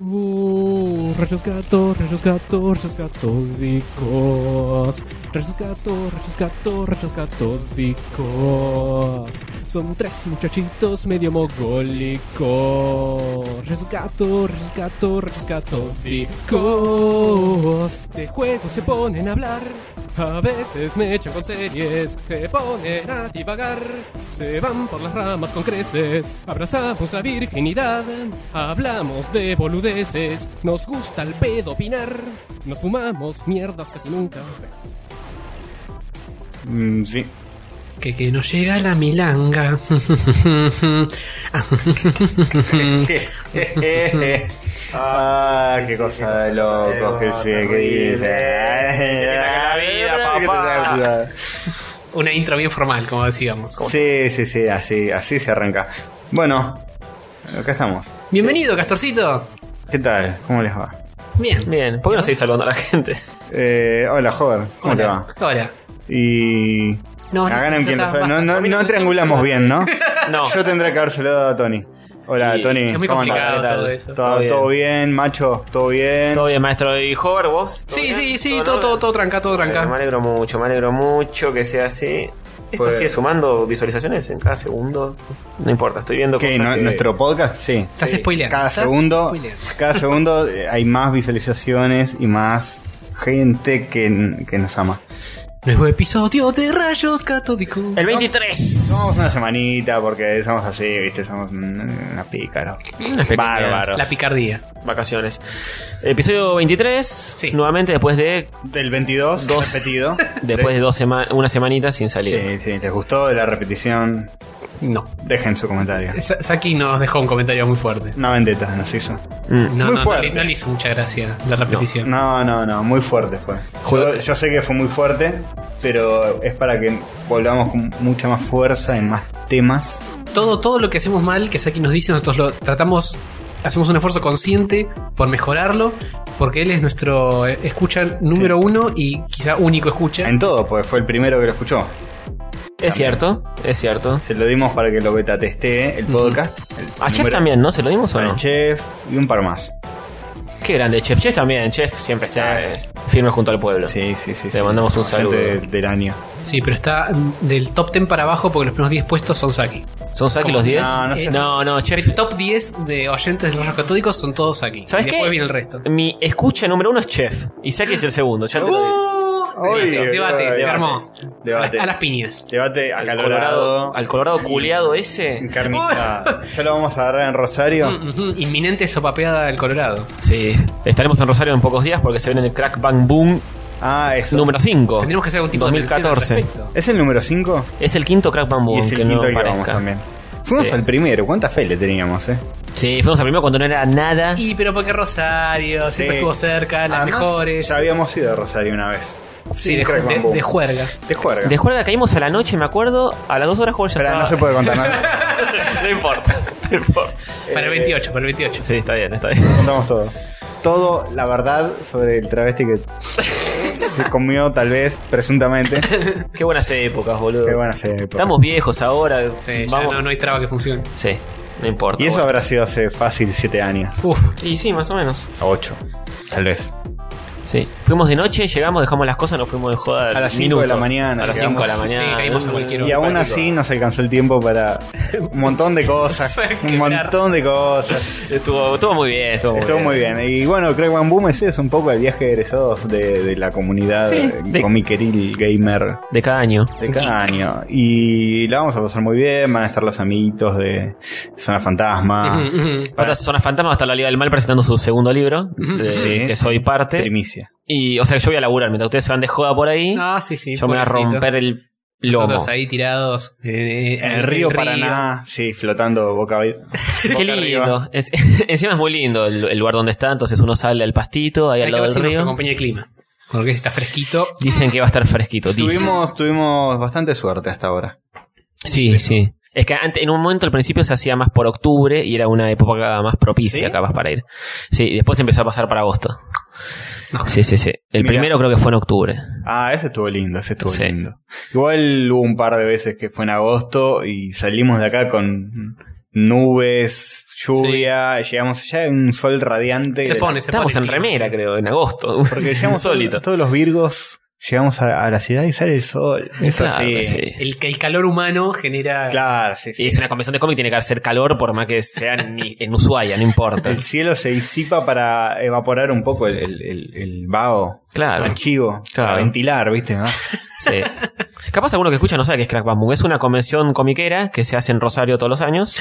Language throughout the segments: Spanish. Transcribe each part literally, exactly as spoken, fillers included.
Uh, rayos gatos, rayos gatos, rayos catódicos. Rayos gatos, rayos gatos, rayos catódicos. Son tres muchachitos medio mogólicos. Rayos gatos, rayos gatos, rayos catódicos. De juegos se ponen a hablar. A veces me echan con series. Se ponen a divagar. Se van por las ramas con creces. Abrazamos la virginidad. Hablamos de boludeces. Nos gusta el pedo opinar. Nos fumamos mierdas casi nunca. Mm, sí. Que, que nos llega la milanga. Ah, qué cosa de loco que se que dice. Una intro bien formal, como decíamos. Sí, sí, sí, así, así se arranca. Bueno, acá estamos. Bienvenido, Castorcito. ¿Qué tal? ¿Cómo les va? Bien. Bien, ¿por qué no seguís saludando a la gente? Eh, hola, Jover, ¿cómo te Hola. va? Hola. Y... No, no, hagan en no quien lo está- sabe. No, no, basta. no triangulamos bien, ¿no? No. Yo tendré que haber saludado a Tony. Hola, Y- Tony. Es muy ¿cómo andás? complicado ¿Qué tal? todo eso. ¿Todo, Todo bien. todo bien, macho? ¿Todo bien? ¿Todo bien, maestro? ¿Y Hover, vos? ¿Todo Sí, bien? sí, sí, en todo, orden? todo, todo tranca, todo Me tranca. alegro mucho, me alegro mucho que sea así. Esto Pues- sigue sumando visualizaciones en cada segundo. No importa, estoy viendo ¿Qué? cosas ¿No- que... ¿Nuestro podcast? Sí. Estás Sí. spoileando. Cada estás segundo, spoileando. cada segundo eh, hay más visualizaciones y más gente que, que nos ama. Nuevo episodio de Rayos Catódicos. El veintitrés. Tomamos una semanita porque somos así, viste, somos una pícaro. Unas pequeñas Bárbaros. La picardía. Vacaciones. Episodio veintitrés. Sí. Nuevamente después de Del veintidós, Dos. repetido. después de dos sema- una semanita sin salir. Sí, sí, ¿les gustó la repetición? No. Dejen su comentario. Sa- Saki nos dejó un comentario muy fuerte. Una vendetta nos hizo. Mm. No, Muy no, no, fuerte. le, no le hizo mucha gracia la repetición. No, no, no, muy fuerte fue. Yo, yo sé que fue muy fuerte, pero es para que volvamos con mucha más fuerza en más temas. Todo, todo lo que hacemos mal, que Saki nos dice, nosotros lo tratamos, hacemos un esfuerzo consciente por mejorarlo, porque él es nuestro eh, escucha número Sí. uno y quizá único escucha. En todo, porque fue el primero que lo escuchó. Es cierto, es cierto. Se lo dimos para que lo beta testee el podcast. El A Chef número- también, ¿no? ¿Se lo dimos o Para no? el Chef y un par más. Qué grande, Chef. Chef también. Chef siempre está Sí. eh, firme junto al pueblo. Sí, sí, sí. Le sí. mandamos un saludo. Gente del año. Sí, pero está mm, del top diez para abajo porque los primeros diez puestos son Saki. ¿Son Saki ¿Cómo? los diez? No, no sé. no, no, Chef. El top diez de oyentes de los Rayos Catódicos son todos Saki. ¿Sabes y después qué? viene el resto. Mi escucha número uno es Chef. Y Saki es el segundo. Ya te lo digo. Uy, Listo, uy, debate, uy, se debate. armó. Debate. A, a las piñas. Debate Al acalorado. colorado, al colorado culiado ese. Encarnizado. Ya lo vamos a agarrar en Rosario. Mm, ujú, Inminente sopapeada del Colorado. Sí. Estaremos en Rosario en pocos días porque se viene el Crack Bang Boom Ah, eso. número cinco. Tendríamos que hacer algún tipo dos mil de mención al catorce. respecto. ¿Es el número cinco? Es el quinto Crack Bang Boom. Y es el que quinto no al que vamos parezca. también. Fuimos Sí. al primero. ¿Cuánta fe le teníamos, eh? Sí, fuimos al primero cuando no era nada. Y pero porque Rosario siempre Sí. estuvo cerca, las Además, mejores. Ya habíamos ido a Rosario una vez. Sí, de, Crack de, Bang Boom. de juerga. De juerga. De juerga caímos a la noche, me acuerdo. A las dos horas Joder ya Espera, estaba... no se puede contar nada. No importa, no importa. Para el veintiocho, para el veintiocho. Sí, está bien, está bien. Contamos todo. Todo, la verdad, sobre el travesti que se comió, tal vez, presuntamente. Qué buenas épocas, boludo. Qué buena época. Estamos viejos ahora. Sí, ya Vamos. no, no hay traba que funcione. Sí, no importa. Y eso bueno. habrá sido hace fácil siete años. Uf, Y sí, más o menos. A ocho. Tal vez. Sí. Fuimos de noche, llegamos, dejamos las cosas, nos fuimos de joda. A las cinco minutos. de la mañana A las llegamos. cinco de la mañana. Sí, caímos a cualquier Y aún así nos alcanzó el tiempo para un montón de cosas. Un montón de cosas. Estuvo, estuvo muy bien, estuvo, Estuvo muy bien. Y bueno, Craig Van Boom es eso, un poco el viaje de egresados de, de la comunidad Sí, eh, de- comiqueril gamer De cada año. de cada año. Y la vamos a pasar muy bien, van a estar los amiguitos de Zona Fantasma. ujú, ujú. Otra Zona Fantasma va a estar la Liga del Mal presentando su segundo libro, de- Sí. que soy parte. Primicia. Y, o sea, que yo voy a laburar. Mientras ustedes se van de joda por ahí, Ah, sí, sí. yo me voy a pobrecito. romper el lomo. Nosotros ahí tirados eh, En el río Paraná, sí, flotando boca, boca Qué lindo. arriba. Es- encima es muy lindo el, el lugar donde está. Entonces uno sale al pastito, ahí Hay al que lado ver del si nos río. acompaña el clima. Porque está fresquito. Dicen que va a estar fresquito. dicen. Tuvimos, tuvimos bastante suerte hasta ahora. Sí, sí. Es que antes, en un momento al principio se hacía más por octubre y era una época más propicia ¿Sí? capaz para ir. Sí, y después empezó a pasar para agosto. No. Sí, sí, sí. El Mira. primero creo que fue en octubre. Ah, ese estuvo lindo, ese estuvo Sí. lindo. Igual hubo un par de veces que fue en agosto y salimos de acá con nubes, lluvia, sí. Llegamos allá en un sol radiante. Se pone, se Estamos pone en remera, creo, en agosto. Porque llegamos todos, todos los virgos, llegamos a, a la ciudad y sale el sol. Eso claro, sí. sí. El, el calor humano genera... Claro, sí, sí. Y es una convención de cómic, tiene que hacer calor por más que sea en, en Ushuaia, no importa. El cielo se disipa para evaporar un poco el, el, el, el vaho. Claro. El chivo. Claro. Para ventilar, ¿viste? ¿No? Sí. Capaz alguno que escucha no sabe qué es Crack Bang Boom. Es una convención comiquera que se hace en Rosario todos los años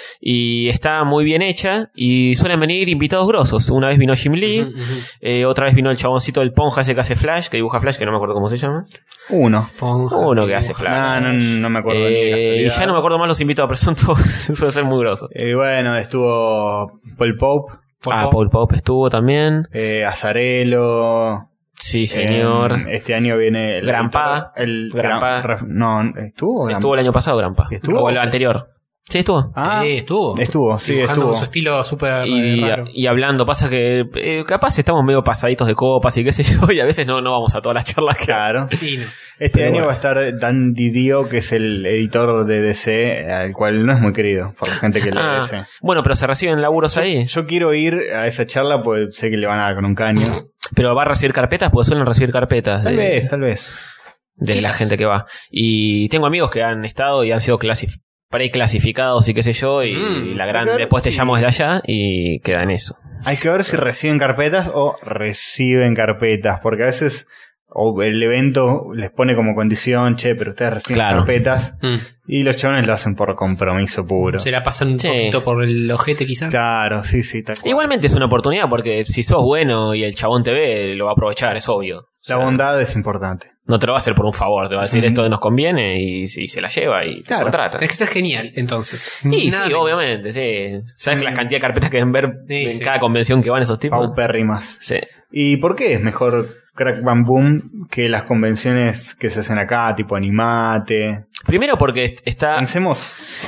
y está muy bien hecha y suelen venir invitados grosos. Una vez vino Jim Lee, uh-huh, uh-huh. Eh, otra vez vino el chaboncito del Ponja ese que hace Flash, que dibuja Flash, que no me acuerdo cómo se llama. Uno. Ponja, Uno que hace Flash. No, no, no me acuerdo. Eh, y ya no me acuerdo más los invitados, pero son todos, suele ser muy grosos. Eh, bueno, estuvo Paul Pope. Paul ah, Pope. Paul Pope estuvo también. Eh, Azarelo. Sí, señor. Eh, este año viene el Granpa. El Granpa. Gran, no, ¿estuvo? Estuvo el año pasado Granpa. ¿Estuvo? O el anterior. Sí, estuvo. Ah, sí, estuvo. Estuvo, sí, Dibujando estuvo. con su estilo súper Y, raro. y hablando, pasa que eh, capaz estamos medio pasaditos de copas y qué sé yo, y a veces no, no vamos a todas las charlas que... Claro. Sí, no. Este Pero año bueno. va a estar Dan Didio, que es el editor de D C, al cual no es muy querido por la gente que lee Ah, D C. bueno, pero se reciben laburos ahí. Yo quiero ir a esa charla pues sé que le van a dar con un caño. Pero va a recibir carpetas, porque suelen recibir carpetas Tal de, vez, tal vez. de la Quizás. gente que va. Y tengo amigos que han estado y han sido clasif- preclasificados y qué sé yo, y Mm, la gran claro, después te sí. llamo desde allá y queda en eso. Hay que ver si reciben carpetas o reciben carpetas, porque a veces o el evento les pone como condición, che, pero ustedes reciben Claro. carpetas, Mm. y los chavales lo hacen por compromiso puro. Se la pasan un Sí. poquito por el ojete quizás. Claro, sí, sí, tal cual. Igualmente es una oportunidad, porque si sos bueno y el chabón te ve, lo va a aprovechar, es obvio. O sea, La bondad es importante. no te lo va a hacer por un favor, te va a decir Ujú. esto nos conviene y, y se la lleva y te Claro. contrata. Tenés que ser genial, entonces. Y Nada sí, menos. obviamente, sí. ¿Sabes Sí. la cantidad de carpetas que deben ver Sí, en sí. cada convención que van esos tipos? Paupérrimas. Sí. ¿Y por qué es mejor Crack Bang Boom que las convenciones que se hacen acá, tipo Animate? Primero porque est- está Pensemos,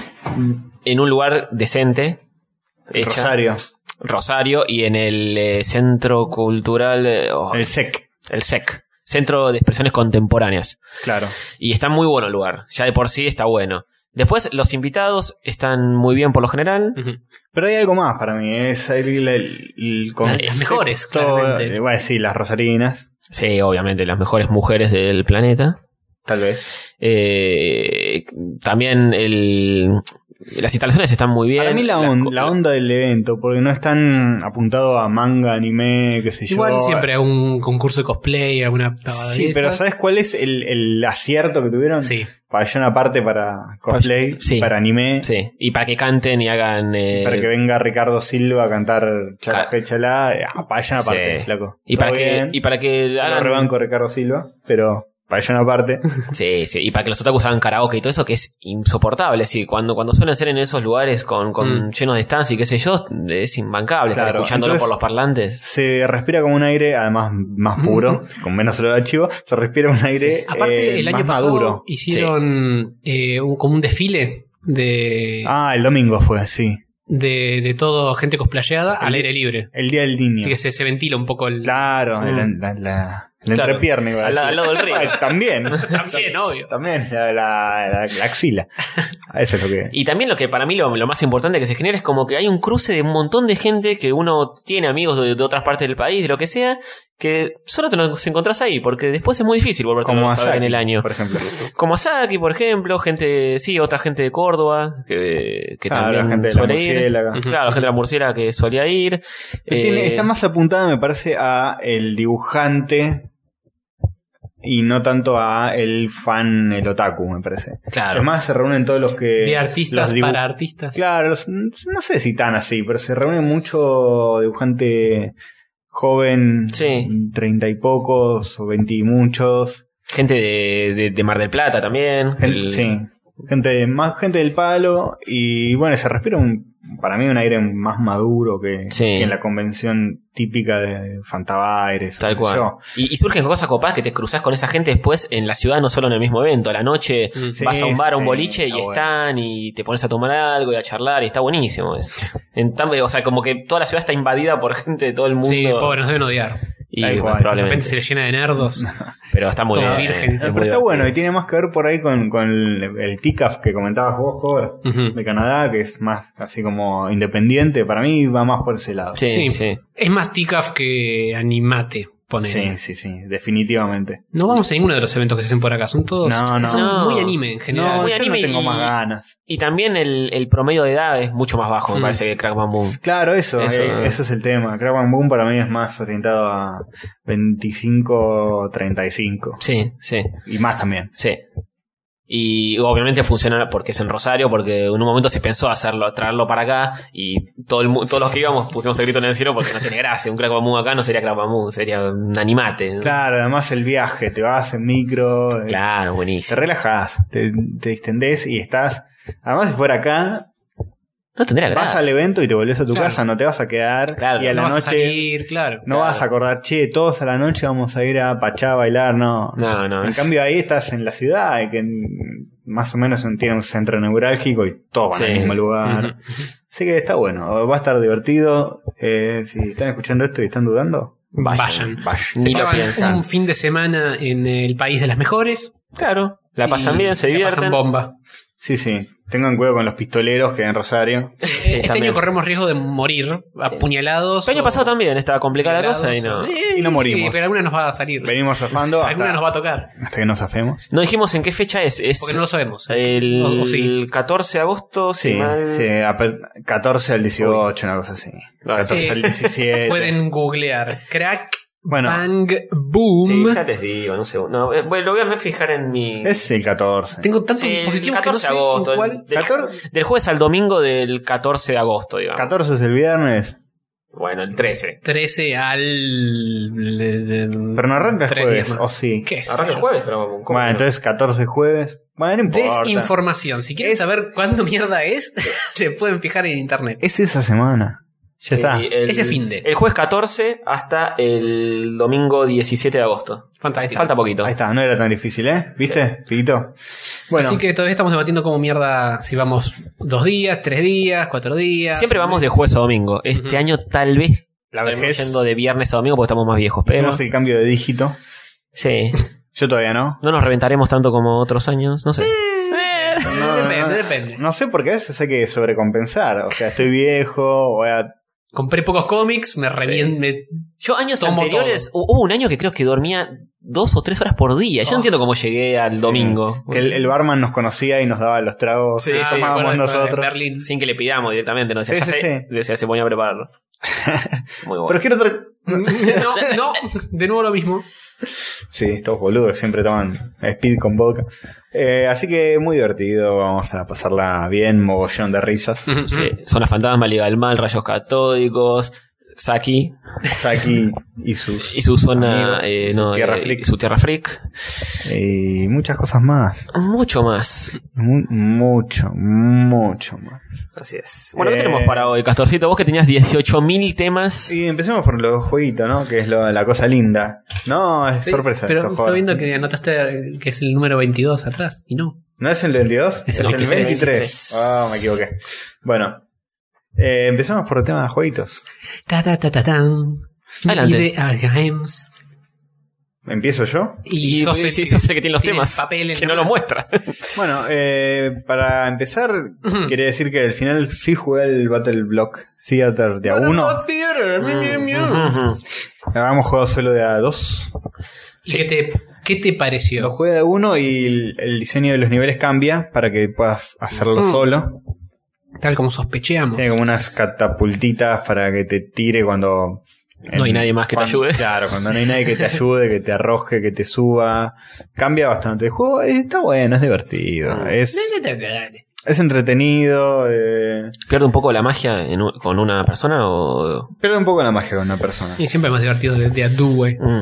en un lugar decente. Hecha. Rosario, Rosario y en el eh, Centro Cultural... eh, oh, el S E C, el S E C. Centro de Expresiones Contemporáneas. claro. Y está muy bueno el lugar. Ya de por sí está bueno. Después, los invitados están muy bien por lo general. Ujú. Pero hay algo más para mí, es el, el, el- el Las mejores, concepto, claramente. eh, Bueno, sí, las rosarinas, Sí, obviamente, las mejores mujeres del planeta. tal vez. Eh, también el, las instalaciones están muy bien. Para mí la, Las on- co- la onda del evento, porque no es tan apuntado a manga, anime, qué sé Igual yo. siempre hay un concurso de cosplay, alguna pavada Sí, de pero esas. ¿sabes cuál es el, el acierto que tuvieron? Sí. Pabellón aparte para cosplay, Sí. para anime, Sí, y para que canten y hagan... eh, para que venga Ricardo Silva a cantar Chala Ca- Chala, ah, pabellón aparte, Sí. flaco. y para Todo que bien, y para que lo hagan rebanco a Ricardo Silva, pero pabellón aparte. sí, sí, y para que los otakus hagan karaoke y todo eso que es insoportable, sí, cuando cuando suelen ser en esos lugares con, con Mm. llenos de stands y qué sé yo, es imbancable estar Claro, escuchándolo entonces- por los parlantes. Se respira como un aire, además más puro, con menos olor a chivo, se respira un aire Aparte, eh, el año más pasado maduro. hicieron eh, un, como un desfile de, Ah, el domingo fue, sí. de, de todo gente cosplayada al El- aire libre. El día del niño. Así que se, se ventila un poco el... Claro, Mm. la, la, la, la Claro, entrepierna iba a al, decir. al lado del río. Ay, También. También, obvio. También, la, la, la, la axila. Eso es lo que... Y también lo que para mí lo, lo más importante que se genera es como que hay un cruce de un montón de gente que uno tiene amigos de, de otras partes del país, de lo que sea, que solo te los encontrás ahí, porque después es muy difícil volverte Como a ver Asaki, en el año. por ejemplo. Como Asaki, por ejemplo, gente, sí, otra gente de Córdoba, que, que Claro, también la gente de la suele ir. murciélaga. Ujú. Claro, la gente de la murciélaga que solía ir. Tiene- Eh, está más apuntada, me parece, a el dibujante y no tanto a el fan, el otaku, me parece. Claro. Además, se reúnen todos los que... De artistas los dibu- para artistas. Claro, los- no sé si tan así, pero se reúne mucho dibujante joven, Sí. treinta y pocos o veinte y muchos. Gente de, de, de Mar del Plata también. Gente, El- sí, gente, más gente del palo y bueno, se respira un, para mí un aire más maduro que, Sí. que en la convención típica de Fantabaires. Tal qué sé cual. yo. Y, y surgen cosas copadas que te cruzás con esa gente después en la ciudad, no solo en el mismo evento. A la noche Mm. Sí, vas a un bar, a un sí, boliche y está bueno. están y te pones a tomar algo y a charlar y está buenísimo eso. En tan- o sea, como que toda la ciudad está invadida por gente de todo el mundo. Sí, pobre, nos deben odiar. Y Tal bueno, cual. De probablemente. repente se le llena de nerdos. Pero está muy Todo bien. virgen. es Pero muy está divertido. bueno y tiene más que ver por ahí con, con el, el T C A F que comentabas vos, Jover, Ujú. de Canadá, que es más así como independiente. Para mí va más por ese lado. Sí, Sí. sí. Es más T C A F que Animate, pone. Sí, sí, sí, definitivamente. No vamos a ninguno de los eventos que se hacen por acá. Son todos. No, no. Son No. muy anime en general. No, muy yo anime no tengo y- más ganas. Y también el, el promedio de edad es mucho más bajo, me Mm. parece, que Crack Bam Boom. Claro, eso, Eso, eh, eso es el tema. Crack Bam Boom para mí es más orientado a veinticinco treinta y cinco. Sí, sí, Y más también. sí. Y obviamente funciona porque es en Rosario, porque en un momento se pensó hacerlo, traerlo para acá, y todo el mu- todos los que íbamos pusimos el grito en el cielo porque no tiene gracia. Un Crack Bam Boom acá no sería Crack Bam Boom, sería un animate. ¿no? Claro, además el viaje, te vas en micro, es- Claro, te buenísimo. relajás, te, te distendés y estás. Además, si fuera acá, No tendría vas gracia. al evento y te volvés a tu Claro. casa, no te vas a quedar. Claro, y a no la vas noche a salir, claro. no claro. vas a acordar, che, todos a la noche vamos a ir a Pachá a bailar, no. No, no. En es- cambio ahí estás en la ciudad, y que en- más o menos tiene un centro neurálgico y todos van Sí. al mismo lugar. Ujú. Así que está bueno, va a estar divertido. Eh, si están escuchando esto y están dudando, Vayan. vayan. Ni lo Toman piensan. un fin de semana en el país de las mejores. Claro, la pasan y bien, se la divierten. pasan bomba. Sí, sí. Tengan cuidado con los pistoleros que hay en Rosario. Sí, este también. año corremos riesgo de morir apuñalados. El año o pasado también estaba complicada la cosa y no. violados, Y no morimos. Pero alguna nos va a salir. Venimos zafando Alguna hasta, nos va a tocar. hasta que nos zafemos. No dijimos en qué fecha es. Es Porque no lo sabemos. el O- o sí. catorce de agosto, si Sí, mal- sí, aper- catorce al dieciocho, una cosa así. catorce al diecisiete. Pueden googlear Crack Bueno, Bang Boom. Sí, ya les digo, no sé. No, eh, bueno, lo voy a fijar en mi. es el catorce. Tengo tantos Sí, el dispositivos que no catorce sé de agosto. en cuál. el- del, catorce, del jueves al domingo del catorce de agosto, digamos. catorce es el viernes. Bueno, el trece. trece al. de- de- Pero no arranca el tres jueves, días más. o sí. ¿Qué es? Arranca el jueves, pero ¿cómo Bueno, no? entonces catorce jueves. Bueno, no importa. Desinformación. Si quieren Es- saber cuándo mierda es, se pueden fijar en internet. Es esa semana. Ya Sí, está. el- Ese finde. El jueves catorce hasta el domingo diecisiete de agosto. Fantástico. Falta poquito. Ahí está, no era tan difícil, ¿eh? ¿Viste, Figuito? Bueno, Así que todavía estamos debatiendo cómo mierda si vamos dos días, tres días, cuatro días. Siempre vamos de jueves a domingo. Este Ujú. año tal vez la estamos vejez. yendo de viernes a domingo porque estamos más viejos. Pero Hicimos el cambio de dígito. sí, Yo todavía no. no nos reventaremos tanto como otros años. No sé. No, depende, no, no. depende. No sé, porque a veces hay que sobrecompensar. O sea, estoy viejo, voy a... Compré pocos cómics, me reviento. Yo años Tomo anteriores, hu- hubo un año que creo que dormía dos o tres horas por día. Yo no Oh. entiendo cómo llegué al domingo. Que el, el barman nos conocía y nos daba los tragos Sí, que sí, tomábamos nosotros. Berlín. Sin que le pidamos directamente. No decía, Sí, ya sí, sé, sí. decía, se ponía a prepararlo. Muy bueno. Pero quiero otro... No, no, de nuevo lo mismo. Sí, estos boludos siempre toman speed con vodka. Eh, así que muy divertido, vamos a pasarla bien, mogollón de risas. Sí, Zona Fantasma, Liga del Mal, Rayos Catódicos, Saki Saki y sus y su zona, amigos, eh, y su no, tierra eh, freak. y su Tierra Freak. y muchas cosas más. Mucho más. Mu- mucho, mucho más. Así es. Bueno, ¿qué Eh, tenemos para hoy, Castorcito? Vos que tenías dieciocho mil temas. Y empecemos por los jueguitos, ¿no? Que es lo- la cosa linda. No, es Sí, sorpresa pero esto, estoy joder. viendo que anotaste que es el número veintidós atrás y no. ¿No es el veintidós? Es el el veintitrés. veintitrés. Ah, me equivoqué. Bueno, eh, empecemos por el tema de jueguitos. Ta ta ta ta tan. Adelante. Idea Games. ¿Empiezo yo? Y, Y sos sí, el sí, sos el que tiene los temas. papel en Que la no lo mano. muestra. Bueno, eh, para empezar, Ujú. quería decir que al final sí jugué el Battle Block Theater de A uno. Theater, miu, miu, miu. Ujú. Habíamos jugado solo de A dos. ¿Y ¿Qué te, qué te Lo pareció? jugué de A uno y el, el diseño de los niveles cambia para que puedas hacerlo Mm. solo. Tal como sospecheamos. Tiene como unas catapultitas para que te tire cuando... No hay nadie más que te cuando- ayude. Claro, cuando no hay nadie que te ayude, que te arroje, que te suba. Cambia bastante. El juego está bueno, es divertido. Mm. Es, es entretenido. Eh, ¿Pierde un poco la magia en un- con una persona o...? pierde un poco la magia con una persona. Y siempre es más divertido de, de Adue. Mm.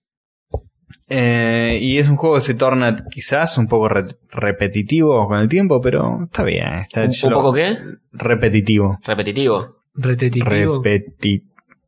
Eh, y es un juego que se torna quizás un poco re- repetitivo con el tiempo, pero está bien. Está ¿Un, yo un lo- poco qué? repetitivo. Repetitivo. Repetitivo. Repetitivo.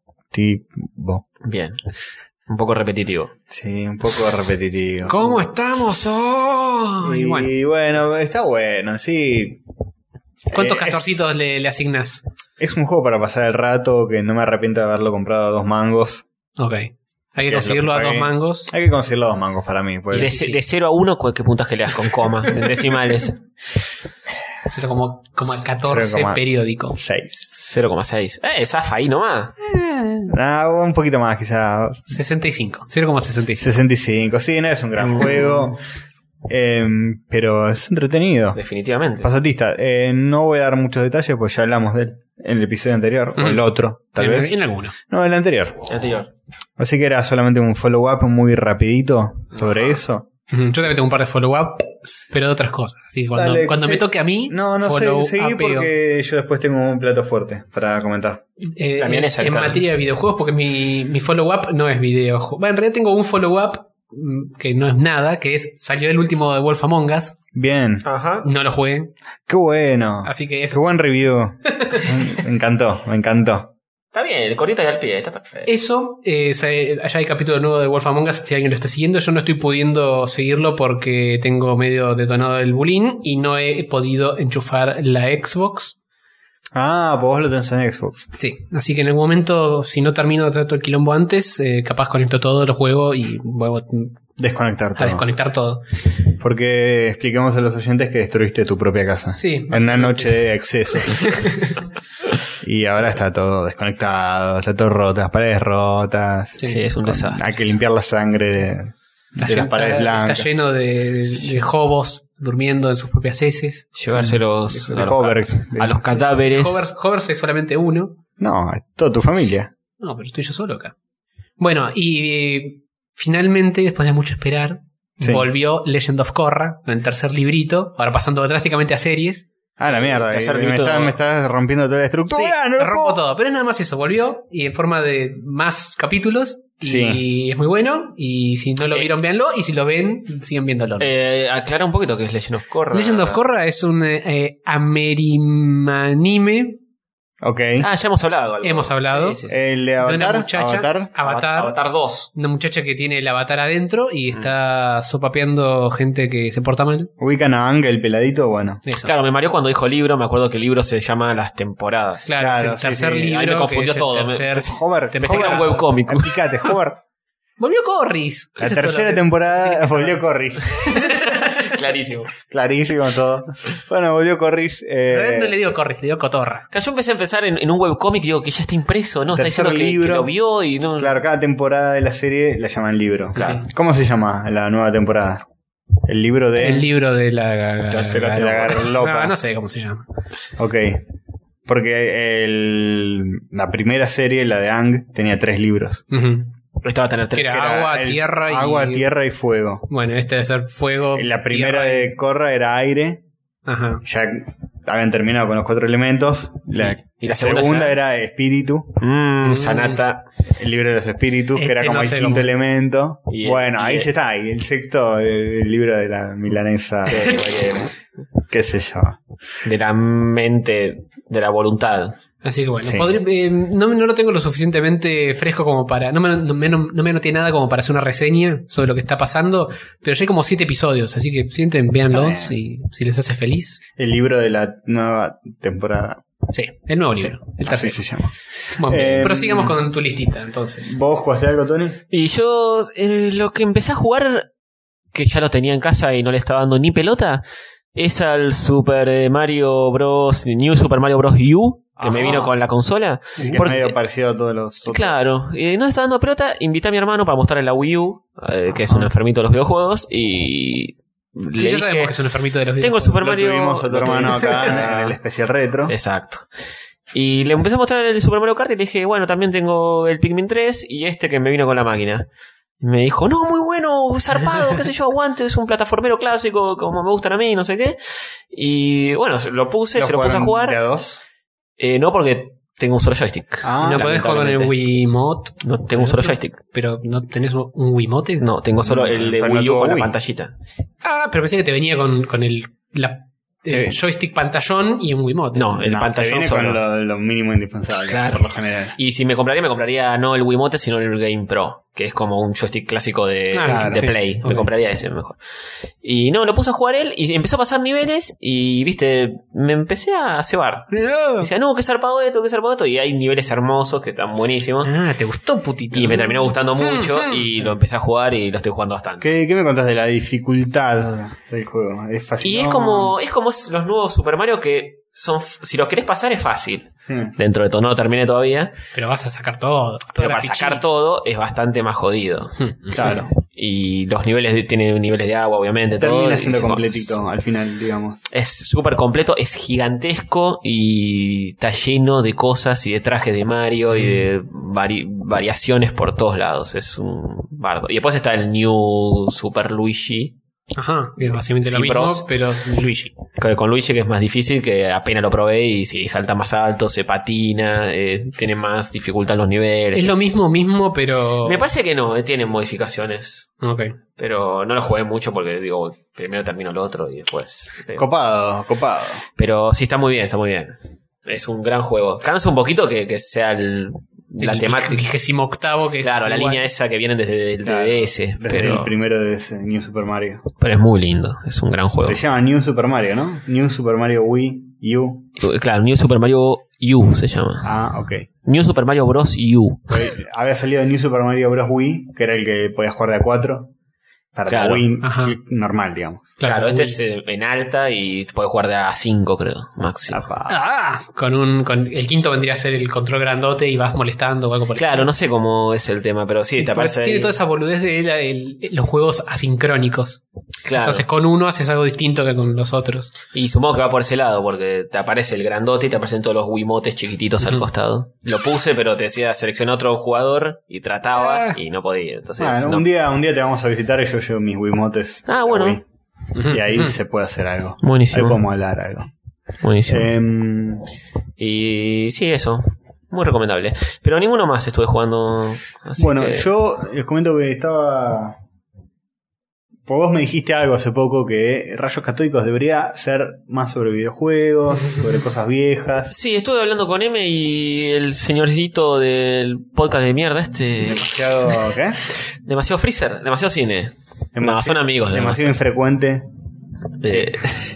Bien. Un poco repetitivo. Sí, un poco repetitivo. ¿Cómo estamos hoy? Y bueno, bueno. está bueno, sí. ¿cuántos Eh, castorcitos le, le asignas? Es, es un juego para pasar el rato que no me arrepiento de haberlo comprado a dos mangos. Ok. Hay que Que es conseguirlo lo a que dos pagué. mangos. Hay que conseguirlo a dos mangos para mí. Y Pues. de, sí, sí. de cero a uno, ¿qué puntaje le das con coma? En decimales. cero coma catorce cero coma periódico. seis. cero coma seis. Eh, zafa ahí nomás. Ah, un poquito más, quizá. sesenta y cinco. cero coma sesenta y cinco. sesenta y cinco. Sí, no es un gran juego. eh, pero es entretenido. Definitivamente. Pasatista. Eh, no voy a dar muchos detalles porque ya hablamos de él en el episodio anterior. O el Ujú. otro, tal en, vez. En alguno. No, el anterior. Anterior. Así que era solamente un follow-up muy rapidito sobre eso. Ujú. Yo también tengo un par de follow-ups, pero de otras cosas. Así que cuando, Dale, cuando sí. me toque a mí, No, no sé, follow seguí upeo. porque yo después tengo un plato fuerte para comentar. Eh, La milanesa, en claro. materia de videojuegos, porque mi, mi follow-up no es videojuego. Bueno, en realidad tengo un follow-up mm, que no es nada, que es salió el último de Wolf Among Us. Bien. Ajá. No lo jugué, Qué bueno. así que Qué eso. buen review. Me encantó, me encantó. Está bien, el cortito y al pie, está perfecto. Eso, eh, se- allá hay capítulo nuevo de Wolf Among Us, si alguien lo está siguiendo. Yo no estoy pudiendo seguirlo porque tengo medio detonado el bullying y no he podido enchufar la Xbox. Ah, pues vos lo tenés en Xbox. Sí, así que en algún momento, si no termino de tratar todo el quilombo antes, eh, capaz conecto todo, lo juego y vuelvo Desconectar a todo. desconectar todo. Porque expliquemos a los oyentes que destruiste tu propia casa. Sí, En una noche de exceso. Y ahora está todo desconectado, está todo roto, las paredes rotas. Sí. Sí, es un Con- desastre. Hay que limpiar la sangre de, Está, de lleno, las paredes está- blancas. está lleno de, de, de hobos durmiendo en sus propias heces. Llevárselos de a, los, hovers. ca- a los cadáveres. Hovers, Hovers es solamente uno. No, es toda tu familia. No, pero estoy yo solo acá. Bueno, y eh, finalmente, después de mucho esperar, Sí. volvió Legend of Korra, con el tercer librito, ahora pasando drásticamente a series. Ah, la mierda. Tercer Me librito. estás me estás rompiendo toda la estructura. Sí, no lo rompo puedo. todo, pero es nada más eso, volvió y en forma de más capítulos y Sí. es muy bueno y si no lo Eh, vieron, véanlo y si lo ven, sigan viéndolo. Eh, aclara un poquito qué es Legend of Korra. Legend of Korra es un eh, eh, amerimanime. Ok. Ah, ya hemos hablado. algo. Hemos hablado. Sí, sí, sí. El de de Avatar. una muchacha, Avatar. Avatar, Avatar dos. una muchacha que tiene el avatar adentro y está sopapeando gente que se porta mal. Ubican a Ang, el peladito. Bueno. Eso. Claro, me mareó cuando dijo libro. Me acuerdo que el libro se llama Las Temporadas. Claro, Claro, es el sí, tercer sí. libro. Ahí me confundió que es el todo, me- tercer- Hover. Te Pensé que era un Hover. webcómic. Picate, Hover. Volvió Corris. La Eso es todo tercera lo que- temporada tiene que saber. volvió Corris. Clarísimo. Clarísimo todo. Bueno, volvió Corris. En realidad no le Eh, digo Corris, le digo Cotorra. Claro, yo empecé a pensar en, en un webcómic y digo que ya está impreso, ¿no? Está Tercer diciendo que, libro. que lo vio y no. claro, cada temporada de la serie la llaman libro. Claro. ¿Cómo se llama la nueva temporada? El libro de... El libro de la... Tercera de la garlopa. No, no sé cómo se llama. Ok. Porque el, la primera serie, la de Ang, tenía tres libros. Ujú. Esta va a tener tres. Era Que era agua, el- tierra y- Agua, tierra y fuego. Bueno, este debe ser fuego. La primera tierra y- de Korra era aire. Ajá. Ya habían terminado con los cuatro elementos. La, Y la segunda, segunda ya- era espíritu. Mmm, Mm. Sanata. El libro de los espíritus, que Este era como no el sé quinto cómo- elemento. Y el- bueno, y ahí el- ya está. Y el sexto, eh, el libro de la milanesa. cualquiera. Qué sé yo. De la mente, de la voluntad. Así que bueno, Sí. podría- eh, no, no lo tengo lo suficientemente fresco como para. No me, no, me, no me anoté nada como para hacer una reseña sobre lo que está pasando. Pero ya hay como siete episodios, así que sienten, véanlos Está y si les hace feliz. El libro de la nueva temporada. Sí, el nuevo libro, el Así tercero. se llama. Bueno, Eh, prosigamos con tu listita entonces. ¿Vos jugaste algo, Tony? Y yo, eh, lo que empecé a jugar, que ya lo tenía en casa y no le estaba dando ni pelota, es al Super eh, Mario Bros. New Super Mario Bros. U, que me Ajá. vino con la consola. Que es Porque- medio parecido a todos los otros. Claro, eh, no le estaba dando pelota, invité a mi hermano para mostrarle la Wii U, eh, que es un enfermito de los videojuegos, y Sí, le ya dije, sabemos que es un enfermito de los tengo el videojuegos. Super Lo Mario... tuvimos a tu lo hermano tuvimos. acá en el especial retro. Exacto. Y le empecé a mostrar el Super Mario Kart y le dije, bueno, también tengo el Pikmin tres y este que me vino con la máquina. Y me dijo, no, muy bueno, zarpado, qué sé yo, aguante, es un plataformero clásico como me gustan a mí, no sé qué. Y bueno, se lo puse, se lo puse a jugaron ¿De a jugar. dos? Eh, no, porque tengo un solo joystick. Ah, no podés jugar con el lamentablemente. Wiimote. No tengo un solo joystick. Pero ¿no tenés un un Wiimote? No, tengo solo No, el de pero no Wii U tuvo con la Wii. pantallita. Ah, pero pensé que te venía con, con el, la, el Sí. joystick pantallón y un Wiimote. No, el No, te pantallón viene solo. con lo, lo mínimo indispensable, Claro. por lo general. Y si me compraría, me compraría no el Wiimote, sino el Game Pro, que es como un joystick clásico de, Ah, de sí. Play. Okay. Me compraría ese mejor. Y no, lo puse a jugar él y empezó a pasar niveles y, viste, me empecé a cebar. Decía, no, qué zarpado esto, qué zarpado esto. Y hay niveles hermosos que están buenísimos. Ah, ¿te gustó, putito? Y me terminó gustando mucho sí. y lo empecé a jugar y lo estoy jugando bastante. ¿Qué, ¿Qué me contás de la dificultad del juego? Es fácil. Y es como es como es los nuevos Super Mario que son, si los querés pasar es fácil. Sí. Dentro de todo no lo terminé todavía, Pero vas a sacar todo. pero toda para la sacar fichita. todo es bastante más jodido. Claro. Y los niveles de, tiene niveles de agua, obviamente, todo. Termina y siendo es- completito al final, digamos. Es súper completo, es gigantesco y está lleno de cosas y de trajes de Mario y de vari- variaciones por todos lados. Es un bardo. Y después está el New Super Luigi. Ajá, que es básicamente lo Sí, mismo, Bros. pero Luigi. que- Con Luigi, que es más difícil, que apenas lo probé y sí, salta más alto, se patina, eh, tiene más dificultad en los niveles. Es lo mismo, mismo, pero... Me parece que no, eh, tiene modificaciones. Ok. Pero no lo jugué mucho porque digo, primero termino lo otro y después. eh. Copado, copado. Pero sí, está muy bien, está muy bien. Es un gran juego. Cansa un poquito que, que sea el, la el temática. vigésimo octavo que es Claro, la igual. línea esa que viene desde el Claro, D S. Desde el Pero, primero de ese New Super Mario. pero es muy lindo, es un gran juego. Se llama New Super Mario, ¿no? New Super Mario Wii U. Claro, New Super Mario U se llama. Ah, ok. New Super Mario Bros. U. Porque había salido New Super Mario Bros. Wii, que era el que podías jugar de a cuatro. Para Claro. la Wii Ajá. normal, digamos. Claro, este Uy. es eh, en alta y puede jugar de a cinco, creo, máximo. Apa. Ah, con un con el quinto vendría a ser el control grandote y vas molestando o algo por el Claro, no sé cómo es el tema, pero sí, te Porque aparece tiene ahí. toda esa boludez de la- el- los juegos asincrónicos. Claro. Entonces con uno haces algo distinto que con los otros. Y supongo que va por ese lado, porque te aparece el grandote y te aparecen todos los Wiimotes chiquititos al Ujú. costado. Lo puse, pero te decía selecciona otro jugador y trataba Ah. y no podía. Entonces, Bueno, no. un día, un día te vamos a visitar y yo llevo mis Wiimotes. Ah, a bueno. Wii. Y ahí Ujú. se puede hacer algo. Buenísimo. Ahí podemos hablar algo. Buenísimo. Em, Y sí, eso. Muy recomendable. Pero ninguno más estuve jugando. Así bueno, que- yo les comento que estaba... Pues vos me dijiste algo hace poco que Rayos Catódicos debería ser más sobre videojuegos, sobre cosas viejas. Sí, estuve hablando con M y el señorcito del podcast de mierda este. Demasiado... ¿Qué? Demasiado freezer, demasiado cine. No, son amigos de demasiado infrecuente. Eh,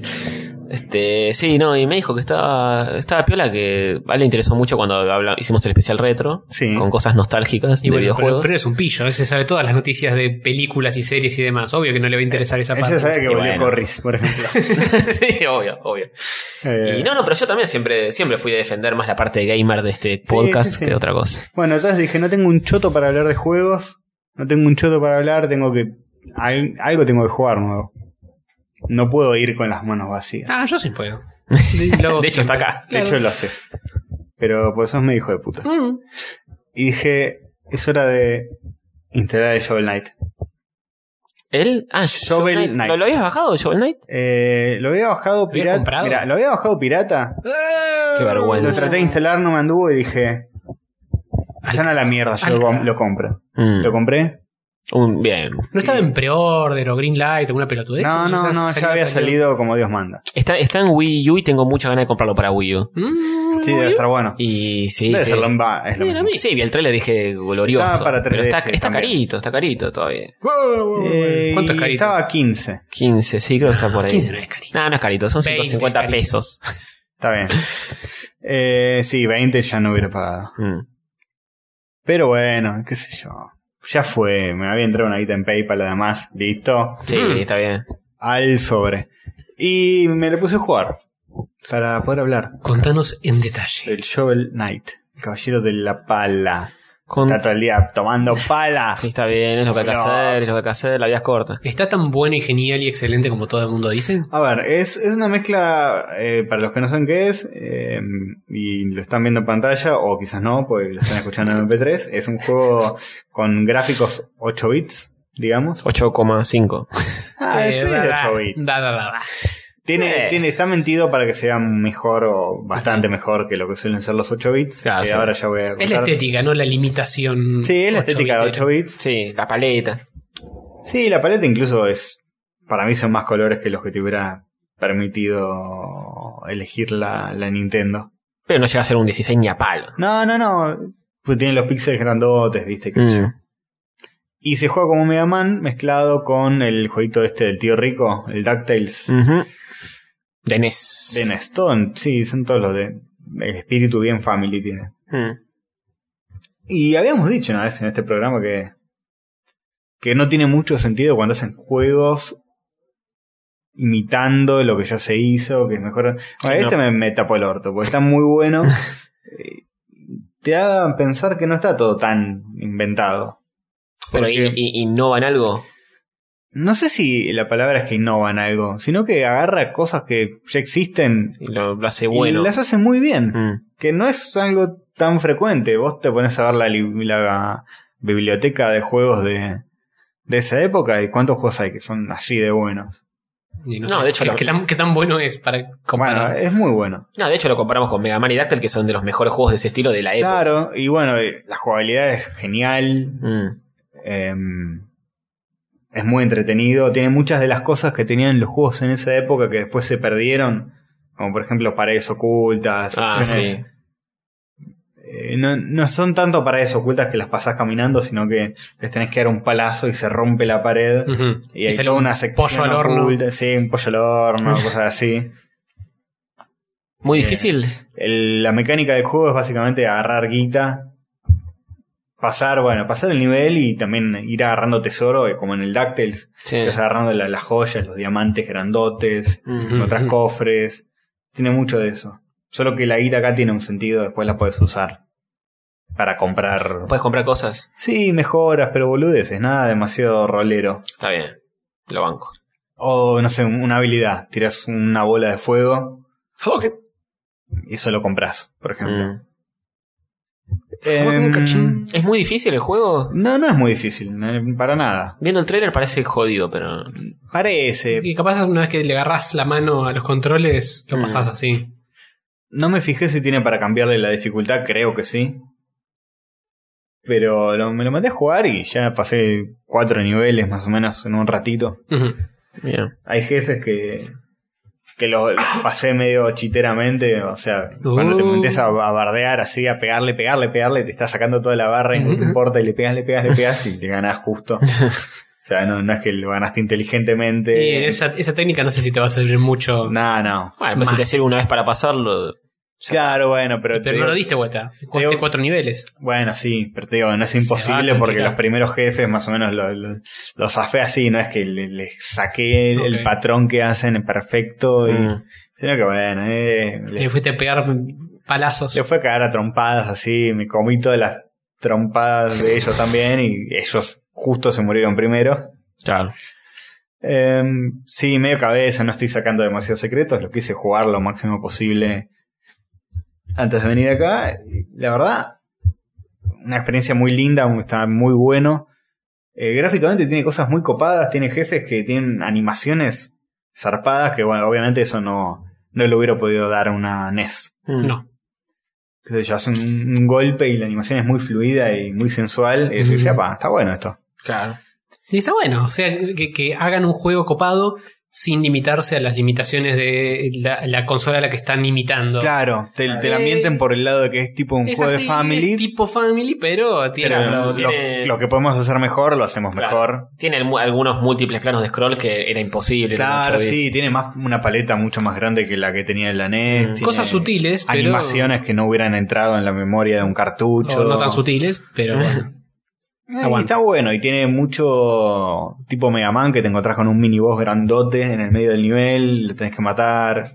este, sí, no, y me dijo que estaba, estaba piola, que a él le interesó mucho cuando habla- hicimos el especial retro, Sí. con cosas nostálgicas Y de bueno, pero, videojuegos. pero es un pillo, ese sabe todas las noticias de películas y series y demás. Obvio que no le va a interesar esa parte. Ella sabía que Y volvió bueno. Corris, por ejemplo. Sí, obvio, obvio. Eh, Y no, no, pero yo también siempre, siempre fui a defender más la parte gamer de este podcast sí, sí. que otra cosa. Bueno, entonces dije, no tengo un choto para hablar de juegos, no tengo un choto para hablar, tengo que... al- algo tengo que jugar nuevo. No puedo ir con las manos vacías. Ah, yo sí puedo. De hecho, está acá. De hecho lo haces. Pero pues sos me hijo de puta. Mm. Y dije, es hora de instalar el Shovel Knight. ¿Él? Ah, Shovel Knight. Knight. ¿Lo, ¿Lo habías bajado, Shovel Knight? Eh, lo había bajado habías pirata. comprado? Mira, lo había bajado pirata. Qué vergüenza. Lo traté de instalar, no me anduvo y dije, sana la mierda, yo lo, com- lo compro. Mm. Lo compré. Un, bien. ¿No estaba en pre-order o Greenlight o alguna pelotudez? No, no, Ya no, salió- ya había salió. salido como Dios manda. Está, está en Wii U y tengo mucha ganas de comprarlo para Wii U. Mm, Sí, debe estar bueno. Y sí, Debe sí. ser lo va- es lo Mira, mismo. mira. Sí, vi el trailer y dije glorioso. Estaba para pero tres D S está, está también. carito, está carito todavía. Eh, ¿Cuánto es y carito? Estaba a quince. quince, sí, creo que está por ahí. quince no es carito. No, no es carito, son veinte ciento cincuenta carito. pesos. Está bien. Eh, sí, veinte ya no hubiera pagado. Mm. Pero bueno, qué sé yo. Ya fue, me había entrado una guita en PayPal además, listo. Sí, Mm. está bien. Al sobre. Y me le puse a jugar. Para poder hablar. Contanos en detalle. El Shovel Knight. El caballero de la pala. Con... Está todo el día tomando pala. Sí, está bien, es lo que hay que No. hacer, es lo que hay que hacer, la vida es corta. ¿Está tan bueno y genial y excelente como todo el mundo dice? A ver, es, es una mezcla, eh, para los que no saben qué es, eh, y lo están viendo en pantalla, o quizás no, porque lo están escuchando en M P tres, es un juego con gráficos ocho bits, digamos. ocho coma cinco. Ah, Eh, ese es de da, ocho bits. da, da, da, da. Tiene, Eh. tiene, está mentido para que sea mejor o bastante mejor que lo que suelen ser los ocho bits. Claro, que sí. ahora ya voy a Es la contar. estética, no la limitación. Sí, es la estética de ocho bits. Sí, la paleta. Sí, la paleta incluso es, para mí son más colores que los que te hubiera permitido elegir la, la Nintendo. Pero no llega a ser un dieciséis ni a palo. No, no, no. Pues tiene los píxeles grandotes, viste. Que Mm. Y se juega como Mega Man mezclado con el jueguito este del tío rico, el DuckTales. Uh-huh. De N E S. De N E S. Todo en- sí, son todos los de... El espíritu bien family tiene. Mm. Y habíamos dicho una vez en este programa que... Que no tiene mucho sentido cuando hacen juegos... imitando lo que ya se hizo, que es mejor... Bueno, Sí, este no. me, me tapó el orto, porque está muy bueno. Eh, Te haga pensar que no está todo tan inventado. Pero Porque- ¿y, y, innovan algo? No sé si la palabra es que innovan algo, sino que agarra cosas que ya existen Y lo, lo hace bueno. y las hace muy bien. Mm. Que no es algo tan frecuente. Vos te pones a ver la, li- la biblioteca de juegos de, de esa época y cuántos juegos hay que son así de buenos. Y No, sé, de hecho, ¿qué, la- qué tan, qué tan bueno es para comparar? Bueno, es muy bueno. No, de hecho lo comparamos con Mega Man y Dactyl, que son de los mejores juegos de ese estilo de la época. Claro, y bueno, eh, la jugabilidad es genial. Mm. em, es muy entretenido. Tiene muchas de las cosas que tenían los juegos en esa época que después se perdieron. Como por ejemplo paredes ocultas. Ah, opciones- sí. Eh, no, no son tanto paredes ocultas que las pasás caminando, sino que les tenés que dar un palazo y se rompe la pared. Ujú. Y hay sale toda un una sección pollo al horno. oculta. Sí, un pollo al horno, cosas así. Muy Eh, difícil. El- la mecánica del juego es básicamente agarrar guita, pasar, bueno, pasar el nivel y también ir agarrando tesoro, eh, como en el DuckTales. Sí. Que vas agarrando la- las joyas, los diamantes grandotes, Ujú. encontrás cofres. Tiene mucho de eso. Solo que la guita acá tiene un sentido, después la puedes usar para comprar. Puedes comprar cosas. Sí, mejoras, pero boludeces, nada demasiado rolero. Está bien. Lo banco. O, no sé, una habilidad. Tiras una bola de fuego Ok. y eso lo compras, por ejemplo. Mm. Em, Cachín. ¿Es muy difícil el juego? no, no es muy difícil, eh, para nada. Viendo el trailer parece jodido, pero... Parece. Y capaz una vez que le agarrás la mano a los controles, lo Mm. pasás así. No me fijé si tiene para cambiarle la dificultad, creo que sí. Pero lo- me lo mandé a jugar y ya pasé cuatro niveles más o menos en un ratito. Ujú. Bien. Hay jefes que, que los los pasé medio chiteramente, o sea, cuando te Uh. metes a, a bardear así, a pegarle, pegarle, pegarle, te está sacando toda la barra y no te Ujú. importa y le pegas, le pegas, le pegas y te ganas justo. O sea, no, no es que lo ganaste inteligentemente. Y esa, esa técnica no sé si te va a servir mucho. No, no. Bueno, pues si Más. te sirve una vez para pasarlo... Claro, bueno, pero, te Pero no digo- lo diste vuelta. Jugaste digo- cuatro niveles. Bueno, sí, pero te digo, no es Se va a imposible porque complicar. los primeros jefes más o menos los lo, lo zafé así, no es que le, le saqué el, el Ok. patrón que hacen perfecto, y, Mm. sino que bueno, eh, le, Le fuiste a pegar palazos. le fue a caer a trompadas así, me comí todas las trompadas de ellos también y ellos justo se murieron primero. Claro. Eh, sí, medio cabeza, no estoy sacando demasiados secretos, lo quise jugar lo máximo posible antes de venir acá. Y la verdad, una experiencia muy linda, está muy bueno. Eh, gráficamente tiene cosas muy copadas, tiene jefes que tienen animaciones zarpadas, que bueno, obviamente eso no, no le hubiera podido dar una N E S. Mm. No. Qué sé yo, hace un, un golpe y la animación es muy fluida y muy sensual. Y decís, Ujú. "Epa, está bueno esto". Claro. Y está bueno. O sea, que, que hagan un juego copado sin limitarse a las limitaciones de la, la consola a la que están imitando. Claro, te, te la Eh, ambienten por el lado de que es tipo un Es juego así, de family. es tipo family, pero tiene. Pero Claro, lo, tiene- lo que podemos hacer mejor lo hacemos Claro. mejor. Tiene el mu- algunos múltiples planos de scroll que era imposible. en Claro, ocho bits. sí, tiene más una paleta mucho más grande que la que tenía la N E S. Mm. tiene Cosas sutiles, pero. animaciones que no hubieran entrado en la memoria de un cartucho. o no tan sutiles, pero bueno. Eh, y Aguanta. está bueno, y tiene mucho tipo Mega Man, que te encontrás con un miniboss grandote en el medio del nivel, lo tenés que matar.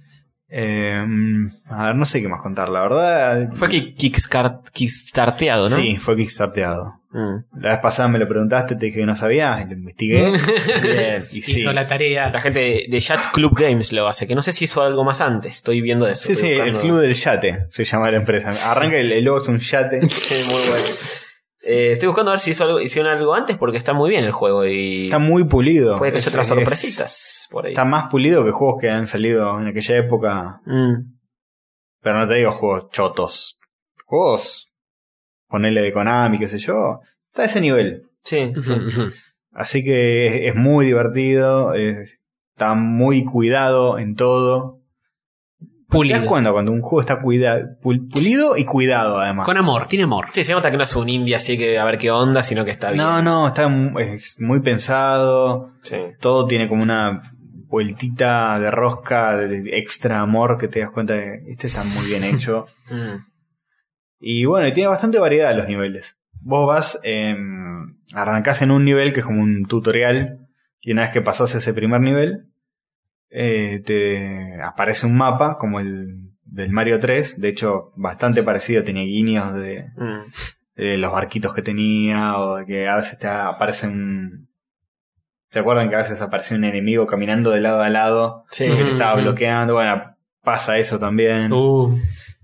Eh, a ver, no sé qué más contar, la verdad. Fue que kickstart, kickstarteado, ¿no? Sí, fue kickstarteado. Mm. La vez pasada me lo preguntaste, te dije que no sabías, y lo investigué. Bien. Y sí. Hizo la tarea. La gente de, de Chat Club Games lo hace, que no sé si hizo algo más antes. Estoy viendo eso. Sí, estoy sí, el buscando. club del yate se llama la empresa. Arranca el, el logo es un yate. Sí, muy bueno. Eh, estoy buscando a ver si hizo algo, hicieron algo antes porque está muy bien el juego y Está muy pulido. puede que haya Es- otras es- sorpresitas por ahí. Está más pulido que juegos que han salido en aquella época. Mm. Pero no te digo juegos chotos. Juegos, ponele de Konami, qué sé yo. Está a ese nivel. Sí, sí. Así que es, es muy divertido. es- está muy cuidado en todo. Pulido. ¿Te das cuenta cuando un juego está cuida, pul- pulido y cuidado además? Con amor, tiene amor. Sí, se nota que no es un indie así que a ver qué onda, sino que está bien. No, no, está mu- es muy pensado. Sí. Todo tiene como una vueltita de rosca, de extra amor que te das cuenta de este está muy bien hecho. Mm. Y bueno, y tiene bastante variedad los niveles. Vos vas, eh, arrancás en un nivel que es como un tutorial, y una vez que pasás ese primer nivel, eh, te aparece un mapa como el del Mario tres. De hecho, bastante parecido, tenía guiños de, Mm. de los barquitos que tenía, o de que a veces te aparecen... ¿Te acuerdan que a veces aparecía un enemigo caminando de lado a lado? Sí. Que te estaba Ujú. bloqueando. Bueno, pasa eso también. Uh,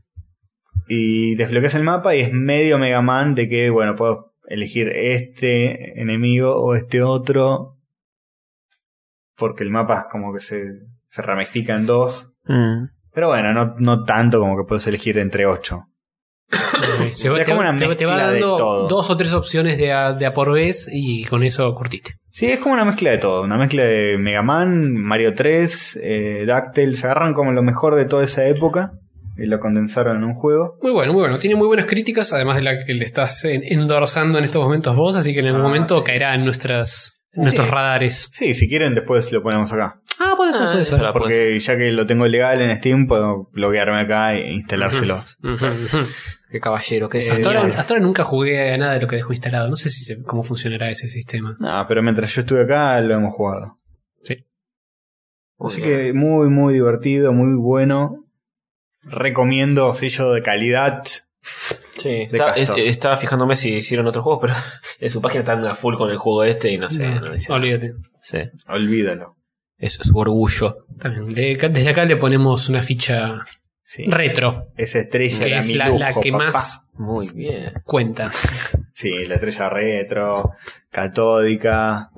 Y desbloqueas el mapa y es medio Mega Man de que, bueno, puedo elegir este enemigo o este otro. Porque el mapa es como que se, se ramifica en dos. Mm. Pero bueno, no, no tanto como que puedes elegir entre ocho. se, O sea, te, como una te- te va mezcla de dando todo. dos o tres opciones de a, de a por vez y con eso curtiste. Sí, es como una mezcla de todo. Una mezcla de Mega Man, Mario tres, eh, DuckTales. Se agarran como lo mejor de toda esa época y lo condensaron en un juego. Muy bueno, muy bueno. Tiene muy buenas críticas, además de la que le estás en- endorsando en estos momentos vos, así que en algún Ah, momento sí. caerá en nuestras, Sí. nuestros radares. Sí, si quieren después lo ponemos acá. Ah, puede ser, Ah, puede ser. espera. Porque ya que lo tengo legal en Steam, puedo loguearme acá e instalárselos. Ujú, ujú. Qué caballero, qué Eh, Hasta, ahora, bien. hasta ahora nunca jugué a nada de lo que dejó instalado. No sé si se- cómo funcionará ese sistema. No, pero mientras yo estuve acá lo hemos jugado. Sí. Así Muy bien. que muy, muy divertido, muy bueno. Recomiendo sello de calidad. Sí, está- es- Castor. estaba fijándome si hicieron otros juegos, pero en su página están a full con el juego este y no sé. No, no dice nada. olvídate. Sí. Olvídalo. Es su orgullo. También, de- desde acá le ponemos una ficha Sí. retro, Esa estrella que era es mi la, lujo, la que papá. más Muy bien. cuenta. Sí, la estrella retro, catódica,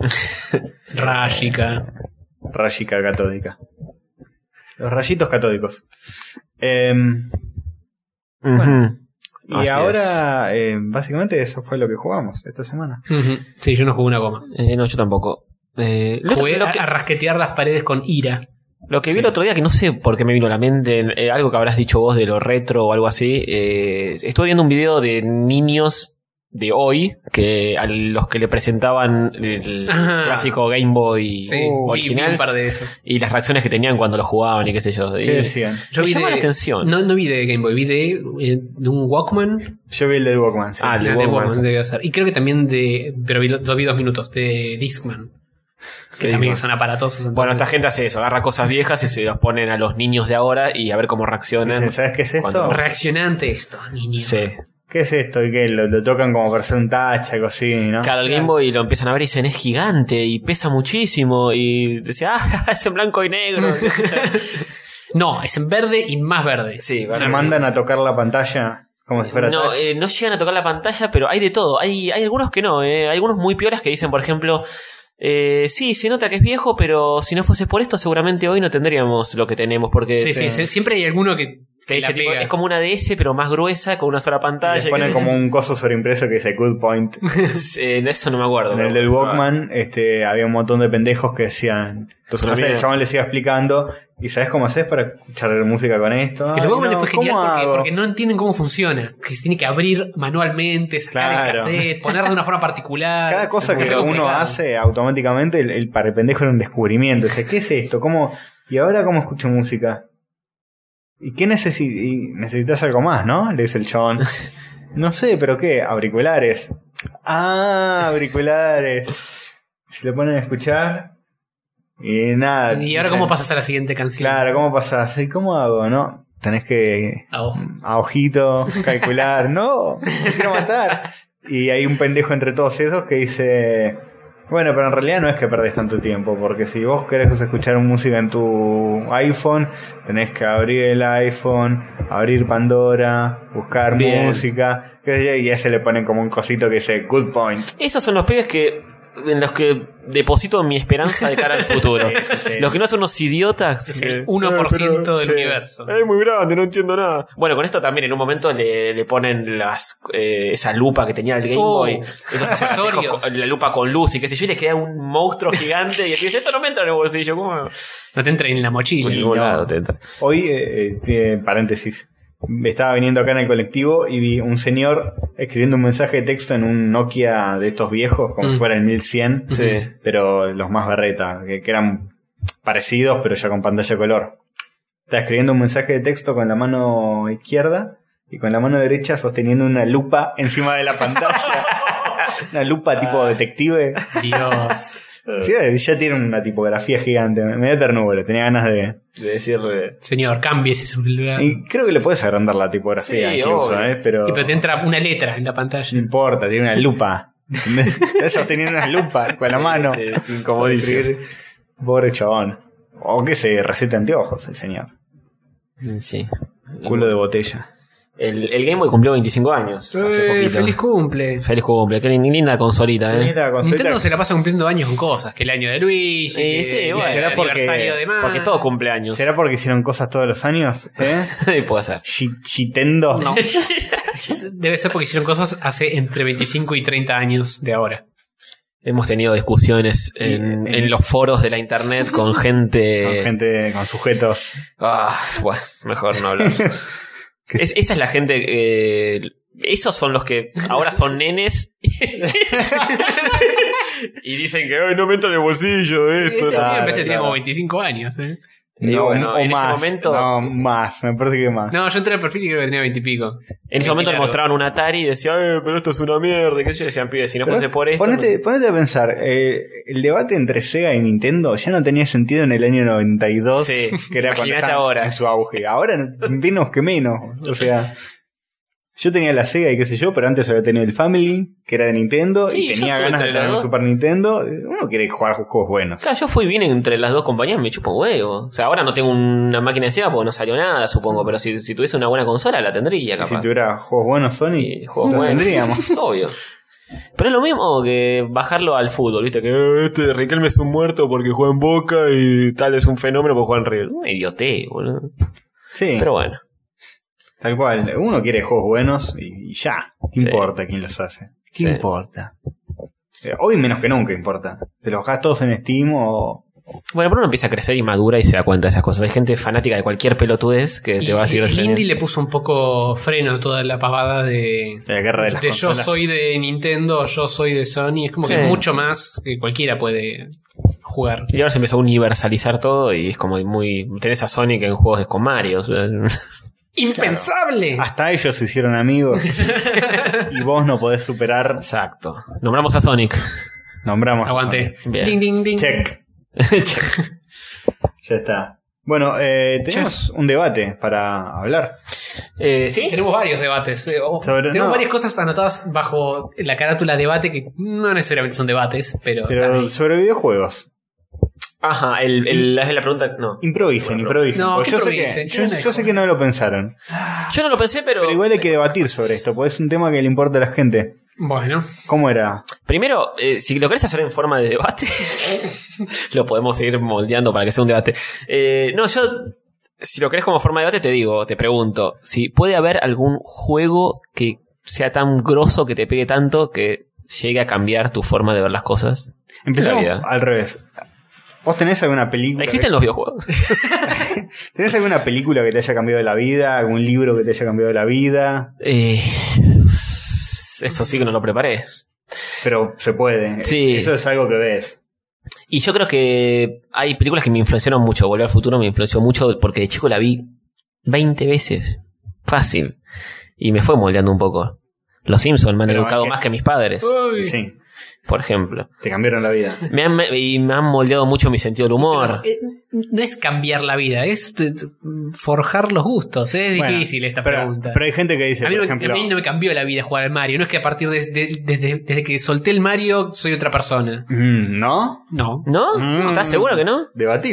Rágica. rayica catódica. Los rayitos catódicos. Em, Ujú. y Así ahora, eh, básicamente eso fue lo que jugamos esta semana. Ujú. Sí, yo no jugué una goma. Eh, no, yo tampoco. Eh, lo, Jugué lo a, que, a rasquetear las paredes con ira. lo que vi el otro día, que no sé por qué me vino a la mente, eh, algo que habrás dicho vos de lo retro o algo así. Eh, estuve viendo un video de niños de hoy, que a los que le presentaban el Ajá. clásico Game Boy Sí, vi- vi original un par de esos. y las reacciones que tenían cuando lo jugaban y qué sé yo. Y ¿Qué decían? Yo me vi llama de- la atención. No, no vi de Game Boy, vi de, eh, de un Walkman. Yo vi el del Walkman, sí. Ah, el Ah, de Walkman. Walkman debe ser. Y creo que también de. Pero vi, lo vi dos minutos, de Discman. Que ¿Qué también Discman? son aparatosos. Bueno, entonces- esta gente hace eso, agarra cosas viejas y se los ponen a los niños de ahora y a ver cómo reaccionan. Dicen, ¿sabes qué es esto? Cuando- Reaccionante esto, niño. Sí. ¿Qué es esto? ¿Y qué? Lo, lo tocan como para hacer un touch, algo así, ¿no? Claro, el Game Boy lo empiezan a ver y dicen es gigante y pesa muchísimo y decía, ah, es en blanco y negro. No, es en verde y más verde. Sí, Se verde. mandan a tocar la pantalla como si fuera No, touch. eh, no llegan a tocar la pantalla, pero hay de todo. Hay, hay algunos que no, eh. Hay algunos muy piolas que dicen, por ejemplo, eh, sí, se nota que es viejo, pero si no fuese por esto, seguramente hoy no tendríamos lo que tenemos. Porque Sí, sí, sí, siempre hay alguno que te te la dice, tipo, pega. es como una D S, pero más gruesa, con una sola Y pantalla. les ponen que- como un coso sobreimpreso que dice Good Point. Eh, eso no me acuerdo. En el del Walkman este, había un montón de pendejos que decían... Entonces, No sé, una el chabón les iba explicando. ¿Y sabes cómo haces para escuchar música con esto? El Ay, Walkman no, fue genial ¿cómo porque, hago? porque no entienden cómo funciona. Que se tiene que abrir manualmente, sacar el Claro. cassette, poner de una forma particular. Cada cosa Es muy que uno complicado. hace automáticamente, el, el para el pendejo era un descubrimiento. O sea, ¿qué es esto? ¿Cómo? ¿Y ahora cómo escucho música? ¿Y qué necesi- y necesitas algo más, no? Le dice el chabón. No sé, pero ¿qué? Auriculares. Ah, auriculares. Se lo ponen a escuchar. Y nada. Y ahora, dicen, ¿cómo pasas a la siguiente canción? Claro, ¿cómo pasás? ¿Y cómo hago? No, tenés que A ojo. a ojito calcular. No, me quiero matar. Y hay un pendejo entre todos esos que dice... Bueno, pero en realidad no es que perdés tanto tiempo, porque si vos querés escuchar música en tu iPhone, tenés que abrir el iPhone, abrir Pandora, buscar Bien. música, qué sé yo, y a ese le ponen como un cosito que dice Good Point. Esos son los pibes que en los que deposito mi esperanza de cara al futuro. Sí, sí, sí. Los que no son unos idiotas. Es que- el uno por ciento del sí. universo. Es muy grande, no entiendo nada. Bueno, con esto también en un momento le, le ponen las eh, esa lupa que tenía el Game Oh, Boy. Esos accesorios. accesorios. con- La lupa con luz y qué sé yo. Y le queda un monstruo gigante. Y él dice, esto no me entra en el bolsillo. ¿Cómo? No te entra en la mochila. En ningún no. lado te entra. Hoy, eh, tiene paréntesis, estaba viniendo acá en el colectivo y vi un señor escribiendo un mensaje de texto en un Nokia de estos viejos, como Mm. si fuera el mil cien, Sí. pero los más berreta, que, que eran parecidos, pero ya con pantalla de color. Estaba escribiendo un mensaje de texto con la mano izquierda y con la mano derecha sosteniendo una lupa encima de la pantalla. Una lupa tipo detective. Dios. Sí, ya tiene una tipografía gigante. Me da ternura, tenía ganas de... De decirle. Señor, cambie ese celular. Y, Y creo que le puedes agrandar la tipografía Sí, incluso, obvio. ¿eh? Pero pero te entra una letra en la no pantalla. importa, tiene una lupa. Estás sosteniendo una lupa con la mano. Sí, es incomodísimo. Para escribir. Pobre chabón. O que se recete anteojos el señor. Sí. Culo de botella. El, el Game Boy cumplió veinticinco años. Hace Eh, poquito. feliz cumple. Feliz cumple. Qué linda consolita, ¿eh? Esta consolita- Nintendo se la pasa cumpliendo años con cosas. Que el año de Luigi. Sí, que sí, el bueno. ¿Será porque- aniversario de Mario. Porque todo cumpleaños. ¿Será porque hicieron cosas todos los años? ¿Eh? Puede ser. Shi- Shitendo. No. Debe ser porque hicieron cosas hace entre veinticinco y treinta años de ahora. Hemos tenido discusiones en, Y- en los foros de la internet con gente. Con gente, con sujetos. Ah, bueno, mejor no hablar. Es- esa es la gente. Eh, esos son los que ahora son nenes. Y dicen que "Ay, no me entra en el bolsillo esto. Ese claro, me parece que tenía claro. como veinticinco años. ¿eh? Y No, bueno, o en ese más. momento- No, más. Me parece que más. No, yo entré al perfil y creo que tenía veintipico. En ese momento le mostraban un Atari y decía, "Ay, pero esto es una mierda". ¿Qué sé yo? Decían, pibes, si no Pero fuese por esto. Ponete, no- ponete a pensar, eh, el debate entre Sega y Nintendo ya no tenía sentido en el año noventa y dos, Sí, que era cuando imagínate estaban ahora. en su auge. Ahora menos que menos. O sea, yo tenía la Sega y qué sé yo, pero antes había tenido el Family, que era de Nintendo, Sí, y yo tenía estuve ganas de entre tener los un dos. Super Nintendo. Uno quiere jugar juegos buenos. Claro, yo fui bien entre las dos compañías, me chupo un huevo. O sea, ahora no tengo una máquina de Sega porque no salió nada, supongo. Pero si, si tuviese una buena consola, la tendría, Y capaz. si tuviera juegos buenos Sony, Y juegos los buenos. tendríamos. Obvio. Pero es lo mismo que bajarlo al fútbol, ¿viste? Que "Eh, este Riquelme es un muerto porque juega en Boca y tal es un fenómeno porque juega en River. Un idiote, boludo. Sí, Pero bueno. tal cual. Uno quiere juegos buenos y, y ya. ¿Qué Sí. importa quién los hace? ¿Qué Sí. importa? Eh, Hoy menos que nunca importa. Se los bajás todos en Steam o... Bueno, pero uno empieza a crecer y madura y se da cuenta de esas cosas. Hay gente fanática de cualquier pelotudez que te va a seguir el Indie defendiendo. le puso un poco freno a toda la pavada de, de la guerra de las de yo consolas. soy de Nintendo, yo soy de Sony. Es como Sí. que mucho más que cualquiera puede jugar. Y ahora se empezó a universalizar todo y es como muy... Tenés a Sonic en juegos de con Mario. O sea, ¡Impensable! Hasta ellos se hicieron amigos. Y vos no podés superar. exacto. Nombramos a Sonic. Nombramos. a Aguante. Bien. Ding, ding, ding. Sony. Check. Ya está. Bueno, eh, tenemos un debate para hablar. Eh, ¿Sí? Tenemos varios debates. eh, o- Sobre- tenemos no. varias cosas anotadas bajo la carátula debate que no necesariamente son debates, pero, están Pero ahí. sobre videojuegos. Ajá, el, el, es la pregunta... No. Improvisen, Bueno, improvisen. no, porque ¿qué yo, sé improvisen? que, Yo yo, no yo sé que no lo pensaron. Yo no lo pensé, pero... Pero igual hay que debatir sobre esto, porque es un tema que le importa a la gente. Bueno, ¿Cómo era? Primero, eh, si lo querés hacer en forma de debate, lo podemos seguir moldeando para que sea un debate. Eh, no, yo, si lo querés como forma de debate, te digo, te pregunto, si puede haber algún juego que sea tan grosso, que te pegue tanto, que llegue a cambiar tu forma de ver las cosas. Empezamos La vida. al revés. ¿Vos tenés alguna película? ¿Existen los videojuegos? ¿Tenés alguna película que te haya cambiado la vida? ¿Algún libro que te haya cambiado la vida? Eh, eso sí que no lo preparé. Pero se puede. Sí. Eso es algo que ves. Y yo creo que hay películas que me influenciaron mucho. Volver al futuro me influenció mucho porque de chico la vi veinte veces. Fácil. Y me fue moldeando un poco. Los Simpsons me han Pero educado es que- más que mis padres, uy. Sí, por ejemplo. te cambiaron la vida. Me han, me- y me han moldeado mucho mi sentido del humor. Pero, eh, no es cambiar la vida, es t- t- forjar los gustos. ¿eh? Es Bueno, difícil esta pero, pregunta. Pero hay gente que dice, a, mí por no, ejemplo... a mí no me cambió la vida jugar al Mario. No es que a partir de, de- desde, desde que solté el Mario soy otra persona. Mm, ¿No? No. ¿No? Mm. ¿Estás seguro que no? Debatible.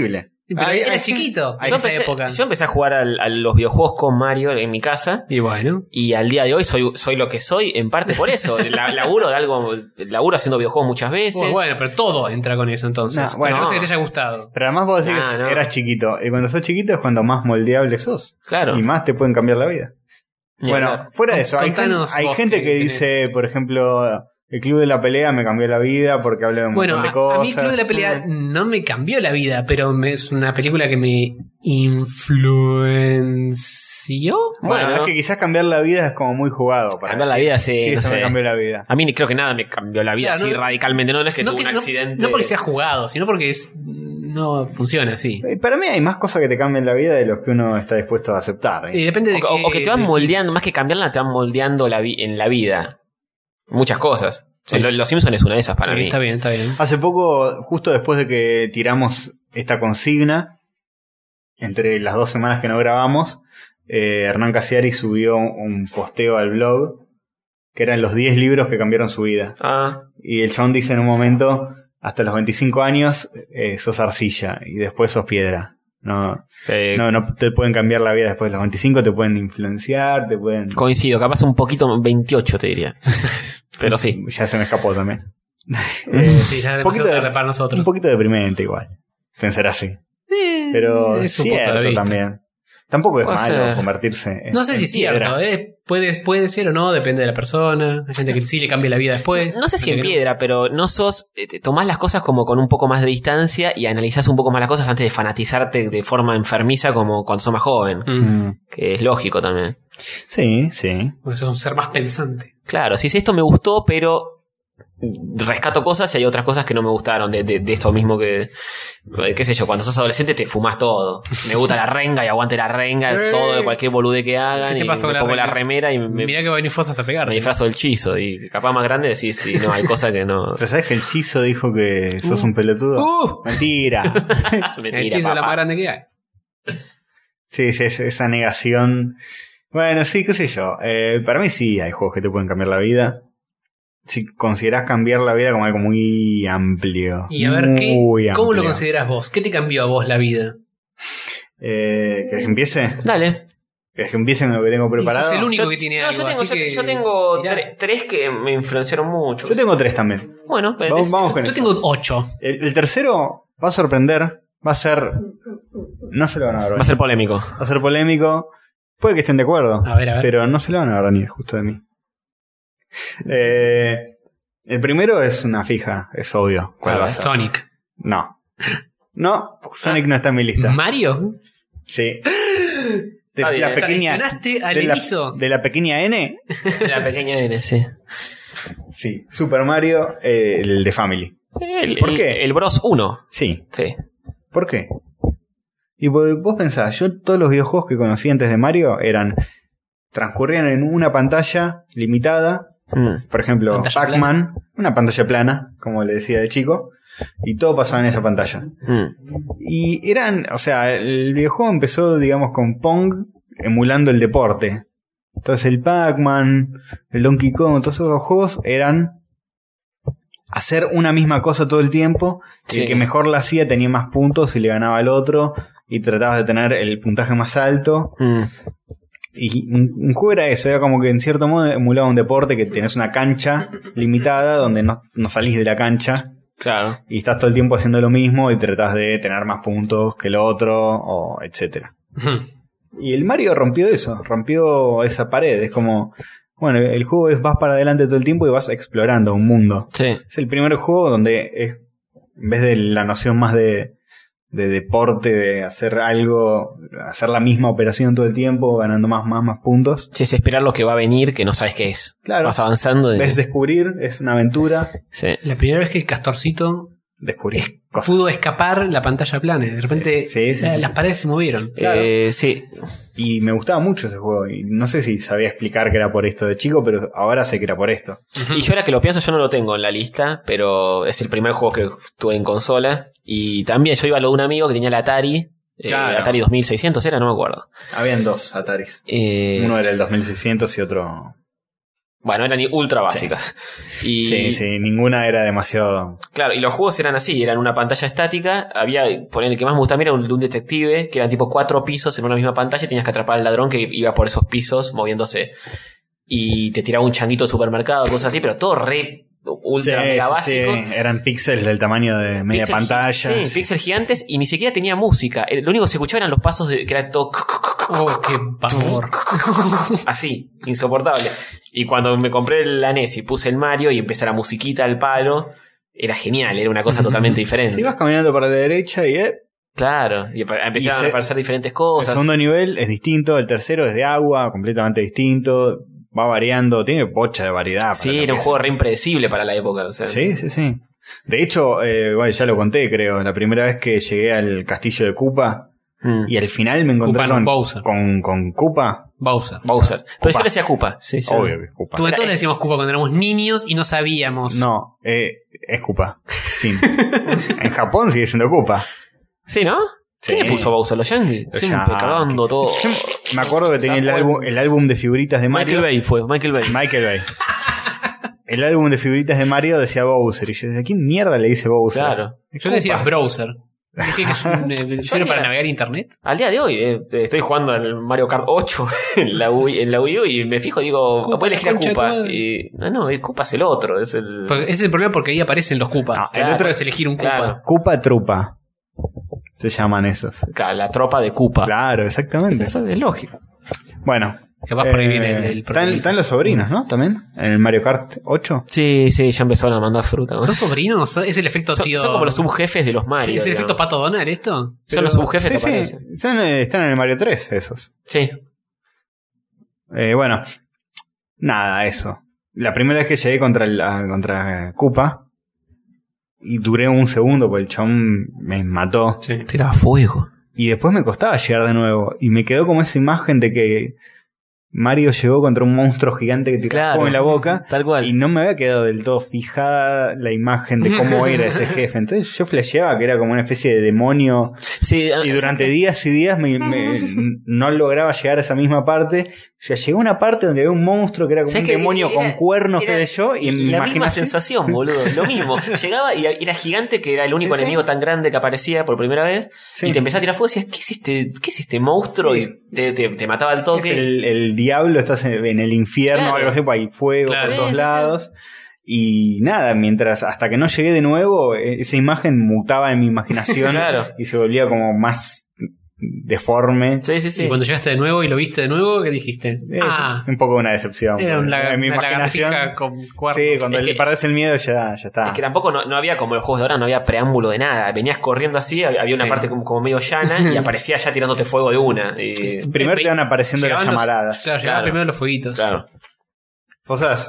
Pero Hay- era hay- chiquito en hay- Yo esa empecé, época. yo empecé a jugar al- a los videojuegos con Mario en mi casa. Y bueno. Y al día de hoy soy, soy lo que soy, en parte por eso. La- laburo de algo, laburo haciendo videojuegos muchas veces. Bueno, bueno, pero todo entra con eso entonces. No, bueno, no sé no. que te haya gustado. Pero además vos decís Nah, que no. eras chiquito. Y cuando sos chiquito es cuando más moldeable sos. Claro. Y más te pueden cambiar la vida. Ni Bueno, hablar. fuera de eso, hay, gen- Contanos hay vos gente que que tenés. dice, por ejemplo, el Club de la Pelea me cambió la vida porque hablé de un Bueno, montón a, de cosas. a mí Club de la Pelea no me cambió la vida, pero me- es una película que me influenció. Bueno, Bueno. es que quizás cambiar la vida es como muy jugado. Para Cambiar la decir, vida, sí, Sí, no esto me sé. cambió la vida. A mí ni- creo que nada me cambió la vida Claro, así no- radicalmente. No, no es que no, tuve que- un no- accidente. no porque sea jugado, sino porque es, no funciona así. Y para mí hay más cosas que te cambian la vida de los que uno está dispuesto a aceptar. ¿eh? Y depende de O, o- o que te van de- moldeando, más que cambiarla, te van moldeando la vi- en la vida. Muchas cosas. Sí. Lo- Los Simpsons es una de esas para Sí, mí. está bien, está bien. Hace poco, justo después de que tiramos esta consigna, entre las dos semanas que no grabamos, eh, Hernán Casiari subió un posteo al blog que eran los diez libros que cambiaron su vida. Ah, Y el chabón dice en un momento, hasta los veinticinco años eh, sos arcilla y después sos piedra. No, eh, no, no te pueden cambiar la vida después de los veinticinco, te pueden influenciar, te pueden... coincido, capaz un poquito, veintiocho te diría. Pero sí. Ya se me escapó también. Sí, ya es un poquito demasiado de- tarde para nosotros. Un poquito deprimente igual, pensar así. Eh, Pero es es un punto de cierto vista. también. Tampoco es Puede malo ser. convertirse en No sé si es piedra. cierto, eh. puede, puede ser o no, depende de la persona. Hay gente que sí le cambia la vida después. No sé si en gente que piedra, pero no sos. eh, te tomás las cosas como con un poco más de distancia y analizás un poco más las cosas antes de fanatizarte de forma enfermiza como cuando sos más joven. no. Mm. Mm. Que es lógico también. Sí, sí. Porque sos un ser más pensante. Claro, si esto me gustó, pero rescato cosas y hay otras cosas que no me gustaron de, de, de esto mismo que, eh, qué sé yo, cuando sos adolescente te fumás todo. Me gusta la renga y aguante la renga, Eh. todo de cualquier bolude que hagan. ¿Qué te Y pasó me con la pongo la renga? remera y me, Mirá que va a venir Fosas a pegar. me disfrazo del chizo. Y capaz más grande decís, sí, no, hay cosas que no. Pero ¿sabes que el Chizo dijo que sos un pelotudo? Uh, Mentira. el Mentira, chizo es la papá. más grande que hay. Sí, sí, es- esa negación. Bueno, sí, qué sé yo. Eh, para mí sí hay juegos que te pueden cambiar la vida. Si considerás cambiar la vida como algo muy amplio. Y a ver, ¿qué, muy ¿cómo lo amplio. consideras vos? ¿Qué te cambió a vos la vida? Eh, ¿Querés que empiece? Dale. ¿Querés que empiece con lo que tengo preparado? sos el único Yo- que tiene no, algo, yo tengo, así yo, que- yo tengo Mirá. tre- tres que me influenciaron mucho. Yo tengo tres también. Bueno, pero Vamos, es- vamos con Yo eso. tengo ocho. El, el tercero va a sorprender. Va a ser... No se lo van a ver va a venir. ser polémico. Va a ser polémico. Puede que estén de acuerdo. A ver, a ver. Pero no se lo van a ver venir justo de mí. Eh, el primero es una fija, es obvio. ¿Cuál A va a ver, ser? Sonic. No. No, Sonic no está en mi lista. ¿Mario? Sí. De Está bien. la pequeña. ¿Traicionaste al De la, erizo? de la pequeña N. La pequeña N, sí. Sí. Super Mario, eh, el de Family. El, ¿Por el- qué? El Bros uno. Sí. Sí. ¿Por qué? Y vos vos pensás, yo todos los videojuegos que conocí antes de Mario eran. Transcurrían en una pantalla limitada. Mm. Por ejemplo, Pantalla Pac-Man, una pantalla plana, como le decía de chico, y todo pasaba en esa pantalla. Mm. Y eran, o sea, el videojuego empezó, digamos, con Pong emulando el deporte. Entonces el Pac-Man, el Donkey Kong, todos esos juegos eran hacer una misma cosa todo el tiempo. Sí. El que mejor la hacía tenía más puntos y le ganaba al otro, y tratabas de tener el puntaje más alto. Mm. Y un, un juego era eso, era como que en cierto modo emulaba un deporte que tenés una cancha limitada donde no, no salís de la cancha Claro. y estás todo el tiempo haciendo lo mismo y tratás de tener más puntos que el otro, o etcétera. Ujú. Y el Mario rompió eso, rompió esa pared. Es como, bueno, el juego es vas para adelante todo el tiempo y vas explorando un mundo. Sí. Es el primer juego donde es, en vez de la noción más de, de deporte, de hacer algo, hacer la misma operación todo el tiempo, ganando más, más, más puntos. Sí, es esperar lo que va a venir que no sabes qué es. Claro. Vas avanzando. y- Ves descubrir, es una aventura. Sí. La primera vez que el castorcito Descubrir cosas. pudo escapar la pantalla plana. De repente Sí, sí, eh, sí. las paredes se movieron. Claro. Eh, sí. Y me gustaba mucho ese juego. Y no sé si sabía explicar que era por esto de chico, pero ahora sé que era por esto. Y yo ahora que lo pienso, yo no lo tengo en la lista, pero es el primer juego que tuve en consola. Y también yo iba a lo de un amigo que tenía la Atari. eh, Claro. Atari dos mil seiscientos era, no me acuerdo. Habían dos Ataris. Eh, Uno era el dos mil seiscientos y otro... Bueno, eran ultra básicas. Sí. Y, sí, sí, ninguna era demasiado... Claro, y los juegos eran así, eran una pantalla estática. Había, poner el que más me gustaba a mí era un de un detective, que eran tipo cuatro pisos en una misma pantalla y tenías que atrapar al ladrón que iba por esos pisos moviéndose. Y te tiraba un changuito de supermercado, cosas así, pero todo re ultra sí, mega sí, básico. sí. Eran píxeles del tamaño de media Píxel- pantalla. Sí, píxeles gigantes y ni siquiera tenía música. Eh, Lo único que se escuchaba eran los pasos de, que era todo Oh, qué pavor. así, insoportable. Y cuando me compré la N E S y puse el Mario y empecé la musiquita al palo, era genial, era una cosa totalmente diferente. Si vas caminando para la derecha y eh, Claro, y ap- empezaron Y se- a aparecer diferentes el cosas. segundo nivel es distinto, el tercero es de agua, completamente distinto, va variando, tiene bocha de variedad. para Sí, lo era que un es. juego re impredecible para la época. O sea, Sí, sí, sí. De hecho, eh, bueno, ya lo conté, creo, la primera vez que llegué al castillo de Koopa Mm. y al final me encontré Koopa no, con, Bowser. con, con Koopa. Bowser. Bowser. Pero Koopa. yo le decía Koopa. Sí, sí. Obvio que es Koopa. Tú, todos le decíamos Koopa cuando éramos niños y no sabíamos. No, eh, es Koopa. Fin. En Japón sigue siendo Koopa. Sí, ¿no? ¿Quién Sí. le puso Bowser? ¿Los Yankees? Los Siempre Yankees. cagando todo. Me acuerdo que tenía el Sacó álbum, el álbum de figuritas de Mario. Michael Bay fue, Michael Bay. Michael Bay. El álbum de figuritas de Mario decía Bowser. Y yo decía, ¿a quién mierda le dice Bowser? Claro. Yo le decía Koopa. browser. Dije que es un eh, sirve para era- navegar internet. Al día de hoy eh, estoy jugando al Mario Kart ocho en la Wii, en la Wii U y me fijo y digo, Koopa, puedes elegir la a concha de tu Koopa. madre. Y no, no, el Koopa es el otro, es el Porque ese es el problema porque ahí aparecen los Koopas. Ah, el claro. otro es elegir un Koopa. Claro. Koopa Trupa. Se llaman esos. Claro, la tropa de Koopa. Claro, exactamente. Eso es lógico. Bueno. Capaz por ahí eh, viene el, el están, problemita. están los sobrinos, ¿no? También. En el Mario Kart ocho. Sí, sí, ya empezaron a mandar fruta. ¿no? ¿Son sobrinos? ¿Es el efecto Son, tío? son como los subjefes de los Mario. ¿Es el digamos. efecto Pato Donald esto? Son los subjefes que sí, sí. aparecen. Son, eh, están en el Mario tres esos. Sí. Eh, bueno. Nada, eso. La primera vez que llegué contra, el, a- contra Koopa. Y duré un segundo porque el chabón me mató. Sí. Tiraba fuego. Y después me costaba llegar de nuevo. Y me quedó como esa imagen de que Mario llegó contra un monstruo gigante que tiraba Claro. fuego en la boca. Tal cual. Y no me había quedado del todo fijada la imagen de cómo era ese jefe. Entonces yo flasheaba que era como una especie de demonio. Sí, Y durante días y días me, me- no lograba llegar a esa misma parte. O sea, llegó a una parte donde había un monstruo que era como ¿Sabes un qué? demonio Era- con cuernos, era que sé yo. Y en mi la misma imaginación... sensación, boludo. Lo mismo. Llegaba y era gigante, que era el único Sí, sí. enemigo tan grande que aparecía por primera vez. Sí. Y te empezaba a tirar fuego y decías, ¿qué es este, qué es este monstruo? Sí. Y te, te, te mataba al Es toque. el, el diablo, estás en, en el infierno Claro. o algo así, pues hay fuego Claro. por Sí, todos sí, sí. lados. Y nada, mientras hasta que no llegué de nuevo, eh, esa imagen mutaba en mi imaginación Claro. y se volvía como más deforme. Sí, sí, Y sí. cuando llegaste de nuevo y lo viste de nuevo, ¿qué dijiste? Eh, ah, un poco una decepción. era un lagar- en mi una imaginación. lagartija con cuernos. Sí, cuando Es le que- perdés el miedo ya, ya está. Es que tampoco no, no había como los juegos de ahora, no había preámbulo de nada. Venías corriendo así, había había una Sí. parte como, como medio llana y aparecía ya tirándote fuego de una. Y, Primero te van apareciendo las Llegaban los- llamaradas. Claro, llegaban Claro. primero los fueguitos. claro. Cosas.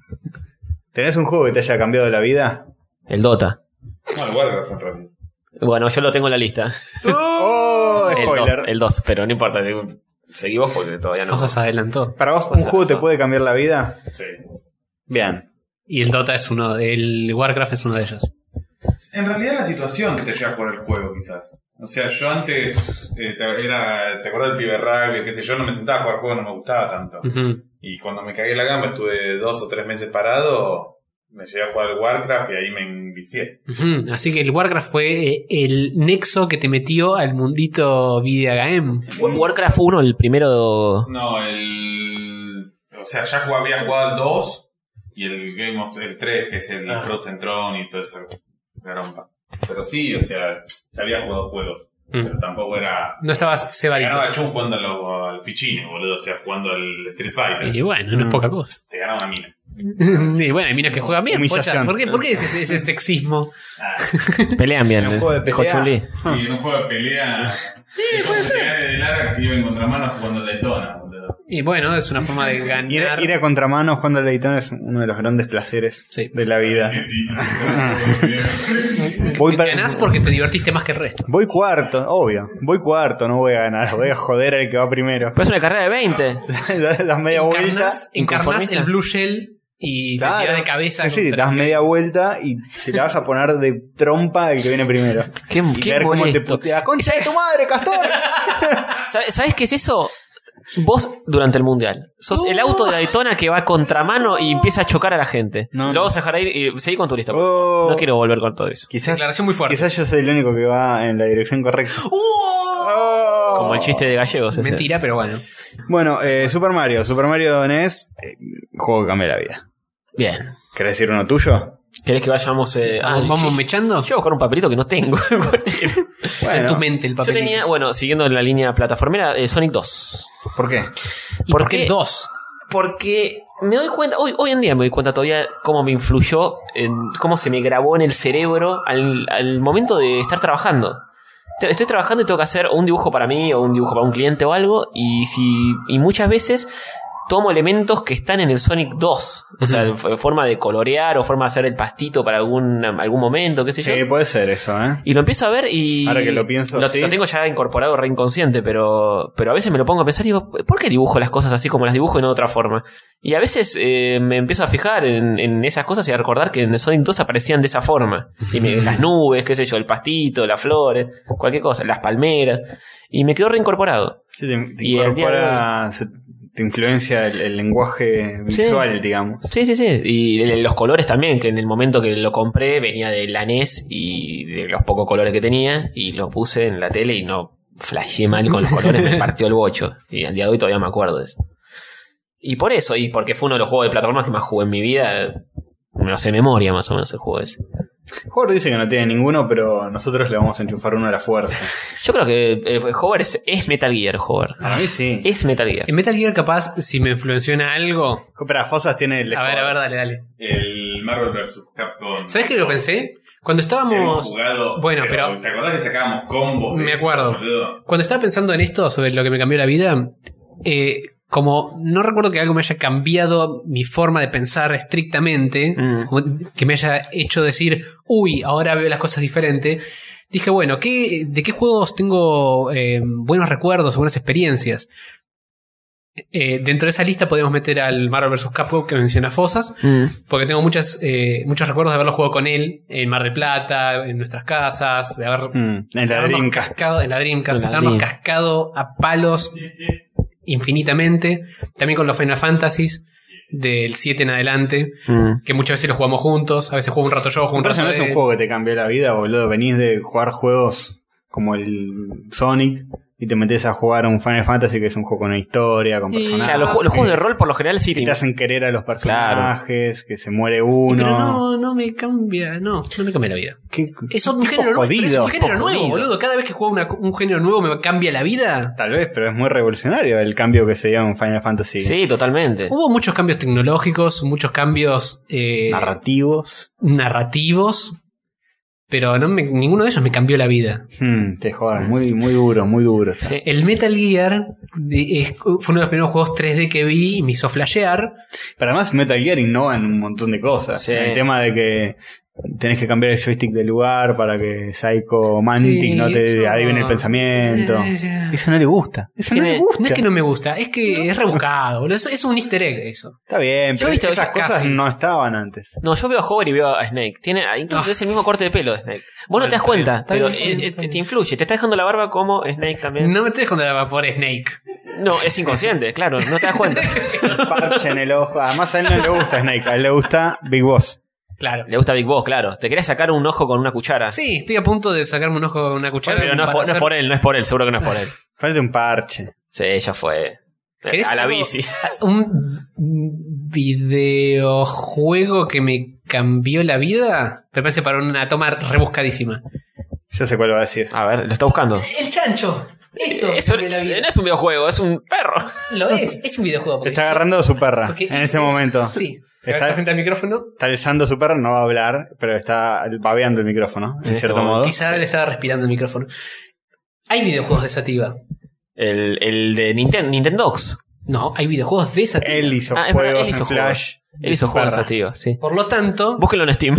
¿Tenés un juego que te haya cambiado la vida? El Dota. No, el Warcraft en realidad. Bueno, yo lo tengo en la lista. ¡Oh! El Spoiler. dos, el dos, pero no importa. Seguí vos porque todavía no. Cosas adelantó. ¿Para vos un Cosas- juego te puede cambiar la vida? Sí. Bien. Y el Dota es uno, el Warcraft es uno de ellos. En realidad la situación que te lleva a jugar el juego, quizás. O sea, yo antes eh, te, era, te acuerdas del pibe rugby, qué sé yo, no me sentaba a jugar juegos, no me gustaba tanto. Ujú. Y cuando me cagué en la cama, estuve dos o tres meses parado, me llegué a jugar al Warcraft y ahí me envicié. Ujú. Así que el Warcraft fue eh, el nexo que te metió al mundito video game. Warcraft uno, el primero. No, el... O sea, ya jugaba, había jugado el dos y el Game of... el tres, que es el Ah. Frozen Throne y todo eso. Garompa. Pero sí, o sea, ya había jugado juegos. Mm. Pero tampoco era... No estabas Me cebadito. ganaba Chun jugando a lo- al Fichine, boludo. O sea, jugando al Street Fighter. Y bueno, no es Mm. poca cosa. Te ganaba una mina. Y bueno, hay minas que juegan bien. Humillación. Pocha. ¿Por qué, ¿Por qué ese, ese sexismo? Ah, Pelean bien. En un juego de dijo pelea. Chun-Li. y en un juego de pelea... Sí, puede ser. De Lara que iba en contramano jugando Daytona, boludo. Y bueno, es una forma de Ir, ganar. ir a contramano jugando al Daytona es uno de los grandes placeres Sí. de la vida. Sí, sí. Voy, para- Ganás porque te divertiste más que el resto. voy cuarto, obvio. Voy cuarto, no voy a ganar. Voy a joder al que va primero. Pero es una carrera de veinte. Das media vuelta. Encarnás, encarnás Inconformista. el Blue Shell y Claro. te tira de cabeza. Sí, sí, contra- das media vuelta y se la vas a poner de trompa el que viene primero. Qué, Y qué ver cómo te molesto. putea. ¡Concha de tu madre, Castor! ¿Sabes ¿Sabes qué es eso? Vos durante el mundial sos el auto de Daytona que va a contramano y empieza a chocar a la gente. No, Lo no. vas a dejar ahí y seguí con tu lista. Oh. No quiero volver con todo eso. Quizás, Declaración muy fuerte. quizás yo soy el único que va en la dirección correcta. Oh. Como el chiste de gallegos. ese. Mentira, pero bueno. Bueno, eh, Super Mario. Super Mario N E S. Eh, juego que cambia la vida. Bien. ¿Querés decir uno tuyo? ¿Querés que vayamos? Eh, ah, ¿Vamos yo- mechando? Yo voy a buscar un papelito que no tengo. Está en tu mente el Yo papel. tenía, bueno, siguiendo la línea plataformera, eh, Sonic dos. ¿Por qué? ¿Y ¿por por qué qué? dos? Porque me doy cuenta, hoy, hoy en día me doy cuenta todavía cómo me influyó, en cómo se me grabó en el cerebro al, al momento de estar trabajando. Te- Estoy trabajando y tengo que hacer un dibujo para mí o un dibujo para un cliente o algo, y si y muchas veces tomo elementos que están en el Sonic dos. O sea, f- forma de colorear o forma de hacer el pastito para algún, algún momento, qué sé yo. Sí, puede ser eso, ¿eh? Y lo empiezo a ver y... Ahora que lo pienso, Lo, sí. lo tengo ya incorporado re inconsciente, pero, pero a veces me lo pongo a pensar y digo, ¿por qué dibujo las cosas así como las dibujo y no de otra forma? Y a veces eh, me empiezo a fijar en, en esas cosas y a recordar que en el Sonic dos aparecían de esa forma. Y me- las nubes, qué sé yo, el pastito, las flores, cualquier cosa, las palmeras. Y me quedó reincorporado. Sí, te, te Y el día incorpora, se- te influencia el, el lenguaje visual, digamos. Sí, sí, sí. Y de- los colores también, que en el momento que lo compré venía de la N E S y de los pocos colores que tenía, y lo puse en la tele y no flasheé mal con los colores, me partió el bocho. Y al día de hoy todavía me acuerdo de eso. Y por eso, y porque fue uno de los juegos de plataformas que más jugué en mi vida, me lo sé de memoria más o menos el juego ese. Hover dice que no tiene ninguno, pero nosotros le vamos a enchufar uno a la fuerza. Yo creo que eh, Hover es, es Metal Gear, Hover. Para mí sí. Es Metal Gear. En Metal Gear, capaz, si me influenció en algo. Pero Fosas tiene el... A ver, a ver, dale, dale. El Marvel versus. Capcom. ¿Sabes qué lo pensé? Cuando Hemos estábamos. jugado. Bueno, pero- ¿Te acordás que sacábamos combos? de Me eso, acuerdo. boludo? Cuando estaba pensando en esto, sobre lo que me cambió la vida, eh, como no recuerdo que algo me haya cambiado mi forma de pensar estrictamente, Mm. como que me haya hecho decir, uy, ahora veo las cosas diferente, dije, bueno, ¿qué, ¿de qué juegos tengo eh, buenos recuerdos, buenas experiencias? Eh, dentro de esa lista podemos meter al Marvel versus. Capcom que menciona Fosas, Mm. porque tengo muchas, eh, muchos recuerdos de haberlo jugado con él en Mar del Plata, en nuestras casas, de haber Mm, en la habernos Dreamcast. cascado, en la Dreamcast, En la habernos Dream. cascado a palos infinitamente. También con los Final Fantasies del siete en adelante, Mm. que muchas veces los jugamos juntos. A veces juego un rato yo, juego un Pero rato no es un él. juego que te cambió la vida, boludo. Venís de jugar juegos como el Sonic y te metes a jugar a un Final Fantasy que es un juego con una historia, con Y- personajes. Claro, los, ju- los juegos de rol por lo general sí que te tienen- hacen querer a los personajes, que se muere uno. Pero no, no me cambia, no, no me cambia la vida. ¿Qué, Es un tipo género, nuevo, pero es jodido. un género tipo nuevo, jodido. boludo. Cada vez que juego una- un género nuevo me cambia la vida. Tal vez, pero es muy revolucionario el cambio que se dio en Final Fantasy. Sí, totalmente. Hubo muchos cambios tecnológicos, muchos cambios eh, Narrativos. narrativos, pero no me- ninguno de ellos me cambió la vida. Hmm, te jodan, muy, muy duro, muy duro. está. Sí. El Metal Gear de- es- fue uno de los primeros juegos tres D que vi y me hizo flashear. Pero además Metal Gear innova en un montón de cosas. Sí. El tema de que tenés que cambiar el joystick de lugar para que Psycho Mantic Sí, no te eso- adivine el pensamiento. Eh, Eso no le gusta. Eso Tiene- no le gusta. No es que no me gusta, es que es rebuscado, boludo. Es, es un easter egg eso. Está bien, Yo pero he visto esas casi- cosas no estaban antes. No, yo veo a Hover y veo a Snake. Tiene, incluso Ah. es el mismo corte de pelo de Snake. Vos no Bueno, te das está cuenta, bien, está pero bien, está bien, eh, está te, bien. te influye. Te está dejando la barba como Snake también. No me estoy dejando la va por Snake. No, es inconsciente, claro, no te das cuenta. El parche en el ojo. Además a él no le gusta Snake, a él le gusta Big Boss. Claro. Le gusta Big Boss, claro. Te querés sacar un ojo con una cuchara. Sí, estoy a punto de sacarme un ojo con una cuchara. pero no es, para por, no es hacer- por él, no es por él, seguro que no es por él. Falta un parche. Sí, ya fue. ¿Querés A la algo? bici. Un videojuego que me cambió la vida. Me parece para una toma rebuscadísima. Yo sé cuál va a decir. A ver, lo está buscando. El chancho. Esto Eso cambió la vida. no es un videojuego, es un perro. Lo es, es un videojuego. porque- Está agarrando a su perra porque en hice- ese momento. Sí. Está- Está frente al micrófono. Está alzando su perra, no va a hablar, pero está babeando el micrófono, en, En este cierto momento. modo. Quizá le estaba respirando el micrófono. Hay videojuegos de Sativa. El, el de Ninten- Nintendox. No, hay videojuegos de Sativa. Él hizo Ah, es verdad, juegos él hizo en Flash. Él hizo Su juegos perra. sativos, sí. Por lo tanto, Búsquenlo en Steam.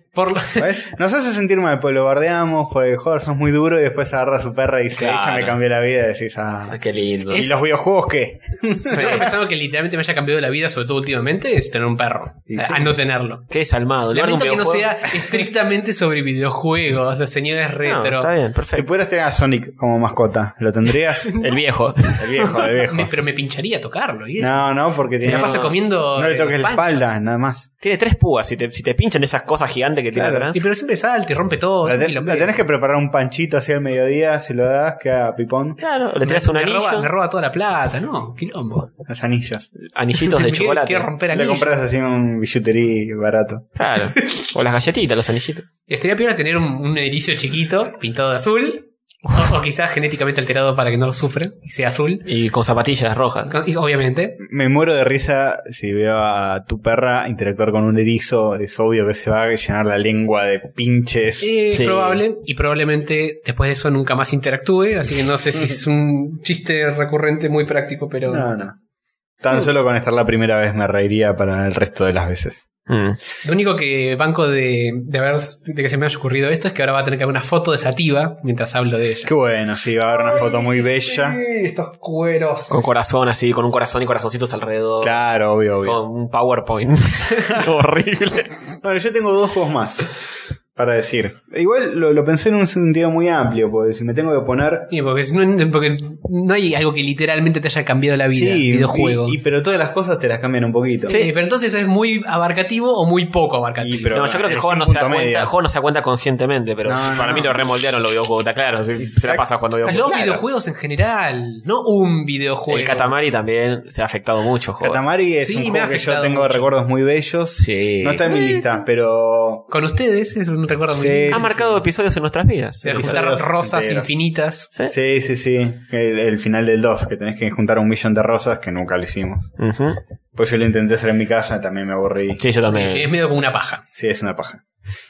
Por lo... ¿Ves? Nos hace sentir mal, pues lo bardeamos, pues joder, sos muy duro y después agarra a su perra y dice, Claro. ella me cambió la vida y decís, ah. Ah, qué lindo. ¿Y los videojuegos qué? Lo que pensaba que literalmente me haya cambiado la vida, sobre todo últimamente, es tener un perro. Y A, sí. a no tenerlo. Qué desalmado. En lugar de un Lamento que no videojuego- sea estrictamente sobre videojuegos, los señores No, retro. está bien, Si perfecto. pudieras tener a Sonic como mascota, ¿lo tendrías? El viejo. El viejo, el viejo. Me- pero me pincharía tocarlo. ¿y eso? No, no, porque Se tiene... la pasa comiendo. No le eh, toques la panchos. espalda, nada más. Tiene tres púas. Si te, si te pinchan esas cosas gigantes que tiene Claro. atrás. Y pero siempre salta y rompe todo. La, es un te- quilombero. la tenés que preparar un panchito así al mediodía, si lo das, queda pipón. Claro, le tiras un me, anillo. roba, me roba toda la plata, ¿no? Quilombo. Los anillos. Anillitos de Me quiere- chocolate. quiere romper Le anillos. compras así un billutería barato. Claro. O las galletitas, los anillitos. Estaría peor tener un, un erizo chiquito pintado de azul. O, o quizás genéticamente alterado para que no lo sufra y sea azul. Y con zapatillas rojas. Y obviamente. Me muero de risa si veo a tu perra interactuar con un erizo. Es obvio que se va a llenar la lengua de pinches. Es Sí. probable. Y probablemente después de eso nunca más interactúe. Así que no sé si es un chiste recurrente muy práctico, pero. No, no. Tan solo con estar la primera vez me reiría para el resto de las veces. Mm. Lo único que banco de, de haber de que se me haya ocurrido esto es que ahora va a tener que haber una foto de Sativa mientras hablo de ella. Qué bueno, sí, va a haber una foto muy bella. Sí, estos cueros. Con corazón así, con un corazón y corazoncitos alrededor. Claro, obvio, obvio. Todo un PowerPoint. Horrible. Bueno, yo tengo dos juegos más para decir. Igual lo, lo pensé en un sentido muy amplio, porque si me tengo que poner... Sí, porque, si no, porque no hay algo que literalmente te haya cambiado la vida, Sí, videojuego. y, y- pero todas las cosas te las cambian un poquito. Sí, pero entonces es muy abarcativo o muy poco abarcativo. Y, pero- No, yo creo que el es juego un no, se da punto cuenta, medio. el juego no se da cuenta conscientemente, pero No, para no. mí lo remoldearon los videojuegos, está claro. Se, se la pasa cuando Los videojuegos. Claro. videojuegos en general, no un videojuego. El Katamari también se ha afectado mucho, joder. Katamari es Sí, un me ha juego que yo afectado tengo mucho. recuerdos muy bellos. Sí. No está en mi lista, pero... Con ustedes es un recuerdo muy Sí, lindo. Ha sí, marcado sí. episodios en nuestras vidas. De juntar episodios rosas enteros. infinitas. Sí. Sí, sí, sí. El, el final del dos, que tenés que juntar un millón de rosas, que nunca lo hicimos. Ujú. Pues yo lo intenté hacer en mi casa, también me aburrí. Sí, yo también. Sí, es medio como una paja. Sí, es una paja.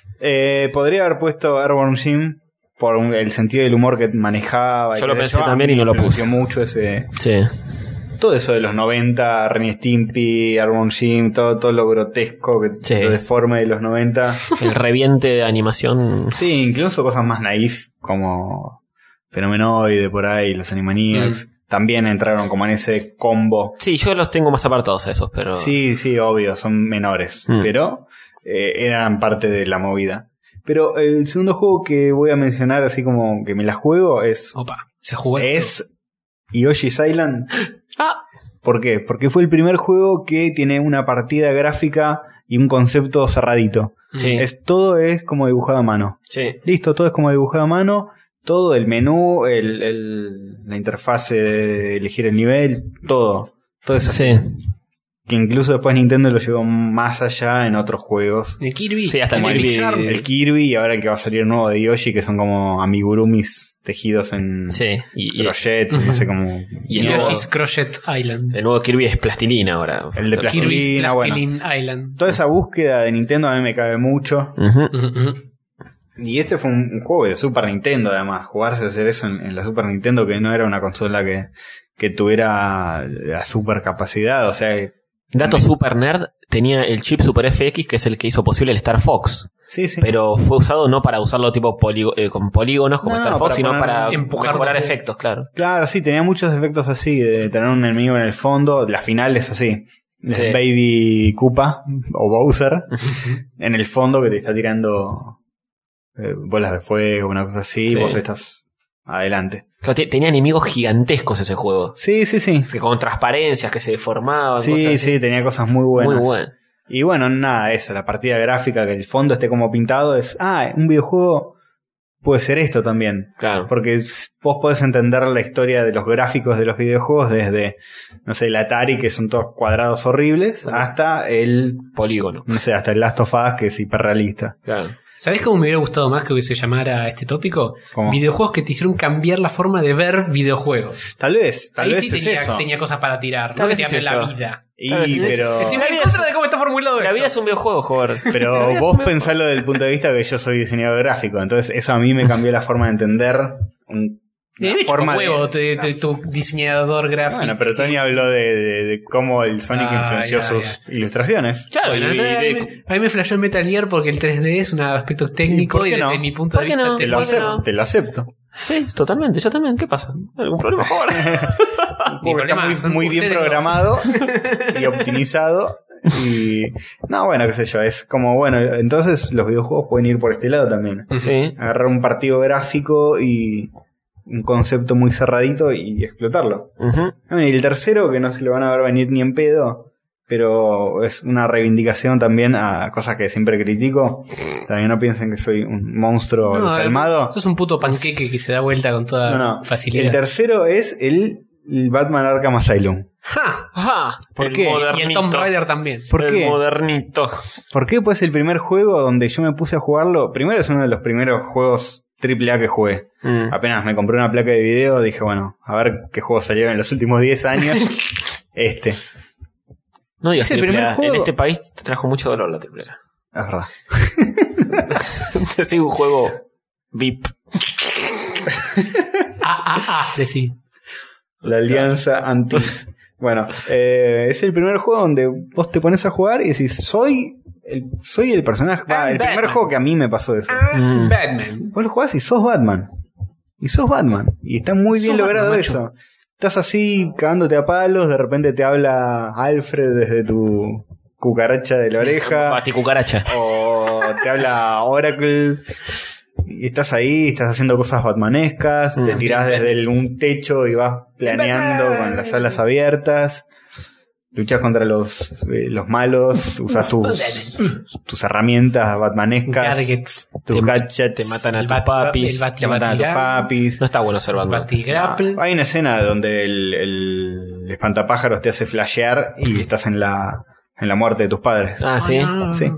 Eh, podría haber puesto Airborne Jim por un- el sentido del humor que manejaba. y Yo lo qué sé pensé A también mí y no lo me puse. gustó mucho ese... Sí. Todo eso de los noventa, Ren y Stimpy, Airborne Jim, todo, todo lo grotesco, que, Sí. lo deforme de los noventa. El reviente de animación. Sí, incluso cosas más naif, como Fenomenoide por ahí, los Animaniacs. Mm. También entraron como en ese combo. Sí, yo los tengo más apartados a esos, pero. Sí, sí, obvio, son menores, Mm. pero eh, eran parte de la movida. Pero el segundo juego que voy a mencionar, así como que me la juego, es, Opa, se jugó. es Yoshi's Island. Ah, ¿Por qué? Porque fue el primer juego que tiene una partida gráfica y un concepto cerradito. sí. Es, todo es como dibujado a mano. Sí. Listo, todo es como dibujado a mano. Todo, el menú, el, el- la interfase de elegir el nivel, todo. Todo es así. Sí. Que incluso después Nintendo lo llevó más allá en otros juegos. El Kirby. Sí, hasta el Como Kirby. Charm. El Kirby y ahora el que va a salir nuevo de Yoshi, que son como amigurumis tejidos en Sí. Y, y crochet, no sé cómo. Y el Yoshi's nuevo- Crochet Island. el nuevo Kirby es plastilina ahora. El de O sea, plastilina. Kirby's bueno. Plastilina Island. Toda esa búsqueda de Nintendo a mí me cabe mucho. Ujú. Ujú, ujú. Y este fue un, un juego de Super Nintendo, además. Jugarse a hacer eso en, en la Super Nintendo, que no era una consola que, que tuviera la super capacidad. O sea, Dato super nerd, tenía el chip Super F X, que es el que hizo posible el Star Fox. sí, sí. Pero fue usado no para usarlo tipo polígo- eh, con polígonos como No, Star Fox, para sino poner- para empujar mejorar de- efectos, claro. Claro, sí, tenía muchos efectos así, de tener un enemigo en el fondo. La final es así. Sí. Baby Koopa o Bowser en el fondo que te está tirando eh, bolas de fuego, una cosa así, Sí. y vos estás adelante. Claro, te- tenía enemigos gigantescos ese juego. Sí, sí, sí. Que con transparencias que se deformaban. cosas Sí, así. sí, tenía cosas muy buenas. Muy bueno. Y bueno, nada, eso, la partida gráfica, que el fondo esté como pintado, es, ah, un videojuego puede ser esto también. Claro. Porque s- vos podés entender la historia de los gráficos de los videojuegos desde, no sé, el Atari, que son todos cuadrados horribles, hasta el, Polígono. no sé, hasta el Last of Us, que es hiperrealista. Claro. ¿Sabés cómo me hubiera gustado más que hubiese llamara a este tópico? ¿Cómo? Videojuegos que te hicieron cambiar la forma de ver videojuegos. Tal vez, tal Ahí vez sí es tenía, eso. tenía cosas para tirar. Tal no que vez te es cambian la eso. vida. Y, Tal vez es- pero, Estoy La en vida contra es- de cómo está formulado La esto. vida es un videojuego, joder. pero vida es vos un pensalo desde el punto de vista que yo soy diseñador gráfico, entonces eso a mí me cambió la forma de entender un Eh, me chupa forma un huevo de- te- te- tu diseñador gráfico. Bueno, pero Tony habló de, de- de cómo el Sonic Ah, influenció ya, sus ilustraciones. Claro, Bueno, y- entonces, y a, de- mí, me- a mí me flashó el Metal Gear porque el tres D es un aspecto técnico por y, qué desde no? mi punto de ¿Por qué vista no? Te lo, ¿Por qué acepto, no? te lo acepto. Sí, totalmente, yo también. ¿Qué pasa? ¿Algún problema ahora? Un juego que está problema muy, son muy bien ustedes dos. programado y optimizado. Y no, bueno, qué sé yo, es como, bueno, entonces los videojuegos pueden ir por este lado también. Sí. Agarrar un partido gráfico y un concepto muy cerradito y explotarlo. Ujú. Bueno, y el tercero, que no se lo van a ver venir ni en pedo, pero es una reivindicación también a cosas que siempre critico. También no piensen que soy un monstruo No, desalmado. sos un puto panqueque que se da vuelta con toda No, no. facilidad. El tercero es el, el Batman Arkham Asylum. ¡Ja! Ajá. ¿Por el qué? modernito. Y el Tomb Raider también. ¿Por el qué? modernito. ¿Por qué? Pues el primer juego donde yo me puse a jugarlo. Primero es uno de los primeros juegos triple A que jugué. Mm. Apenas me compré una placa de video, dije, bueno, a ver qué juegos salieron en los últimos diez años. Este. No digas Es el triple primer A. juego- En este país te trajo mucho dolor la triple A. Es verdad. Sí, un juego V I P. Ah, ah, ah, decí. La alianza anti... Bueno, eh, es el primer juego donde vos te pones a jugar y decís, soy el, soy el personaje... Va, I'm el primer Batman. juego que a mí me pasó eso. Ah, Mm. Batman. Vos lo jugás y sos Batman. Y sos Batman. Y está muy bien Sos logrado Batman, eso. Estás así cagándote a palos, de repente te habla Alfred desde tu cucaracha de la oreja. Baticucaracha. O te habla Oracle. Y estás ahí, estás haciendo cosas batmanescas. Mm. Te tirás desde el- un techo y vas planeando con las alas abiertas. Luchas contra los, eh, los malos. Usas tus, tus herramientas batmanescas. Gadgets. Tus Te- gadgets. te matan a El tus bati- papis. el bati- Te matan a tus batigrapple, papis. No está bueno ser Batman. Batigrapple. Ah, hay una escena donde el, el espantapájaros te hace flashear y estás en la, en la muerte de tus padres. Ah, sí. Ah, Sí.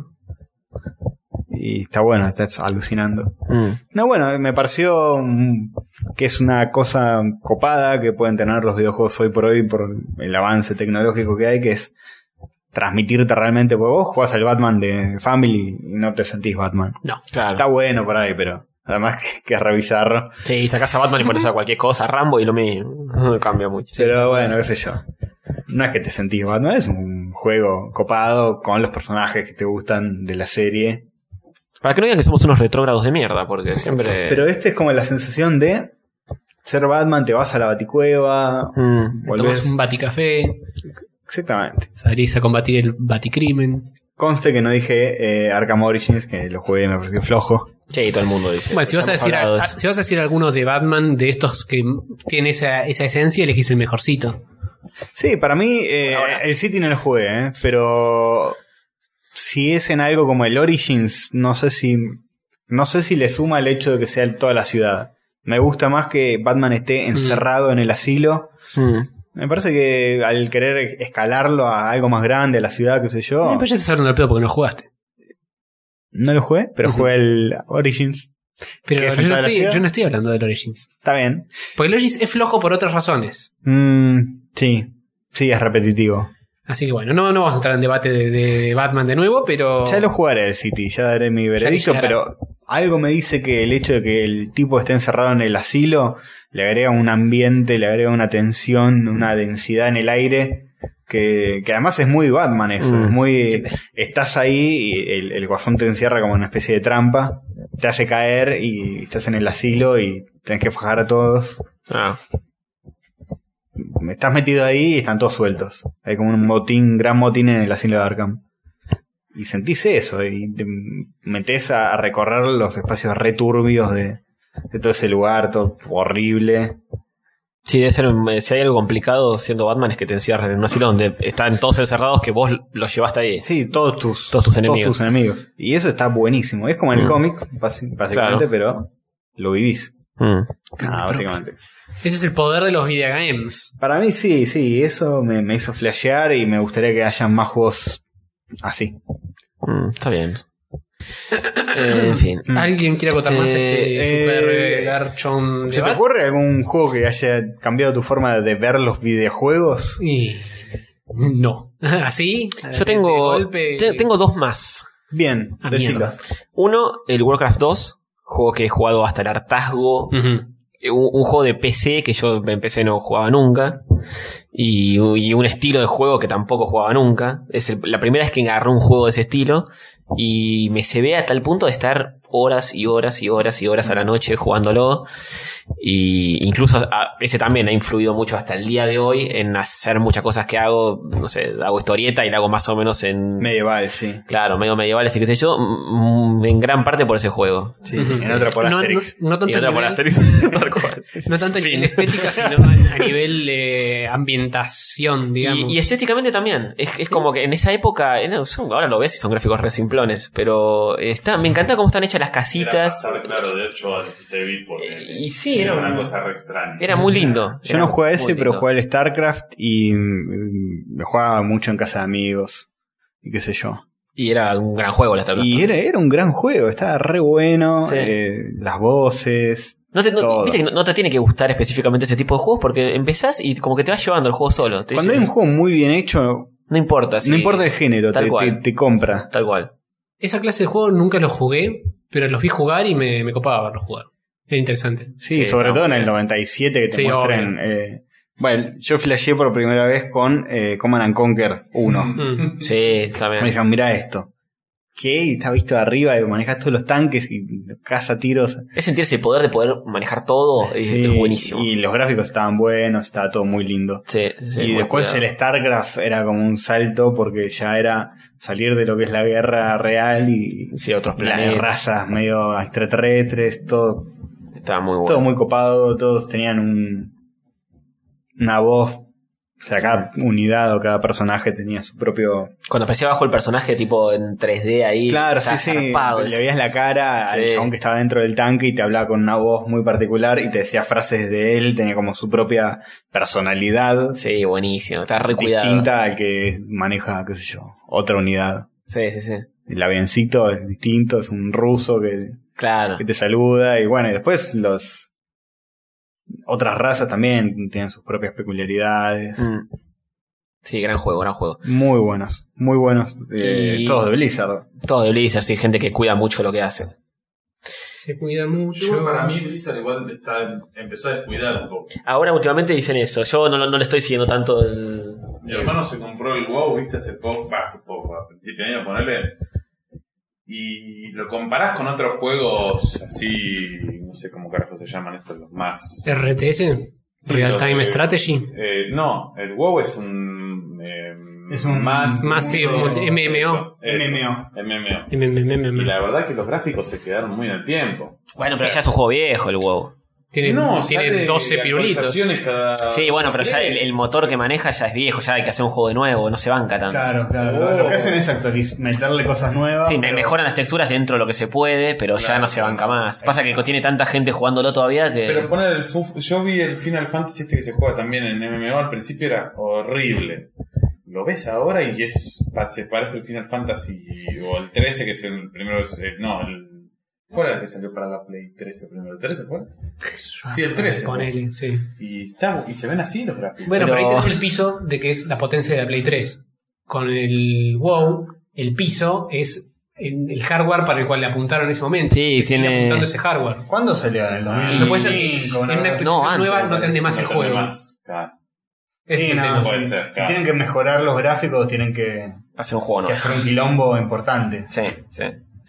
Y está bueno, estás alucinando. Mm. No, bueno, me pareció mm, que es una cosa copada que pueden tener los videojuegos hoy por hoy por el avance tecnológico que hay, que es transmitirte realmente, porque vos jugás al Batman de Family y no te sentís Batman. No. Claro. Está bueno por ahí, pero además que, que es revisarlo. Sí, sacás a Batman y pones a cualquier cosa, Rambo, y no me, no me cambia mucho. Pero bueno, qué sé yo. No es que te sentís Batman, es un juego copado con los personajes que te gustan de la serie. Para que no digan que somos unos retrógrados de mierda, porque siempre... Pero este es como la sensación de ser Batman, te vas a la Baticueva, Mm. Te volvés... tomas un baticafé, Exactamente. salís a combatir el baticrimen. Conste que no dije eh, Arkham Origins, que lo jugué y me pareció flojo. Sí, todo el mundo dice. Bueno, si Ya vas, a hemos decir hablado de a- eso. si vas a decir algunos de Batman, de estos que tienen esa, esa esencia, elegís el mejorcito. Sí, para mí eh, el City no lo jugué, ¿eh? Pero si es en algo como el Origins, no sé si no sé si le suma el hecho de que sea toda la ciudad. Me gusta más que Batman esté encerrado en el asilo. Mm. Me parece que al querer escalarlo a algo más grande, a la ciudad, qué sé yo, Eh, pero ya estás hablando del pedo porque no jugaste. no lo jugué, pero Ujú. jugué el Origins. Pero ¿Qué es yo en no, toda la estoy, ciudad? yo no estoy hablando del Origins. Está bien. Porque el Origins es flojo por otras razones. Mm, sí, sí, es repetitivo. Así que bueno, no, no vamos a entrar en debate de, de Batman de nuevo, pero... Ya lo jugaré el City, ya daré mi veredicto, llegará. pero algo me dice que el hecho de que el tipo esté encerrado en el asilo le agrega un ambiente, le agrega una tensión, una densidad en el aire, que, que además es muy Batman eso, Mm. es muy... Estás ahí y el, el guasón te encierra como una especie de trampa, te hace caer y estás en el asilo y tenés que fajar a todos. Ah. Estás metido ahí y están todos sueltos. Hay como un motín, gran motín en el asilo de Arkham. Y sentís eso, y te metés a, a recorrer los espacios returbios de, de todo ese lugar, todo horrible. Sí, debe ser, eh, si hay algo complicado siendo Batman es que te encierren en un asilo donde están todos encerrados que vos los llevaste ahí. Sí, todos tus, Todos tus enemigos. tus enemigos. Y eso está buenísimo. Es como en el Mm. cómic, basi- básicamente, Claro. pero lo vivís. Mm. Ah, básicamente. Ese es el poder de los videogames. Para mí sí, sí, eso me, me hizo flashear y me gustaría que haya más juegos así. Mm, está bien. Eh, en fin. Mm. ¿Alguien quiere acotar más este Eh, super eh, eh, garchón de ¿Se te Bat? ocurre algún juego que haya cambiado tu forma de ver los videojuegos? Y... No. ¿Así? Yo tengo, De golpe- te- tengo dos más. Bien, Ah, decilo. mierda. Uno, el Warcraft dos, juego que he jugado hasta el hartazgo. Ujú. un, un juego de P C que yo en P C no jugaba nunca. Y, y un estilo de juego que tampoco jugaba nunca. Es el, la primera vez que agarré un juego de ese estilo. Y me se ve a tal punto de estar horas y horas y horas y horas a la noche jugándolo. Y incluso a, ese también ha influido mucho hasta el día de hoy en hacer muchas cosas que hago. No sé, hago historieta y la hago más o menos en... Medieval, sí. Claro, medio medieval, así que sé yo. M- en gran parte por ese juego. Sí, en otra por No, Asterix. no, no tanto Y otra a por nivel- Asterix. Tal cual. no tanto en Fin. estética, sino a, a nivel eh, ambientación, digamos. Y, y estéticamente también. Es, es como que en esa época, eh, no, son- ahora lo ves y son gráficos re simplones, pero está, me encanta cómo están hechas las casitas. Era pasar, claro, de hecho a dieciséis bits porque Y sí, era era una un- cosa re extraña. Era muy lindo. Yo Era no jugué a muy ese, pero lindo. jugué al StarCraft y mm, me jugaba mucho en casa de amigos y qué sé yo. Y era un gran juego la StarCraft. Y era, era un gran juego, estaba re bueno, Sí. eh, las voces. No te, no- todo. viste que no, no te tiene que gustar específicamente ese tipo de juegos porque empezás y como que te vas llevando el juego solo. Te Cuando hay dice, un juego muy bien hecho, no importa. sí, no importa el género, tal te, cual. te, te compra. Tal cual. Esa clase de juego nunca los jugué, pero los vi jugar y me, me copaba verlos jugar. Era interesante. Sí, Sí, sobre está todo en muy el bien. noventa y siete que te Sí, muestren... eh, bueno, yo flasheé por primera vez con eh, Command and Conquer uno. Mm. Sí, Me también. dijeron, mira esto. ¿Qué? Y está visto de arriba y manejas todos los tanques y caza tiros. Es sentirse el poder de poder manejar todo. Es, Sí, es buenísimo. Y los gráficos estaban buenos, estaba todo muy lindo. Sí, sí, y muy después cuidado. el StarCraft era como un salto porque ya era salir de lo que es la guerra real y Sí, otros las planetas. razas medio extraterrestres, todo, Estaba muy bueno. todo muy copado, todos tenían un una voz. O sea, cada unidad o cada personaje tenía su propio... Cuando aparecía abajo el personaje tipo en tres D ahí. Claro, sí, estaba sí. zarpado. Le veías la cara al Sí. chabón que estaba dentro del tanque y te hablaba con una voz muy particular y te decía frases de él, tenía como su propia personalidad Sí, buenísimo. Está re cuidado. distinta al que maneja, qué sé yo, otra unidad. Sí, sí, sí. El avioncito es distinto, es un ruso que, Claro. que te saluda y bueno, y después los... Otras razas también tienen sus propias peculiaridades. Mm. Sí, gran juego, gran juego. Muy buenos, muy buenos. Eh, Y- Todos de Blizzard. Todo de Blizzard, sí, gente que cuida mucho lo que hace. Se cuida mucho. Yo, para mí Blizzard igual está, empezó a descuidar un poco. Ahora últimamente dicen eso. Yo no, no le estoy siguiendo tanto el... Mi hermano se compró el WoW, viste, hace poco, bah, hace poco, a principio de año, ponerle. Y lo comparás con otros juegos así, no sé cómo carajo se llaman estos, los más. R T S, Sí, Real los Time de- Strategy. Eh, no, el WoW es un. eh, Es un más. Massive mundo- multi- M M O. eso, eso, M M O. M M O. M M M M M. Y la verdad que los gráficos se quedaron muy en el tiempo. Bueno, O sea, pero ya es un juego viejo el WoW. Tiene, no, tiene sale doce pirulitos. actualizaciones cada. Sí, bueno, pero ya el, el motor que maneja ya es viejo, ya hay que hacer un juego de nuevo, no se banca tanto. Claro, claro. Lo, lo que hacen es actualiz- meterle cosas nuevas. Sí, me pero- mejoran las texturas dentro de lo que se puede, pero ya Claro, no se banca claro. más. Pasa que tiene tanta gente jugándolo todavía que... Pero poner el Fuf- yo vi el Final Fantasy este que se juega también en M M O, al principio era horrible. Lo ves ahora y es se parece el Final Fantasy o el trece, que es el primero, eh, no, el ¿cuál era el que salió para la Play trece primero? ¿El trece fue? Sí, el trece. Ponele, sí. Y está y se ven así los gráficos. Bueno, Pero- pero ahí tenés el piso de que es la potencia de la Play tres. Con el WoW, el piso es en el hardware para el cual le apuntaron en ese momento. Sí, Que sigue tiene- apuntando ese hardware. ¿Cuándo salió? ¿En el dos mil Lo puede ser cinco? en una actualización No, antes, nueva, me no parece. tendré más No el tendré juego. más, claro. Ese Sí, es el no, tema. puede si, ser, si claro. tienen que mejorar los gráficos, tienen que, Hacer un juego que nuevo. hacer un quilombo importante. Sí, sí.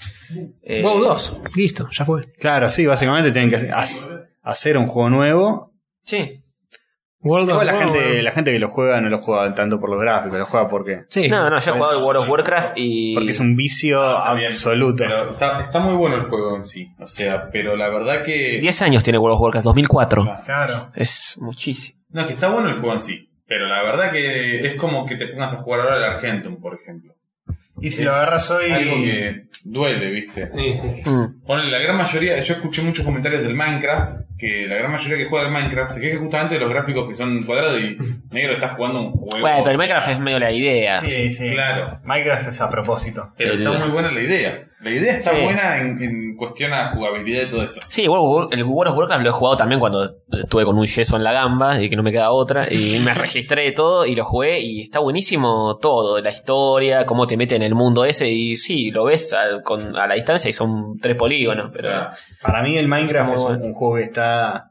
Eh, WoW dos, listo, ya fue. Claro, sí, básicamente tienen que hacer, hacer un juego nuevo. Sí. World of Igual la Warcraft. gente, la gente que lo juega no lo juega tanto por los gráficos, lo juega porque, Sí. No, no, yo he Pues- jugado el World of Warcraft y... porque es un vicio Está bien, absoluto. Pero está, está muy bueno el juego en sí. O sea, pero la verdad que. diez años tiene World of Warcraft, dos mil cuatro. Claro. Es muchísimo. No, que está bueno el juego en sí. Pero la verdad que es como que te pongas a jugar ahora al Argentum, por ejemplo. Y si lo agarras hoy. Algo que duele, ¿viste? Sí, sí. Mm. Ponele, la gran mayoría, yo escuché muchos comentarios del Minecraft, que la gran mayoría que juega al Minecraft se queja justamente de los gráficos que son cuadrados y negro está jugando un juego. Bueno, pero el o sea, Minecraft es medio la idea. Sí, sí. Claro. Minecraft es a propósito. Pero El- está muy buena la idea. La idea está Sí. buena en, en cuestión a jugabilidad y todo eso. Sí, World of- el World of Warcraft lo he jugado también cuando estuve con un yeso en la gamba y que no me queda otra. Y me registré de todo y lo jugué y está buenísimo todo. La historia, cómo te mete en el mundo ese. Y sí, lo ves a, con, a la distancia y son tres polígonos. Pero Claro. Para mí el Minecraft Está es muy un, bueno. un juego que está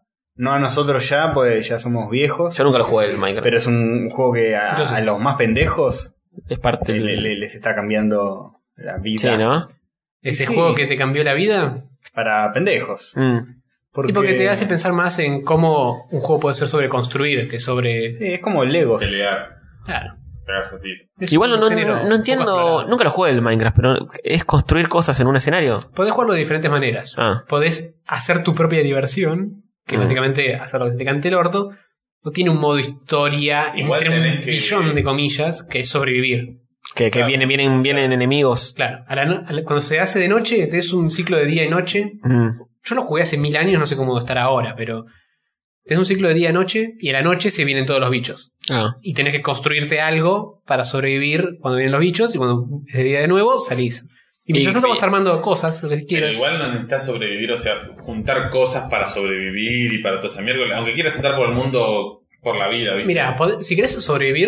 no a nosotros ya, pues ya somos viejos. Yo nunca lo jugué el Minecraft. Pero es un juego que a, Yo sí. a los más pendejos Es parte le- del... le- les está cambiando la vida. Sí, ¿no? Ese Sí. juego que te cambió la vida. Para pendejos. Mm. Porque, Y porque te hace pensar más en cómo un juego puede ser sobre construir que sobre. Sí, es como Legos. Pelear, Claro. pegarse a tiro. Es Igual un no, género no, no poco entiendo, explorado. nunca lo jugué el Minecraft, pero es construir cosas en un escenario. Podés jugarlo de diferentes maneras. Ah. Podés hacer tu propia diversión, que Mm. básicamente hacer lo que se te cante el orto. O tiene un modo historia Igual entre un tenés que- billón de comillas, que es sobrevivir. Que, que Claro. vienen, vienen, O sea, vienen enemigos. Claro, a la no- a la- cuando se hace de noche, es un ciclo de día y noche. Mm. Yo lo jugué hace mil años, no sé cómo estará ahora, pero es un ciclo de día y noche, y a la noche se vienen todos los bichos. Ah. Y tenés que construirte algo para sobrevivir cuando vienen los bichos, y cuando es de día de nuevo, salís. Y mientras Y- tanto vas armando cosas, lo que Pero quieras. igual no necesitas sobrevivir, o sea, juntar cosas para sobrevivir y para toda esa mierda. Aunque quieras andar por el mundo por la vida, ¿viste? Mira, pod- si querés sobrevivir,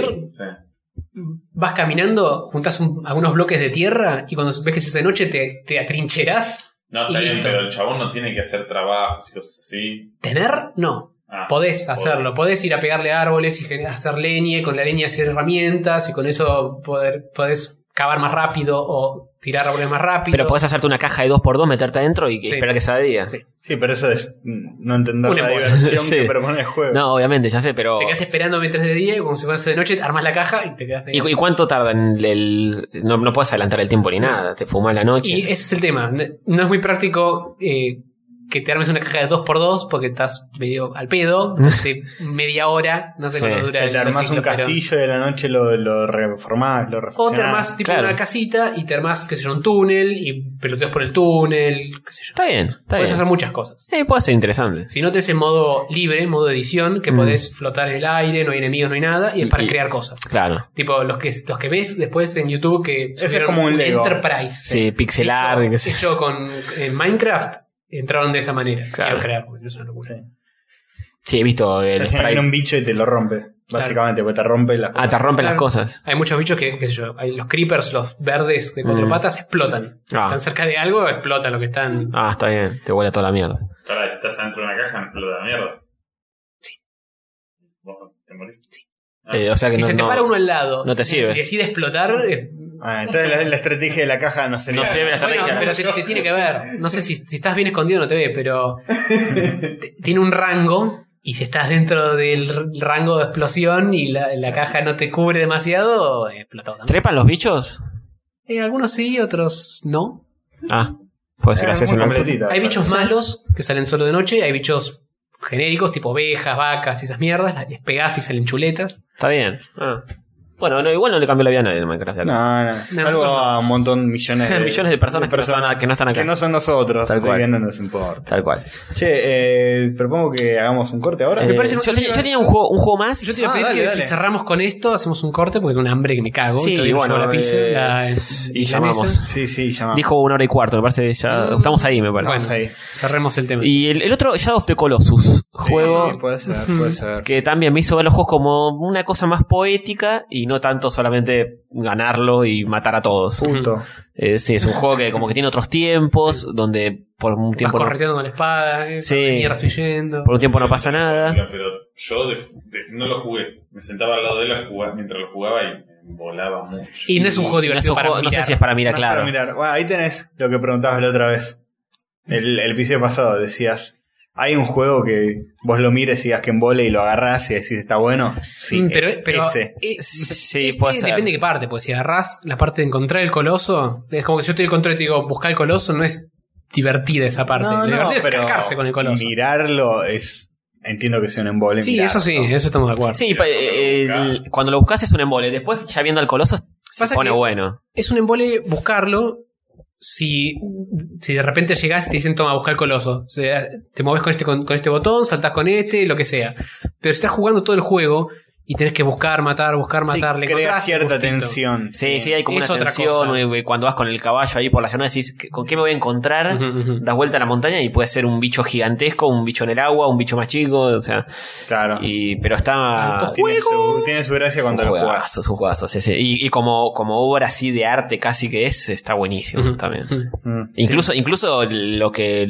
Sí. vas caminando, juntás un- algunos bloques de tierra, y cuando ves que se hace de noche, te, te atrincherás. No, Y está bien, listo. pero el chabón no tiene que hacer trabajos y cosas así. ¿Tener? No. Ah, Podés hacerlo, podés ir a pegarle árboles y gener- hacer leña, y con la leña hacer herramientas, y con eso poder, podés cavar más rápido o tirar árboles más rápido. Pero podés hacerte una caja de dos por dos, meterte adentro y Sí. esperar que sea de día. Sí. Sí, pero eso es mm, no entender Un la embole. diversión Sí. que propone el juego. No, obviamente, ya sé, pero... Te quedas esperando mientras es de día, y cuando se hace de noche, armas la caja y te quedas ahí. ¿Y, y cuánto tarda en el...? No, no puedes adelantar el tiempo ni nada, te fumas la noche. Y ese es el tema. No es muy práctico eh, que te armes una caja de dos por dos porque estás medio al pedo. Hace media hora, no sé Sí. cuánto dura Que el te armás ciclo, un pero- castillo y de la noche lo, lo reformás, lo O te refaccionás. armás tipo Claro. una casita y te armás, qué sé yo, un túnel y peloteas por el túnel, qué sé yo. Está bien, está Puedes bien. hacer muchas cosas. Eh, puede ser interesante. Si no tenés en modo libre, modo edición, que Mm. podés flotar en el aire, no hay enemigos, no hay nada, y es para Y- crear cosas. Claro. Tipo, los que, los que ves después en YouTube que Ese es subieron como un Lego. Enterprise. Sí, pixelar, Hecho, qué sé yo. hecho con en Minecraft, entraron de esa manera. Claro. Quiero crear, porque no es una locura. Sí. Sí, he visto el Recién viene sprite. un bicho y te lo rompe, básicamente, porque te rompe las Ah, te rompe las Claro. cosas. Hay muchos bichos que, qué sé yo, hay los creepers, los verdes de cuatro Mm. patas, explotan. Si Ah. están cerca de algo, explotan lo que están. Ah, está bien, te huele a toda la mierda. Ahora, si estás adentro de una caja, no explota la mierda. Sí. ¿Vos te morís? Sí. Eh, o sea que si no, se te no- para uno al lado no te y sirve. decide explotar, eh, Ah, entonces la, la estrategia de la caja no sería. No sé, la bueno, estrategia. pero te, te tiene que ver. No sé si, si estás bien escondido no te ve, pero te- tiene un rango. Y si estás dentro del r- rango de explosión y la, la caja no te cubre demasiado, eh, explotó también. ¿Trepan los bichos? Eh, algunos sí, otros no. Ah, puede ser Eh, así. muy en la- completita, Hay bichos parece. malos que salen solo de noche, hay bichos genéricos tipo ovejas, vacas y esas mierdas, les pegás y salen chuletas. Está bien. Ah. Bueno, no, igual no le cambió la vida a nadie en Minecraft. No, no. Salvo no. a un montón, millones de, Millones de personas que no están a- que no están acá. Que no son nosotros, Tal así cual. que no nos importa. Tal cual. Che, eh, propongo que hagamos un corte ahora. Eh, parece- yo, yo tenía, te- yo tenía un juego, un juego más. Yo te iba a Ah, pedir dale, que dale. si cerramos con esto, hacemos un corte porque tengo un hambre que me cago. Sí, todavía no bueno, llegó la pizza. eh, la- y la llamamos. mesa. Sí, sí, llamamos. Dijo una hora y cuarto, me parece que ya Mm. estamos ahí, me parece. Vamos ahí. Cerremos el tema. Y el, el otro, Shadow of the Colossus, juego Sí, puede ser, puede ser. que también me hizo ver los juegos como una cosa más poética y no tanto solamente ganarlo y matar a todos. Punto. Eh, sí, es un juego que como que tiene otros tiempos, donde por un Vas tiempo no, correteando con la espada. eh, Sí. ¿para qué mierda estoy yendo? por un tiempo no pasa nada. Pero yo de- de- no lo jugué. Me sentaba al lado de él a jugar, mientras lo jugaba y me volaba mucho. Y no es un juego Y no, es divertido un para juego- no sé mirar. si es para mirar, Más claro. para mirar. Bueno, ahí tenés lo que preguntabas la otra vez. El, el episodio pasado decías, hay un juego que vos lo mires y digas que embole y lo agarrás y decís está bueno. Sí, Mm, pero, es- pero ese. eh, Sí, este puede ser. depende de qué parte, pues si agarrás la parte de encontrar el coloso, es como que yo estoy en el control y te digo, buscar el coloso, no es divertida esa parte. No, Lo no, divertido pero es cascarse con el coloso. mirarlo es... Entiendo que sea un embole. Sí, mirarlo. eso sí, eso estamos de acuerdo. Sí, pa- eh, el- cuando lo buscas es un embole. Después, ya viendo al coloso, se Pasa pone que- bueno. Es un embole buscarlo. Si, si de repente llegás y te dicen, toma, busca el coloso. O sea, te mueves con este, con, con este botón, saltás con este, lo que sea. Pero si estás jugando todo el juego y tenés que buscar, matar, buscar, Sí, matar, le crea encontrás cierta un gustito. tensión. Sí, sí, hay como Es una otra tensión. cosa. eh, Cuando vas con el caballo ahí por la zona, decís, ¿con qué me voy a encontrar? Ujú, ujú. Das vuelta a la montaña y puede ser un bicho gigantesco, un bicho en el agua, un bicho más chico, o sea, Claro. y, pero está... Alto Tiene juego. su, tiene su gracia Es un cuando lo jugás. juegazo, es un juegazo, sí, sí. Y, y como, como obra así de arte casi que es, está buenísimo Ujú. también. Ujú. Mm. Incluso, incluso lo que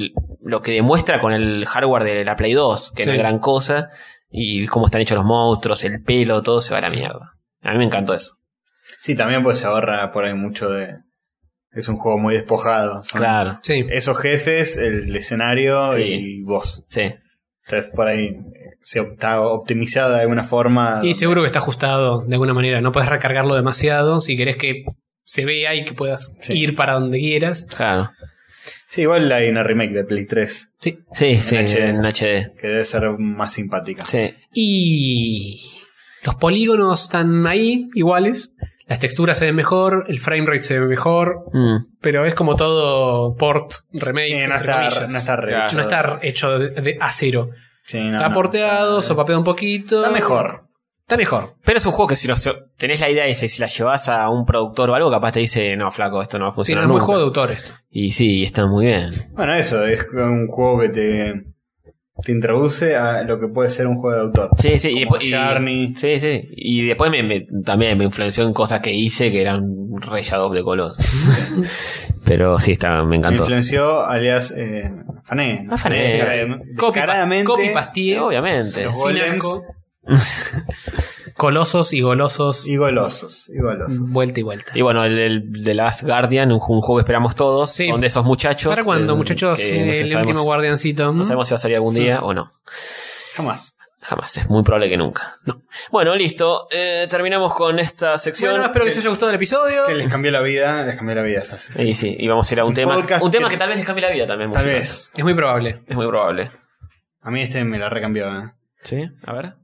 lo que demuestra con el hardware de la Play dos, que Sí. no es gran cosa, y cómo están hechos los monstruos, el pelo, todo se va a la mierda. A mí me encantó eso. Sí, también pues se ahorra por ahí mucho de... Es un juego muy despojado. Son Claro, Sí. Esos jefes, el escenario Sí. y vos. sí. Entonces por ahí eh, se está optimizado de alguna forma. Y seguro que está ajustado de alguna manera. No puedes recargarlo demasiado si querés que se vea y que puedas Sí. ir para donde quieras. Claro. Sí, igual hay una remake de Play tres Sí. Sí, sí, H D. en H D. que debe ser más simpática. Sí. Y los polígonos están ahí, iguales. Las texturas se ven mejor, el framerate se ve mejor, Mm. pero es como todo port, remake. Sí, no, entre está, comillas. no está re Claro. hecho. No está hecho de, de a cero. Sí, no, está no, porteado, está- sopapeado un poquito. Está mejor. Está mejor. Pero es un juego que si lo, tenés la idea esa y si la llevas a un productor o algo, capaz te dice, no, flaco, esto no va a Sí, funcionar no es muy nunca. juego de autor esto. Y sí, está muy bien. Bueno, eso, es un juego que te, te introduce a lo que puede ser un juego de autor. Sí, sí, y Como después. y- Journey. sí, sí. Y después me, me- también me influenció en cosas que hice que eran re Shadow of the Colossus. Pero sí, está, me Me encantó. influenció, alias, eh, Fané. Ah, Fané, sí. Copy, Descaradamente, copy pastie, Obviamente. Los sin golems. asco. Colosos y golosos. Y golosos, y golosos. Vuelta y vuelta. Y bueno, el, el The Last Guardian, un, un juego que esperamos todos, Sí. son de esos muchachos. ¿Para cuándo, eh, muchachos? que no Eh, sé, el sabemos- último guardiancito. No sabemos si va a salir algún día o no. Jamás. Jamás, es muy probable que nunca. No. Bueno, listo. Eh, terminamos con esta sección. Bueno, espero que les haya gustado el episodio. Que les cambió la vida, les cambió la vida esas. Y sí, y vamos a ir a un, Un tema. podcast Un tema que- que tal vez les cambie la vida también. Tal musical. vez. Es muy probable. Es muy probable. A mí este me la recambió, ¿eh? Sí, a ver.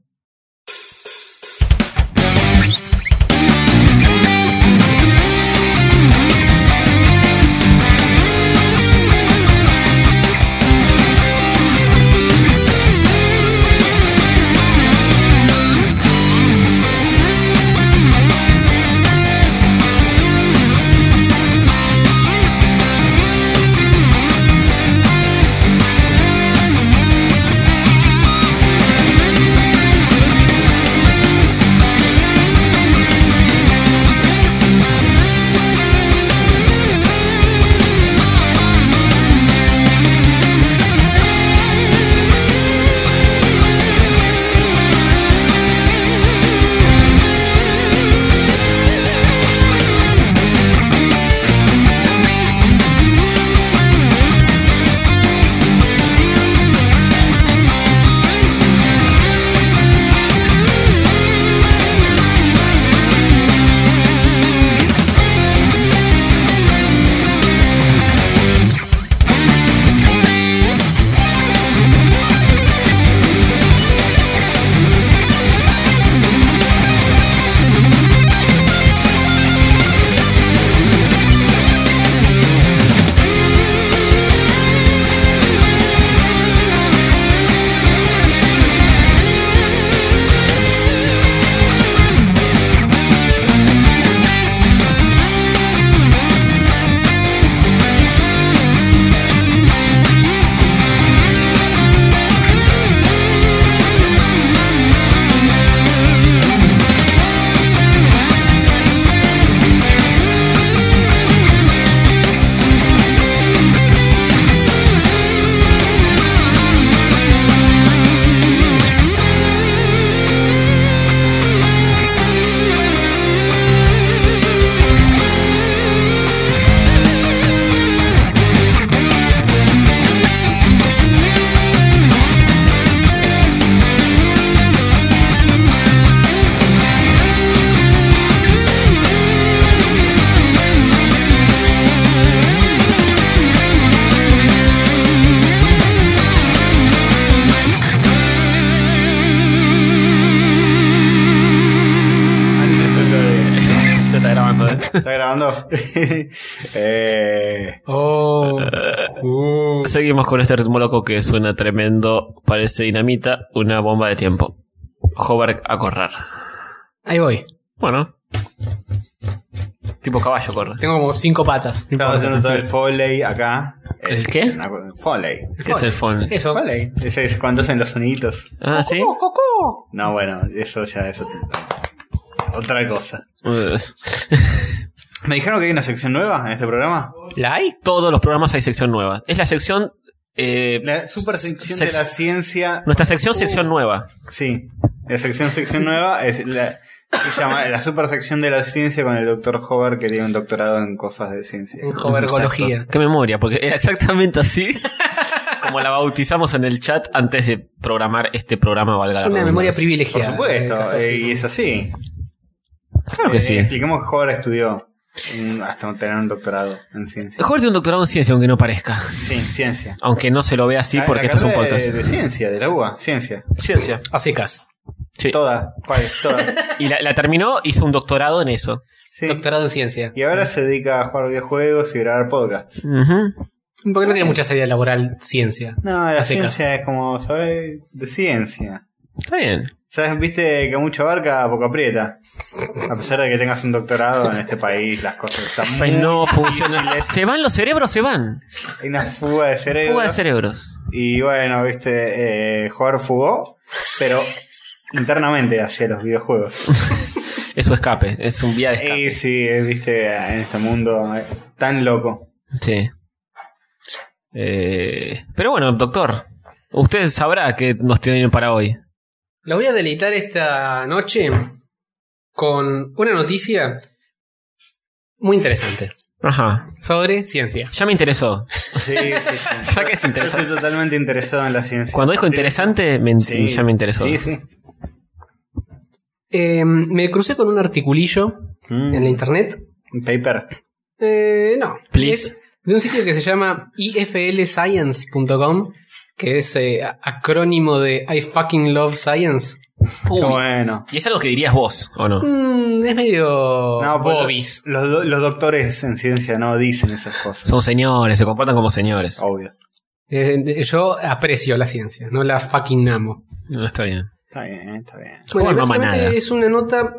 Se está grabando, ¿eh? ¿Está grabando? eh, Oh. Uh. Seguimos con este ritmo loco que suena tremendo. Parece dinamita, una bomba de tiempo. Hover a correr. Ahí voy. Bueno. Tipo caballo corre. Tengo como cinco patas. No estamos importa. haciendo todo el foley acá. ¿El Es qué? una cosa- Foley. ¿Qué es el phone? Eso. Foley. Ese es cuando hacen los soniditos. Ah, ¿sí? No, bueno, eso ya es otra, otra cosa. Me dijeron que hay una sección nueva en este programa. ¿La hay? Todos los programas hay sección nueva. Es la sección Eh, La super sección sec- de la ciencia. nuestra sección, sección nueva. Sí, la sección sección nueva es la, se llama la super sección de la ciencia con el doctor Hover, que tiene un doctorado en cosas de ciencia. En jovergología. Exacto. Qué memoria, porque era exactamente así como la bautizamos en el chat antes de programar este programa, valga la Una redundancia. memoria Por privilegiada. supuesto, Eh, eh, y es así. Claro que Eh, sí. Expliquemos que Hover estudió mm, hasta tener un doctorado en ciencia. Mejor tiene un doctorado en ciencia, aunque no parezca. Sí, ciencia. Aunque no se lo vea así, La- porque la esto es un carrera podcast. de, de ciencia, de la U A, ciencia. Ciencia. A secas. Sí. Toda, ¿cuál es? Toda. Y la, la terminó, hizo un doctorado en eso. Sí. Doctorado en ciencia. Y ahora se dedica a jugar videojuegos y grabar podcasts. Ujú. Porque no tiene mucha salida laboral ciencia. No, la A secas. ciencia es como, ¿sabes? De ciencia. Está bien. ¿Sabes? Viste que mucho abarca, poco aprieta. A pesar de que tengas un doctorado en este país, las cosas están muy... Pues no funciona. ¿Se van los cerebros? Se van. Hay una fuga de cerebro. Fuga de cerebros. Y bueno, viste, eh, jugar fugó, pero internamente hacia los videojuegos. Es su escape. Es un vía de escape. Y sí, eh, viste, en este mundo eh, tan loco. Sí. Eh, pero bueno, doctor, usted sabrá qué nos tienen para hoy. Lo voy a deleitar esta noche con una noticia muy interesante Ajá. sobre ciencia. Ya me interesó. Sí, sí, sí. Ya que es Yo interesante. estoy totalmente interesado en la ciencia. Cuando dijo interesante, me, Sí, ya me interesó. Sí, sí. Eh, me crucé con un articulillo Mm. en la internet. Un paper. Eh, no. Please. Es de un sitio que se llama I F L science punto com, que es eh, acrónimo de I fucking love science. Qué Uy. bueno. Y es algo que dirías vos, ¿o no? Mm, es medio No, pues bobis. los, los, los doctores en ciencia no dicen esas cosas. Son señores, se comportan como señores. Obvio. Eh, yo aprecio la ciencia, no la fucking amo. No, está bien. Está bien, está bien. Bueno, Como básicamente manada. es una nota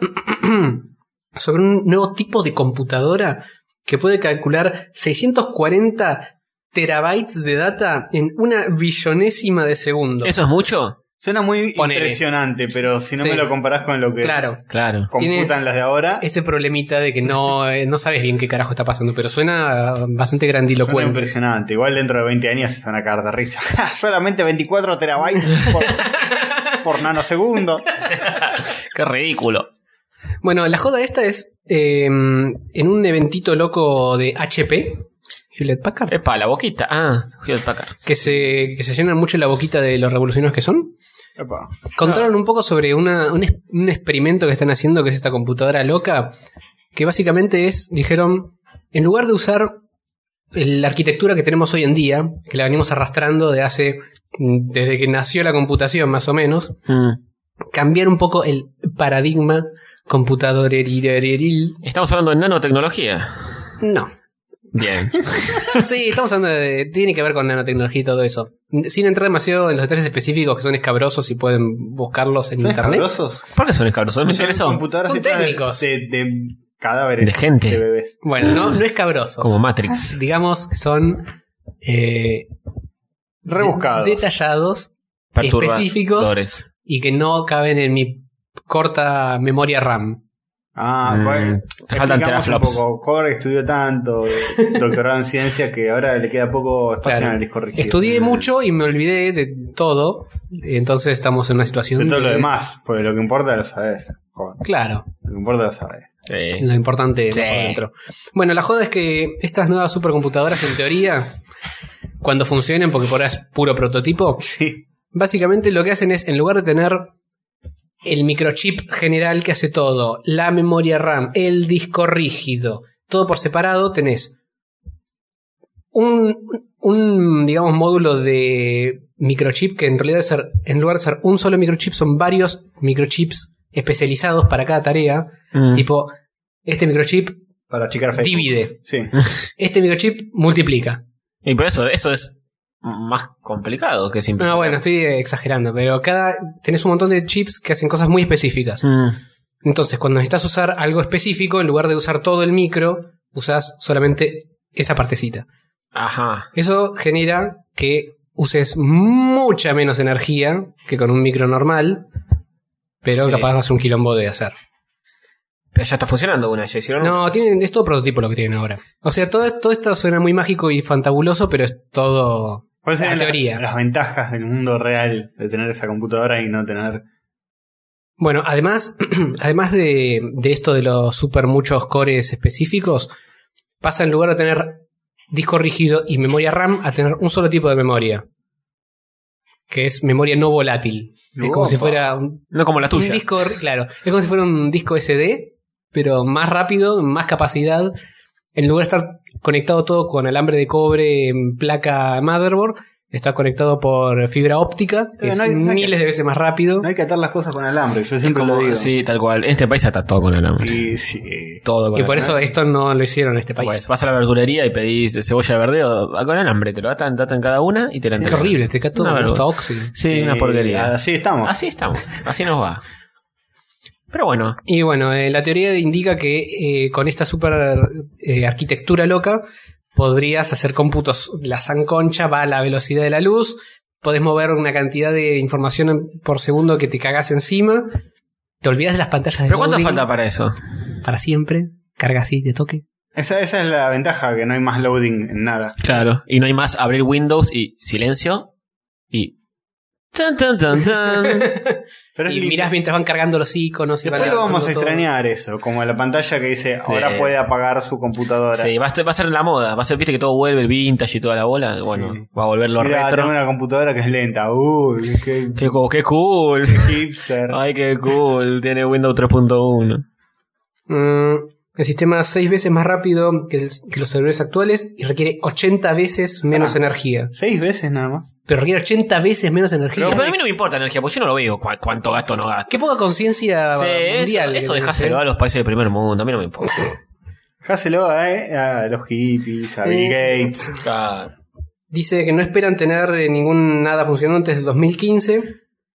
sobre un nuevo tipo de computadora que puede calcular seiscientos cuarenta terabytes de data en una billonésima de segundo. ¿Eso es mucho? Suena muy Ponele. impresionante, pero si no Sí. me lo comparás con lo que Claro, Claro. computan Tiene- las de ahora, ese problemita de que no, eh, no sabes bien qué carajo está pasando, pero suena bastante suena grandilocuente. impresionante. Igual dentro de veinte años se van a caer de risa. Solamente veinticuatro terabytes por, por nanosegundo. Qué ridículo. Bueno, la joda esta es eh, en un eventito loco de H P, Hewlett Packard, Epa, la boquita. Ah, Hewlett Packard. que se, que se llenan mucho la boquita de los revolucionarios que son. Epa. Contaron un poco sobre una, un, es- un experimento que están haciendo, que es esta computadora loca, que básicamente es, dijeron, en lugar de usar el- la arquitectura que tenemos hoy en día, que la venimos arrastrando de hace, mm, desde que nació la computación más o menos, Mm. cambiar un poco el paradigma computadoreril. Estamos hablando de nanotecnología. No. Bien. Sí, estamos hablando de... Tiene que ver con nanotecnología y todo eso. Sin entrar demasiado en los detalles específicos que son escabrosos y pueden buscarlos en ¿Son internet. escabrosos? ¿Por qué son escabrosos? ¿Me Son interesó? computadoras Son hechas de- técnicos. De, de cadáveres. De gente. De bebés. Bueno, no, no escabrosos. Como Matrix. Digamos que son eh, Rebuscados. de- detallados específicos Perturbadores. y que no caben en mi corta memoria RAM. Ah, Mm, pues, te faltan explicamos teraflops. un poco. Core estudió tanto, doctorado en ciencia, que ahora le queda poco espacio Claro. en el disco rígido. Estudié mucho y me olvidé de todo. Entonces estamos en una situación De todo lo de- demás, porque lo que importa lo sabes. Joder, Claro, lo que importa lo sabes. Sí. lo importante va Sí. por dentro. Bueno, la joda es que estas nuevas supercomputadoras, en teoría, cuando funcionen, porque por ahora es puro prototipo, Sí. básicamente lo que hacen es, en lugar de tener el microchip general que hace todo, la memoria RAM, el disco rígido, todo por separado, tenés un, un digamos, módulo de microchip que en realidad es ser, en lugar de ser un solo microchip, son varios microchips especializados para cada tarea. Mm. Tipo, este microchip Para achicar Facebook. divide, Sí. este microchip multiplica. Y por eso, eso es más complicado que simple. No, bueno, estoy exagerando, pero cada tenés un montón de chips que hacen cosas muy específicas. Mm. Entonces, cuando necesitas usar algo específico, en lugar de usar todo el micro, usas solamente esa partecita. Ajá. Eso genera que uses mucha menos energía que con un micro normal, pero Sí. capaz va a ser un quilombo de hacer. Pero ya está funcionando una, ya hicieron. No, tienen, es todo prototipo lo que tienen ahora. O sea, todo, todo esto suena muy mágico y fantabuloso, pero es todo ¿Cuáles La serían la- teoría. las ventajas del mundo real de tener esa computadora y no tener... Bueno, además, además de, de esto de los super muchos cores específicos, pasa en lugar de tener disco rígido y memoria RAM a tener un solo tipo de memoria, que es memoria no volátil. Es como Opa. si fuera un, No como la un tuya. disco, claro, es como si fuera un disco S D, pero más rápido, más capacidad. En lugar de estar conectado todo con alambre de cobre en placa motherboard, está conectado por fibra óptica, que Pero es no hay- no hay miles que- de veces más rápido. No hay que atar las cosas con alambre, yo Es siempre como- lo digo. Sí, tal cual. En este país está todo con alambre. Y sí. Todo con Y por alambre. eso esto no lo hicieron en este país. Pues, vas a la verdulería y pedís cebolla de verdeo con alambre, te lo atan, te atan cada una y te la Qué entregan. horrible, te cae todo Una me gusta vergüenza. óxido. Sí, una porquería. Así estamos. Así estamos, así nos va. Pero bueno, Y bueno, eh, la teoría indica que eh, con esta super eh, arquitectura loca podrías hacer cómputos. La sanconcha va a la velocidad de la luz, podés mover una cantidad de información en- por segundo que te cagas encima, te olvidas de las pantallas de ¿pero cuánto loading falta para eso? para siempre, carga así, te toque. Esa, esa es la ventaja, que no hay más loading en nada. Claro. Y no hay más abrir Windows y silencio y... Tan, tan, tan, tan. Pero es Y lindo. mirás mientras van cargando los iconos y van Después lo vamos a levantando todo. extrañar eso, como la pantalla que dice ahora puede apagar su computadora. Sí, va a, ser, va a ser la moda. Va a ser, viste que todo vuelve, el vintage y toda la bola. Bueno, Sí. va a volver lo Mira, retro. tengo una computadora que es lenta. Uy, qué, Qué, co- qué cool. hipster. Ay, qué cool. Tiene Windows tres punto uno. Mm, el sistema es seis veces más rápido que, el- que los servidores actuales y requiere ochenta veces menos Ah. energía. Seis veces nada más. Pero requiere ochenta veces menos energía. Pero, pero a mí no me importa la energía, porque yo no lo veo cu- cuánto gasto o no gasto. Qué poca conciencia Sí, mundial. eso, eso que dejáselo tenés, a los países del primer mundo. A mí no me importa. Dejáselo eh, a los hippies, a Bill Eh. Gates. Claro. Dice que no esperan tener eh, ningún nada funcionando antes del dos mil quince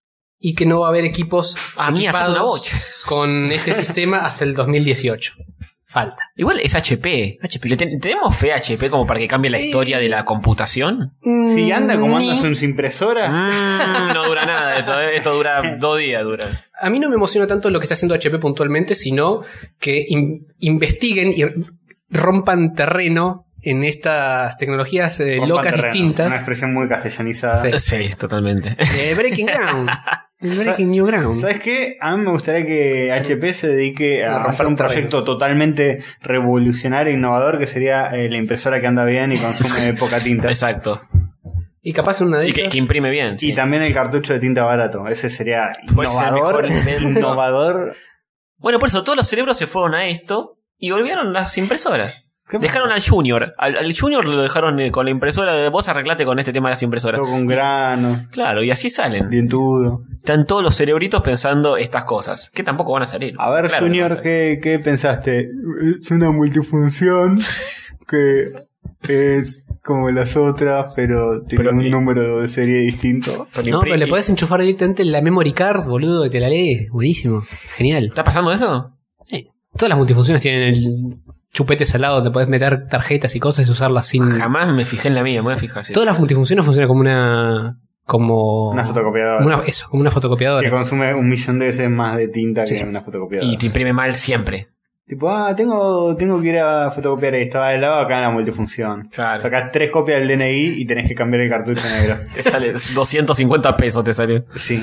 y que no va a haber equipos Ah, mierda, falta una equipados bocha. con este sistema hasta el dos mil dieciocho. Falta. Igual es H P. H P. ¿Le ten- ¿Tenemos fe a H P como para que cambie la historia de la computación? Si anda como Ni- andan sus impresoras, Mm, no dura nada. Esto, esto dura dos días. Dura. A mí no me emociona tanto lo que está haciendo H P puntualmente, sino que in- investiguen y rompan terreno en estas tecnologías eh, rompan locas terreno. distintas. Una expresión muy castellanizada. Sí. Sí, totalmente. Eh, breaking ground. El breaking new ground. ¿Sabes qué? A mí me gustaría que H P se dedique a A hacer un romper proyecto totalmente revolucionario e innovador, que sería eh, la impresora que anda bien y consume poca tinta. Exacto. Y capaz una de Y que, ellas. que imprime bien. sí. Y también el cartucho de tinta barato. Ese sería Puede ser el innovador. mejor invento. Innovador. Bueno, por eso todos los cerebros se fueron a esto y volvieron las impresoras. ¿Qué Dejaron al Junior. Al, al Junior lo dejaron eh, con la impresora. Vos arreglate con este tema de las impresoras. Todo con grano, Claro, y así salen. dientudo. Están todos los cerebritos pensando estas cosas. Que tampoco van a salir. A ver, Claro que van a Junior, salir. ¿qué, ¿qué pensaste? Es una multifunción que es como las otras, pero tiene Pero, un y- número de serie distinto. Pero No, impri- pero le podés enchufar directamente la memory card, boludo, y te la lee. Buenísimo. Genial. ¿Está pasando eso? Sí. Todas las multifunciones tienen el chupete salado donde podés meter tarjetas y cosas y usarlas sin. Jamás me fijé en la mía, me voy a fijar. sí. Todas las multifunciones funcionan como una. Como. Una fotocopiadora. como una- eso, como una Que fotocopiadora. consume un millón de veces más de tinta Sí. que una fotocopiadora. Y te imprime mal siempre. Tipo, ah, tengo, tengo que ir a fotocopiar esto. Ah, al lado acá en la multifunción. Claro. Sacás tres copias del D N I y tenés que cambiar el cartucho negro. Te sale doscientos cincuenta pesos, te salió. Sí,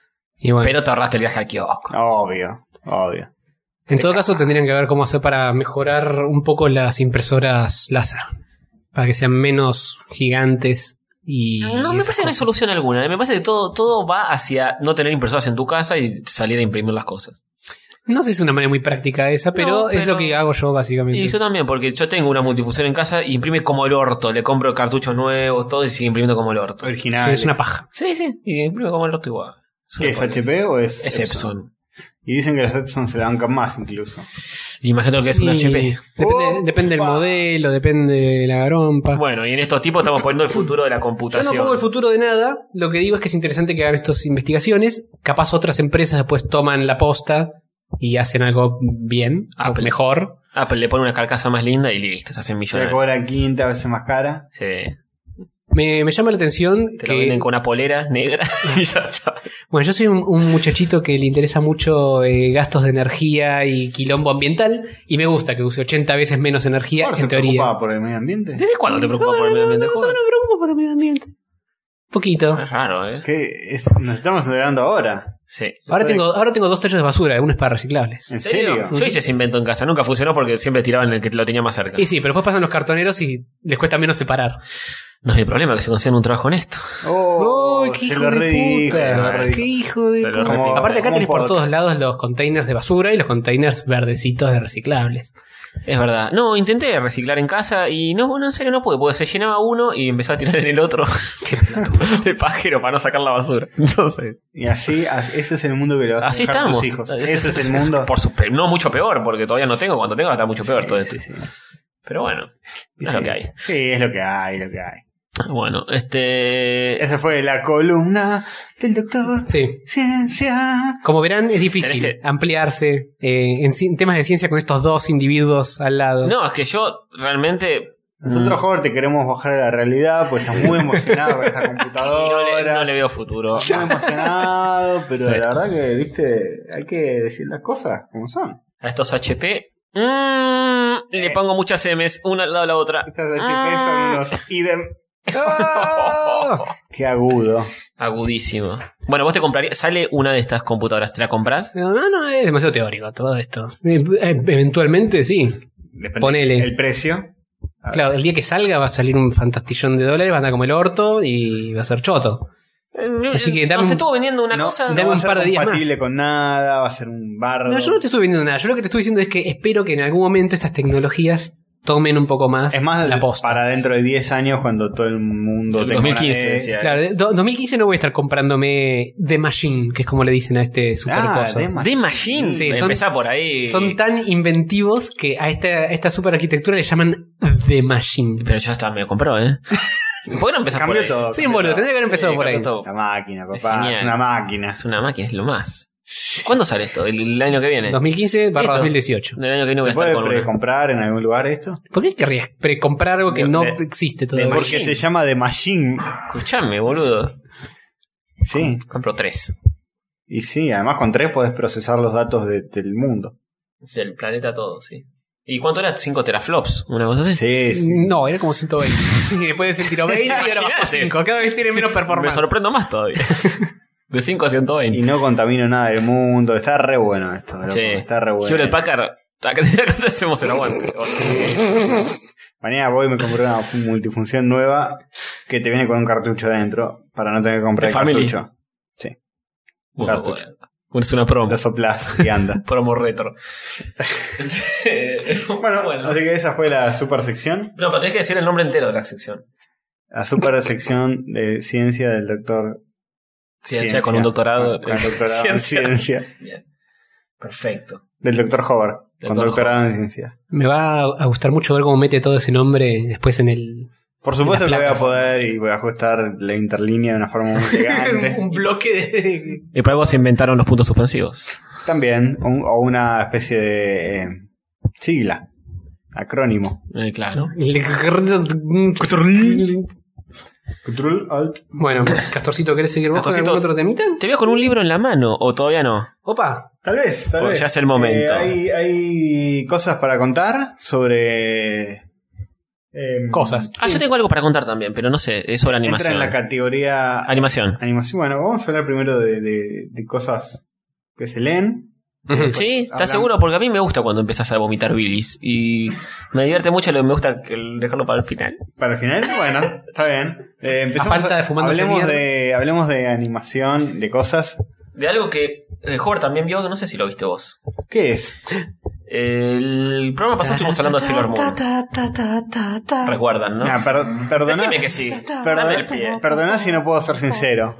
Y bueno, Pero te ahorraste el viaje al kiosco. obvio, obvio. en todo caso tendrían que ver cómo hacer para mejorar un poco las impresoras láser. Para que sean menos gigantes y. No, y me esas parece que no hay cosas. solución alguna. Me parece que todo, todo va hacia no tener impresoras en tu casa y salir a imprimir las cosas. No sé si es una manera muy práctica esa, pero, No, es pero- lo que hago yo básicamente. Y yo también, porque yo tengo una multifunción en casa y imprime como el orto. Le compro cartuchos nuevos, todo y sigue imprimiendo como el orto. Original. Sí, es una paja. Sí, sí, y imprime como el orto igual. ¿Qué es H P o es Es Epson. Y dicen que los Epson se la bancan más incluso. Imagínate lo que es un Y H P. Depende, Opa. depende del modelo, depende de la garompa. Bueno, y en estos tipos estamos poniendo el futuro de la Yo computación. no pongo el futuro de nada. Lo que digo es que es interesante que hagan estas investigaciones. Capaz otras empresas después toman la posta y hacen algo bien, o Apple. mejor. Apple le pone una carcasa más linda y listo, se hacen Se le millonarios. cobra quinta veces más cara. Sí. Me, me llama la atención Te que... lo venden con una polera negra y ya está. Bueno, yo soy un, un muchachito que le interesa mucho eh, gastos de energía y quilombo ambiental. Y me gusta que use ochenta veces menos energía, Ahora en se teoría. preocupa por el medio ambiente. ¿Desde cuándo te preocupas por el medio ambiente? No, no Joder. me preocupo por el medio ambiente. Poquito. Es raro, ¿eh? ¿Qué es? Nos estamos enterando ahora. Sí. Ahora tengo, ahora tengo dos tachos de basura, uno es para reciclables. ¿En serio? Yo hice ese invento en casa, nunca funcionó porque siempre tiraban el que lo tenía más cerca. Y sí, pero después pasan los cartoneros y les cuesta menos separar. No es mi problema que se consigan un trabajo honesto. Oh, ¡Uy, qué se hijo lo de redijo, puta! se lo redijo. ¡Qué hijo de Se lo puta! redijo. Aparte acá Como tenés un por podcast. todos lados los containers de basura y los containers verdecitos de reciclables. Es verdad. No, intenté reciclar en casa y no, no en serio no pude, porque se llenaba uno y empezaba a tirar en el otro de pajero para no sacar la basura. Entonces, Y así, así- ese es el mundo que le vas a así dejar a estamos. tus hijos. Ese es el mundo. Por su- no mucho peor, porque todavía no tengo. Cuando tenga va a estar mucho peor todo esto. Sí, sí. Pero bueno, es Sí. lo que hay. Sí, es lo que hay, lo que hay. Bueno, este. Esa fue la columna del doctor Sí. Ciencia. Como verán, es difícil Tenés que- ampliarse eh, en ci- temas de ciencia con estos dos individuos al lado. No, es que yo realmente. Nosotros, Jorge, te queremos bajar a la realidad, pues estás muy emocionado con esta No le, computadora. no le veo futuro. Muy emocionado, pero Sí. la verdad que, viste, hay que decir las cosas como son. A estos H P. mm, le pongo muchas M's, una al lado de la otra. Estas H P son Ah. los idem. Qué agudo. Agudísimo. Bueno, vos te comprarías. Sale una de estas computadoras, ¿te la compras? No, no, no, es demasiado teórico todo esto. Eh, eh, eventualmente sí. Depende Ponele. El precio. Claro, el día que salga va a salir un fantastillón de dólares, va a andar como el orto y va a ser choto. Así que dame Nos un- estuvo vendiendo una no, cosa. no dame va a un ser par de días compatible más. con nada, va a ser un bardo. No, yo no te estoy vendiendo nada. Yo lo que te estoy diciendo es que espero que en algún momento estas tecnologías tomen un poco más, Es más, la posta. para dentro de diez años, cuando todo el mundo El tenga dos mil una- quince, eh, decía. Claro, de- do- dos mil quince no voy a estar comprándome The Machine, que es como le dicen a este super Ah, coso. The Machine. The Machine. Sí, son- Empezá por ahí. Son tan inventivos que a esta, a esta super arquitectura le llaman The Machine. Pero yo hasta me compró, ¿eh? ¿Por qué no empezás por Cambió ahí? todo. Sí, cambió boludo, todo. tendría que haber empezado Sí, por ahí. cambió todo. La máquina, Es papá. genial. Es una máquina. Es una máquina, es lo más. ¿Cuándo sale esto? ¿El, el año que viene? dos mil quince barra Listo. dos mil dieciocho. El año que viene voy a ¿Se puede estar con una. precomprar en algún lugar esto? ¿Por qué querrías precomprar algo que De- no de- existe de todavía? Porque Machine. se llama The Machine. Escuchame, boludo. Sí. Compro tres. Y sí, además con tres podés procesar los datos de- del mundo. Del planeta todo, sí. ¿Y cuánto era? cinco teraflops, una cosa así. Sí, sí. No, era como ciento veinte. Y después de ciento veinte y ahora bajó Imagínate. cinco. Cada vez tiene menos Me performance. sorprendo más todavía. De cinco a ciento veinte. Y no contamino nada del mundo. Está re bueno esto. loco. Sí. Está re bueno. Hewlett Packard. Acá hacemos el aguante. Mañana voy y me compré una fu- multifunción nueva que te viene con un cartucho dentro para no tener que comprar De el Family. cartucho. Sí. Bueno, Cartucho. bueno. Es una promo. Lo soplás y anda. Promo retro. bueno, Bueno. así que esa fue la super sección. No, pero tenés que decir el nombre entero de la sección. La super sección de ciencia del doctor. Ciencia, con un doctorado. Con, con doctorado en ciencia. Bien. Perfecto. Del doctor Howard. Con Doctor doctorado en ciencia. Me va a gustar mucho ver cómo mete todo ese nombre después en el... Por supuesto En que las voy a plataformas. poder y voy a ajustar la interlínea de una forma muy elegante. un bloque de... Y por algo se inventaron los puntos suspensivos. También, un- o una especie de eh, sigla, acrónimo. Eh, claro. Control Alt. Bueno, Castorcito, ¿querés seguir vos con Castorcito. algún otro temita? Te veo con un libro en la mano, o todavía no. Opa, Tal vez, tal Pues vez. ya es el momento. Eh, hay, hay cosas para contar sobre. eh, cosas. Ah, yo tengo algo para contar también, pero no sé, es sobre Entra animación. en la categoría Animación. animación. Bueno, vamos a hablar primero de, de- de cosas que se leen. Ujú. ¿Sí? hablamos- ¿Estás seguro? Porque a mí me gusta cuando empezás a vomitar bilis. Y me divierte mucho, lo que me gusta que el- dejarlo para el final. Para el final, bueno, está bien. Eh, empecemos A falta de fumándose hablemos mierdas. de hablemos de animación, de cosas. De algo que eh, Howard también vio, que no sé si lo viste vos. ¿Qué es? El programa pasado estuvimos hablando de Sailor Moon. Recuerdan, ¿no? Ah, per- perdona, Decime que sí. perdona, Dame el pie. perdona si no puedo ser sincero.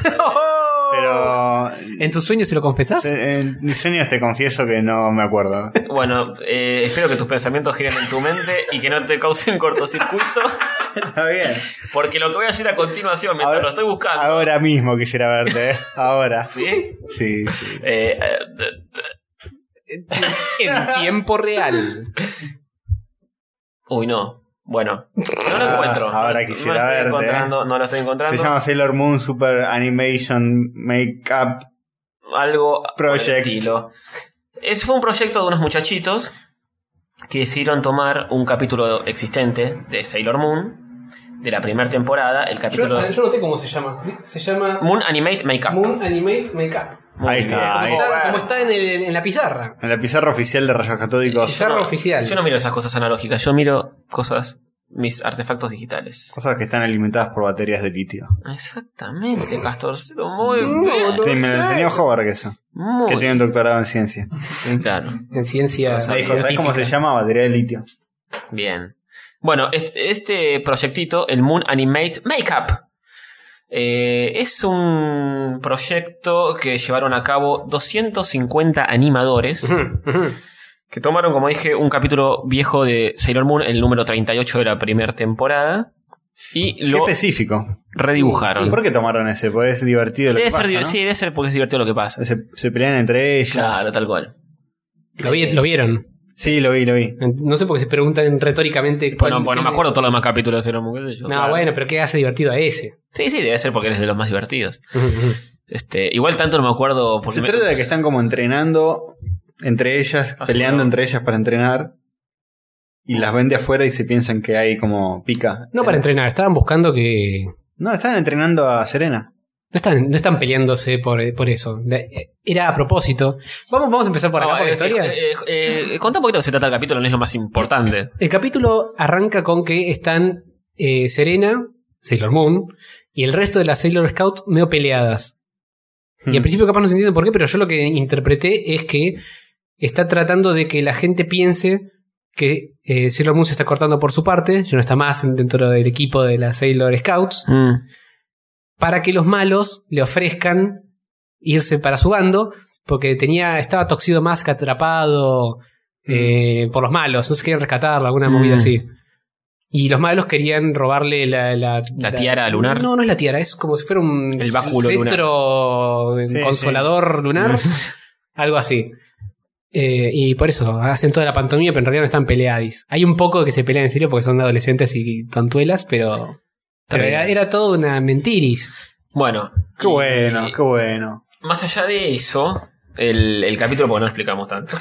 Pero ¿En tus sueños se lo confesás? en mis sueños te confieso que no me acuerdo. Bueno, eh, espero que tus pensamientos giren en tu mente y que no te causen cortocircuito. Está bien. Porque lo que voy a decir a continuación, mientras Ahora- lo estoy buscando. Ahora mismo quisiera verte, ¿eh? Ahora. ¿Sí? Sí, sí. Eh, eh, d- d- En tiempo real. Uy, no. Bueno, no lo Ah, encuentro. ahora no, quisiera no lo estoy verte, encontrando, no lo estoy encontrando. Se llama Sailor Moon Super Animation Makeup. Algo por el Project. estilo. Es, fue un proyecto de unos muchachitos que decidieron tomar un capítulo existente de Sailor Moon de la primera temporada, el capítulo... Yo, yo noté cómo se llama. Se llama Moon Animate Makeup. Moon Animate Makeup. Muy Ahí bien. está, Como, ahí está, como está en, el- en la pizarra. En la pizarra oficial de rayos catódicos. Pizarra no, oficial. Yo no miro esas cosas analógicas, yo miro cosas, mis artefactos digitales. Cosas que están alimentadas por baterías de litio. Exactamente, Castorcito, muy No, bien. no. Sí, me lo enseñó Howard eso. Muy Que tiene un doctorado en ciencia. claro. En ciencia. Me dijo, ¿sabes cómo se científica. llama? Batería de litio. Bien. Bueno, este, este proyectito, el Moon Animate Makeup, eh, es un proyecto que llevaron a cabo doscientos cincuenta animadores Ujú, ujú. que tomaron, como dije, un capítulo viejo de Sailor Moon, el número treinta y ocho de la primera temporada, y Qué lo específico. redibujaron. ¿Por qué tomaron ese? Porque es divertido lo Debe que ser, pasa, div- ¿no? Sí, debe ser porque es divertido lo que pasa. Se, se pelean entre ellas. Claro, tal cual. Lo, vi- lo vieron. Sí, lo vi, lo vi. No sé por qué se preguntan retóricamente. Bueno, cuál- bueno, qué- me acuerdo todos los demás capítulos de Sailor Moon. qué sé yo, No, claro. bueno, pero ¿qué hace divertido a ese? Sí, sí, debe ser porque eres de los más divertidos. Ujú, ujú. Este, igual tanto no me acuerdo porque Se me- trata de que están como entrenando entre ellas, Ah, peleando sí, no. entre ellas para entrenar. Y las ven de afuera y se piensan que hay como pica. No para entrenar, estaban buscando que. No, estaban entrenando a Serena. No están, no están peleándose por, por eso. La- Era a propósito. Vamos, vamos a empezar por acá Ah, por la eh, historia. eh, eh, eh, contá un poquito de qué se trata el capítulo, no es lo más importante. El capítulo arranca con que están eh, Serena, Sailor Moon, y el resto de las Sailor Scouts medio peleadas. Y al Hmm. principio capaz no se entiende por qué, pero yo lo que interpreté es que está tratando de que la gente piense que eh, Sailor Moon se está cortando por su parte, ya no está más dentro del equipo de las Sailor Scouts, Mm. para que los malos le ofrezcan irse para su bando, porque tenía, estaba Tuxedo Mask atrapado eh, por los malos, no se querían rescatarlo, alguna movida Mm. así. Y los malos querían robarle la... La, ¿La tiara lunar? No, no es la tiara, es como si fuera un El báculo cetro Sí, consolador lunar, algo así. Eh, y por eso hacen toda la pantomima, pero en realidad no están peleadis. Hay un poco que se pelean en serio porque son adolescentes y tontuelas, pero, pero bien. era, era todo una mentiris. Bueno. Qué y- bueno, y qué bueno. Más allá de eso, el, el capítulo, porque no lo explicamos tanto.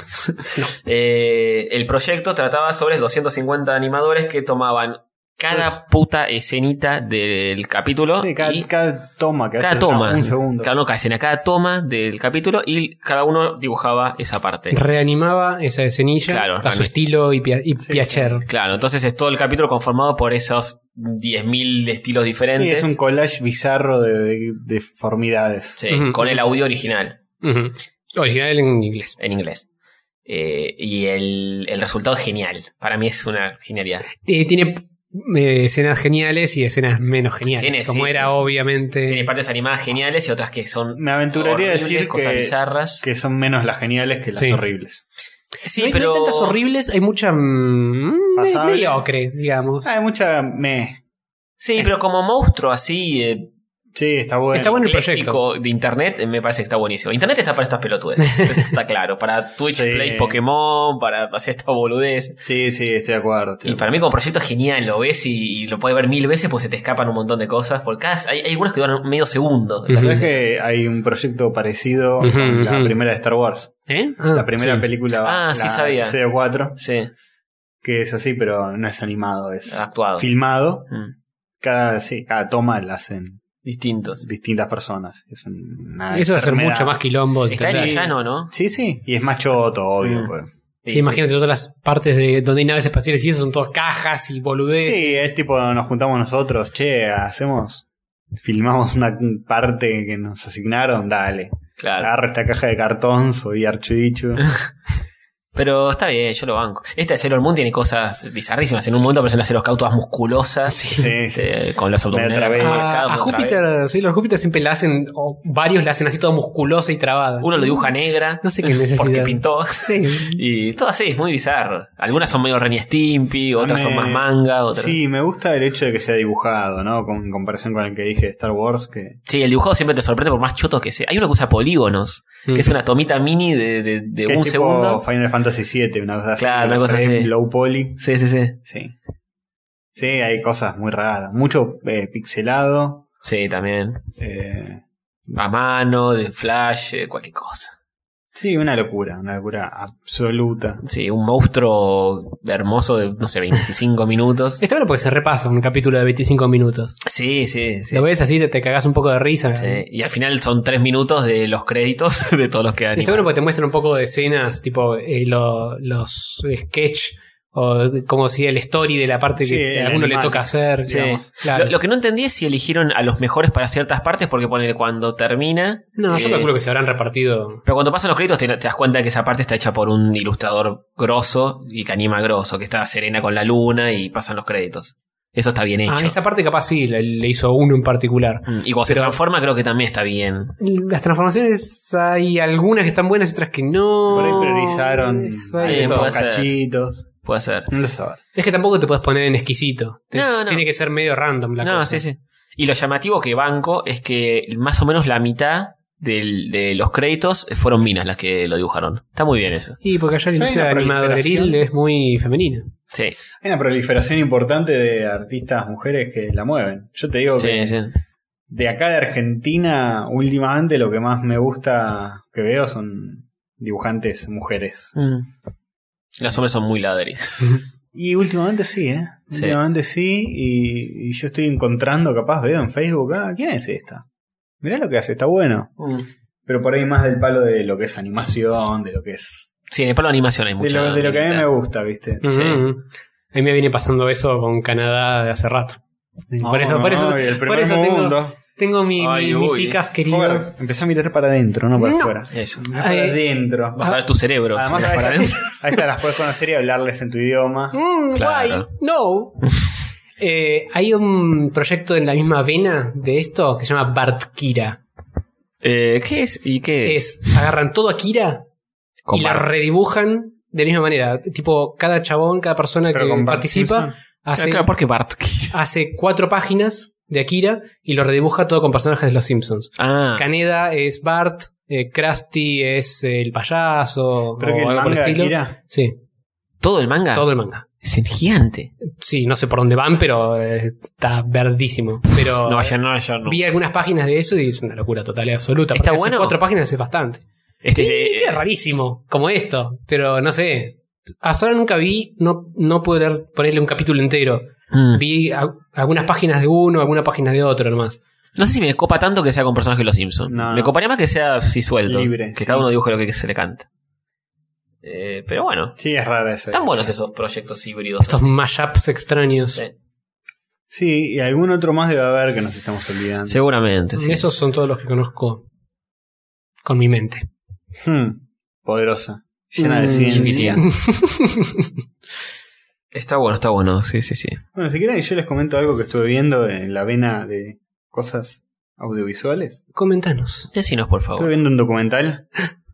Eh, el proyecto trataba sobre doscientos cincuenta animadores que tomaban cada Pues- puta escenita del capítulo. Sí, cada, y cada toma que cada hace toma. un segundo. Cada, no, cada escena, cada toma del capítulo y cada uno dibujaba esa parte. Reanimaba esa escenilla Claro, a su reani- estilo y, pia- y Sí, Piacher. Claro, entonces es todo el capítulo conformado por esos diez mil estilos Sí, diferentes. es un collage bizarro de, de, de formidades. Sí, Ujú. con el audio original Ujú. Original en inglés. en inglés. Eh, y el, el resultado es genial. Para mí es una genialidad. Eh, tiene eh, escenas geniales y escenas menos geniales. Tiene, como sí, era sí. obviamente. Tiene partes animadas geniales y otras que son Me aventuraría a horribles, decir cosas que, bizarras. que son menos las geniales que las Sí. horribles. Sí, no, hay, pero no hay tantas horribles, hay mucha mm, me- Pasable. mediocre, digamos. Ah, hay mucha me. Sí, pero como monstruo así eh, Sí, está bueno. Está bueno el ecléctico de internet, eh, me parece que está buenísimo. Internet está para estas pelotudes. Está claro. Para Twitch, Sí. Play Pokémon, para hacer esta boludez. Sí, sí, estoy de acuerdo. estoy Y de para mí como proyecto es genial, lo ves y, y lo puedes ver mil veces pues se te escapan un montón de cosas. Porque cada, hay, hay algunas que duran medio segundo. Ujú. ¿Sabes que hay un proyecto parecido Ujú, con la ujú. primera de Star Wars? ¿Eh? Ah, La primera sí. película, Ah, la sí sabía. episodio cuatro, Sí, que es así, pero no es animado, es actuado. filmado. Mm, Cada, sí, cada toma la hacen distintos. distintas personas. Es una Eso va a ser enfermedad. mucho más quilombo. Está Entonces, hecho ya, ¿no? ¿no? Sí, sí, y es más choto, obvio. Mm. pues. sí, imagínate todas las partes de donde hay naves espaciales y eso son todas cajas y boludeces. Sí, es tipo, nos juntamos nosotros, che, hacemos, filmamos una parte que nos asignaron, dale. Claro. Agarro esta caja de cartón, soy archidicho. Pero está bien, yo lo banco. Esta de Sailor Moon tiene cosas bizarrísimas. En un momento aparecen las Sailor Scout todas musculosas. Sí, sí. este, con los Medio abdominales trabé. marcados, A, a otra vez. Júpiter, sí, los Júpiter siempre la hacen, o varios la hacen así toda musculosa y trabada. Uno lo dibuja negra. No sé qué necesidad. Porque pintó. Sí. Y todo así, es muy bizarro. Algunas son medio Ren y Stimpy, otras Me- son más manga, otras... Sí, me gusta el hecho de que sea dibujado, ¿no? Con, en comparación con el que dije de Star Wars, que Sí, el dibujado siempre te sorprende por más choto que sea. Hay uno que usa polígonos, Mm. que es una tomita mini de, de, de que un es tipo segundo. Final Fantasy siete, una cosa así. Claro, una cosa re así. Low poly. Sí, sí, sí. Sí. Sí, hay cosas muy raras. Mucho eh, pixelado. Sí, también. Eh, A mano, de flash, eh, cualquier cosa. Sí, una locura, una locura absoluta. Sí, un monstruo hermoso de, no sé, veinticinco minutos. Está bueno porque se repasa un capítulo de veinticinco minutos. Sí, sí, sí. Lo ves así, te, te cagás un poco de risa. Sí, y al final son tres minutos de los créditos de todos los que han. Está bueno porque te muestran un poco de escenas, tipo eh, lo- los sketch o como si el story de la parte Sí, que a el alguno le animal. toca hacer. Sí. digamos. Claro. Lo, lo que no entendí es si eligieron a los mejores para ciertas partes, porque poner cuando termina. No, yo eh, calculo que se habrán repartido. Pero cuando pasan los créditos te, te das cuenta que esa parte está hecha por un ilustrador grosso y que anima grosso, que está Serena con la luna y pasan los créditos. Eso está bien hecho. Ah, esa parte capaz sí, le, le hizo uno en particular. Mm, Y cuando se Pero- transforma creo que también está bien. Las transformaciones hay algunas que están buenas y otras que no. Por ahí priorizaron Es, ahí- Bien, todos puede ser. cachitos. Puede ser. No lo sabes. es que tampoco te puedes poner en exquisito. Te- No, no. Tiene que ser medio random la No, cosa. sí, sí. Y lo llamativo que banco es que más o menos la mitad del- de los créditos fueron minas las que lo dibujaron. Está muy bien eso. Y porque allá la ¿Saben industria la animadoril proliferación? es muy femenina. Sí, Hay una proliferación importante de artistas mujeres que la mueven. Yo te digo que sí, sí. de acá de Argentina, últimamente lo que más me gusta que veo son dibujantes mujeres. Mm. Los hombres son muy ladris. Y últimamente sí, ¿eh? Sí. Últimamente sí, y, y yo estoy encontrando, capaz veo en Facebook, ah, ¿quién es esta? Mirá lo que hace, está bueno. Pero por ahí más del palo de lo que es animación, de lo que es... Sí, en el palo de animación hay De mucha. lo, de lo que a mí minita. me gusta, ¿viste? Ujú, Sí. ujú. A mí me viene pasando eso con Canadá de hace rato. por eso, por eso, No, y el por primer eso tengo, mundo. tengo mi, Ay, mi, mi uy. ticaf querido. Joder, empecé a mirar para adentro, no para No. afuera. Eso. Mirar para Ay, adentro. Vas a ver tu cerebro. Además, si vas a para estas, adentro. a estas las puedes conocer y hablarles en tu idioma. Mm, Claro. why? No. Eh, hay un proyecto en la misma vena de esto que se llama Bartkira. Eh, ¿Qué es? ¿Y qué es? Es, agarran todo Akira Con y la Bart. redibujan de la misma manera. Tipo, cada chabón, cada persona Pero que con Bart participa Simpson. hace, Claro, ¿por qué Bart? hace cuatro páginas de Akira y lo redibuja todo con personajes de los Simpsons. Ah, Caneda es Bart, eh, Krusty es el payaso Pero o que el algo por el manga de estilo. Akira, Sí, ¿todo el manga? todo el manga. Es en gigante. Sí, no sé por dónde van, pero eh, está verdísimo. Pero No, ya no, ya no. vi algunas páginas de eso y es una locura total y absoluta. ¿Está porque hace bueno? cuatro páginas es bastante. Este, Sí, eh, es rarísimo, como esto, pero no sé. Hasta ahora nunca vi, no, no pude leer- ponerle un capítulo entero. mm. Vi a- algunas páginas de uno, algunas páginas de otro nomás. No sé si me copa tanto que sea con personajes de los Simpsons. No, me no. coparía más que sea así suelto. Libre, Que sí. cada uno dibuje lo que se le canta. Eh, pero bueno, sí, es rara esa. están buenos esa. esos proyectos híbridos. Estos mashups extraños. Sí. Sí, y algún otro más debe haber que nos estamos olvidando. Seguramente, sí. Esos son todos los que conozco con mi mente. Hmm, poderosa, llena de Mm, ciencia. Está bueno, está bueno, sí, sí, sí. Bueno, si quieren yo les comento algo que estuve viendo en la vena de cosas audiovisuales. Comentanos. Decinos, por Estuve favor. viendo un documental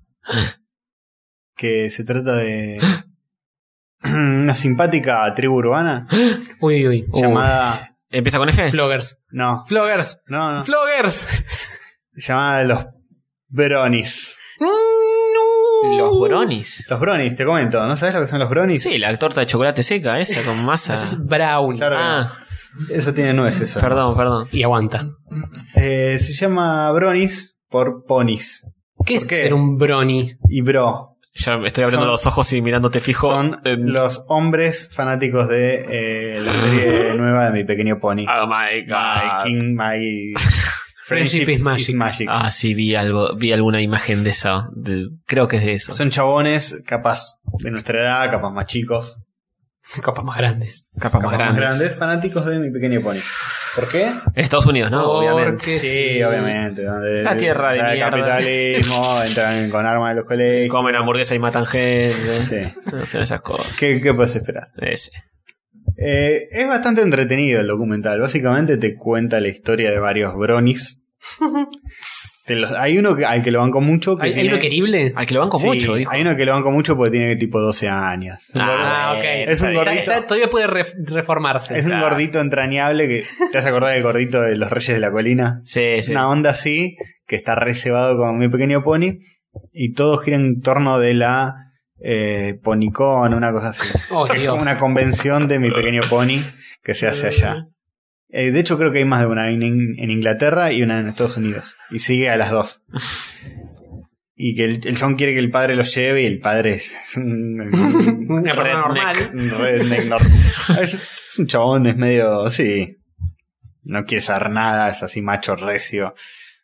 que se trata de una simpática tribu urbana Uy, uy, uy. Uh. llamada... ¿Empieza con F? Floggers. No, Floggers. no, no. Floggers. Llamada los Bronis. Los bronis. Los Bronis, te comento. ¿No sabes lo que son los Bronis? Sí, la torta de chocolate seca, esa con masa. Ese es brownie. Claro. Ah, Eso tiene nueces. perdón, además. perdón. Y aguanta. Eh, se llama Bronis por ponis. ¿Qué es ¿Por qué? ser un brony? Y bro Ya estoy abriendo Son- los ojos y mirándote fijo. son en- los hombres fanáticos de eh, la serie nueva de Mi Pequeño Pony. Oh my My god. King, my Friendship is Magic. Ah, sí, vi algo, vi alguna imagen de eso. de- creo que es de eso. Son chabones, capaz de nuestra edad, capaz más chicos, Copas más grandes. Capas más capaz más grandes. grandes, fanáticos de Mi Pequeño Pony. ¿Por qué? En Estados Unidos, ¿no? Porque Obviamente. sí. Sí, obviamente. Donde La tierra de está el mierda. capitalismo, entran con armas en los colegios. Comen hamburguesa y matan gente. Sí. Hacen esas cosas. ¿Qué, qué puedes esperar? Ese. Eh, es bastante entretenido el documental. Básicamente te cuenta la historia de varios bronis. Te los- hay uno que, al que lo banco mucho. Que ¿Hay, hay tiene- uno querible? Al que lo banco Sí, mucho, dijo. hay uno que lo banco mucho porque tiene tipo doce años. Ah, ok. Es un Está- gordito. está- todavía puede re- reformarse. Es un Claro. gordito entrañable que te vas a acordar del gordito de los Reyes de la Colina. Sí, sí. Una onda así, que está reservado con Mi Pequeño Pony. Y todo gira en torno de la eh, Ponicon, una cosa así. Oh, Es Dios. como una convención de Mi Pequeño Pony que se hace allá. Eh, de hecho, creo que hay más de una en, en Inglaterra y una en Estados Unidos. Y sigue a las dos. y que el, el chabón quiere que el padre lo lleve y el padre es un, Una persona normal. un redneck nor- es, es un chabón, es medio, sí, no quiere saber nada, es así macho recio.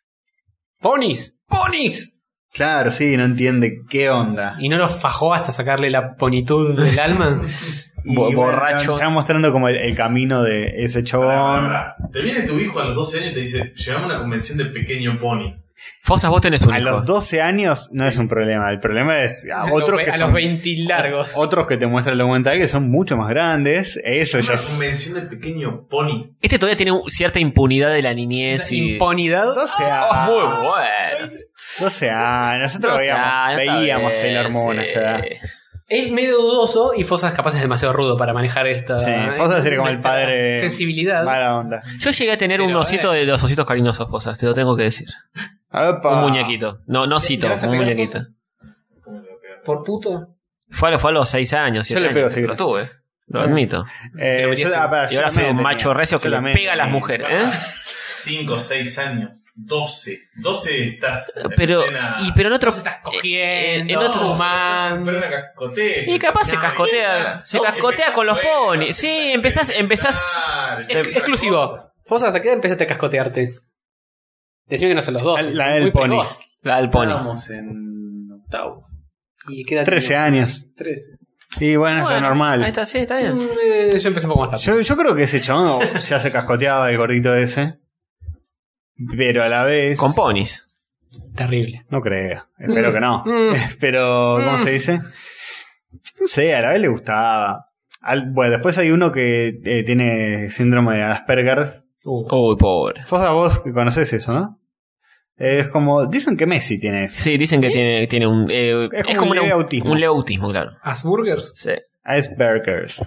¡Ponis! ¡Ponis! Claro, sí, no entiende qué onda. ¿Y no lo fajó hasta sacarle la ponitud del alma? Y Bo- bueno, borracho. Está mostrando como el, el camino de ese chabón. Ahora, te viene tu hijo a los doce años y te dice, llevamos a una convención de Pequeño Pony. Fosas, vos tenés un A hijo. los doce años no es un problema. El problema es a, A otros los, que a son los veinte largos. otros que te muestran el documental que son mucho más grandes. Eso ya Una es convención de Pequeño Pony. Este todavía tiene un- cierta impunidad de la niñez y... Impunidad. doce Oh, años. muy bueno. doce años. Nosotros O sea, veíamos, está veíamos bien, Sailor Moon a sí. esa edad. Es medio dudoso y Fosas capaz es demasiado rudo para manejar esta... Sí, Fosas sería como el esta padre sensibilidad. mala onda. Yo llegué a tener Pero, un osito eh. de los ositos cariñosos, Fosas, te lo tengo que decir. Opa. Un muñequito. No, no osito, ¿Le vas a un pegar, muñequito. Fosas? ¿Por puto? Fue a, los- fue a los seis años, Yo siete le pego, años, sí, Lo gracias. tuve, lo admito. Eh, Pero yo- venía- ah, pará, Y yo ahora soy también un tenía. macho recio que Yo le también pega a las tenía. mujeres, ¿eh? cinco, seis años. doce. doce estás. en Pero, plena- y, pero en otro... Estás cogiendo, en otro- fumando. Pero una cascotea. Y capaz se No, cascotea, se doce cascotea empezás con los bueno, ponis. Sí, empezás, empezás... Es- exclusivo. Fosas, ¿a qué edad empezaste a cascotearte? Decime que no son los dos. La del pony. La del pony. Estábamos en octavo. ¿Y qué edad trece tenías? años. trece. Y bueno, es Bueno, lo normal. Ahí está, sí, está bien. Mm, eh, yo empecé un poco más tarde. Yo, yo creo que ese chabón ya se cascoteaba el gordito ese. Pero a la vez. Con ponis. Terrible. No creo. Espero que no. Mm. Pero, ¿cómo Mm. se dice? No sé, a la vez le gustaba. Al- bueno, después hay uno que eh, tiene síndrome de Asperger. Uh. Uy, pobre. Fosa, vos que conocés eso, ¿no? Eh, es como. Dicen que Messi tiene eso. Sí, dicen que tiene, tiene un... eh, Es como un una- leve autismo. Un leve autismo, claro. Asburgers. Sí. Aspergers.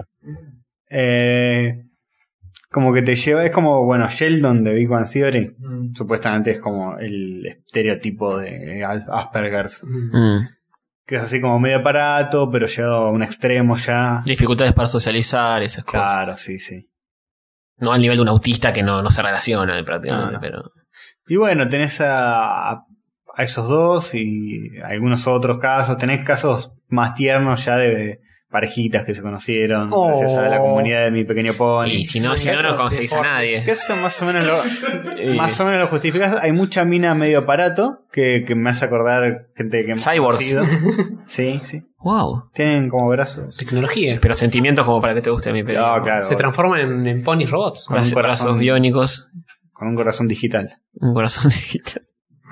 Eh, como que te lleva. Es como, bueno, Sheldon de Big Bang Theory. Mm. Supuestamente es como el estereotipo de Al- Aspergers. Mm. Mm. Que es así como medio aparato, pero llegado a un extremo ya. Dificultades para socializar, esas cosas. Claro, sí, sí. No al nivel de un autista que no, no se relaciona prácticamente, No, no. pero... Y bueno, tenés a, a esos dos y algunos otros casos. Tenés casos más tiernos ya de parejitas que se conocieron Oh. gracias a la comunidad de Mi Pequeño Pony. Y si no, si no, no conseguís a nadie. Que eso más o menos lo, Y- más o menos lo justificás. Hay mucha mina medio aparato que, que me hace acordar gente que hemos Cyborgs. conocido. Sí, sí. Wow. Tienen como brazos. Tecnología. Pero sentimientos como para que te guste mi película. No, claro. Se transforman en, en ponis robots. Con un Brazos, corazón. brazos biónicos, Con un corazón digital. un corazón digital.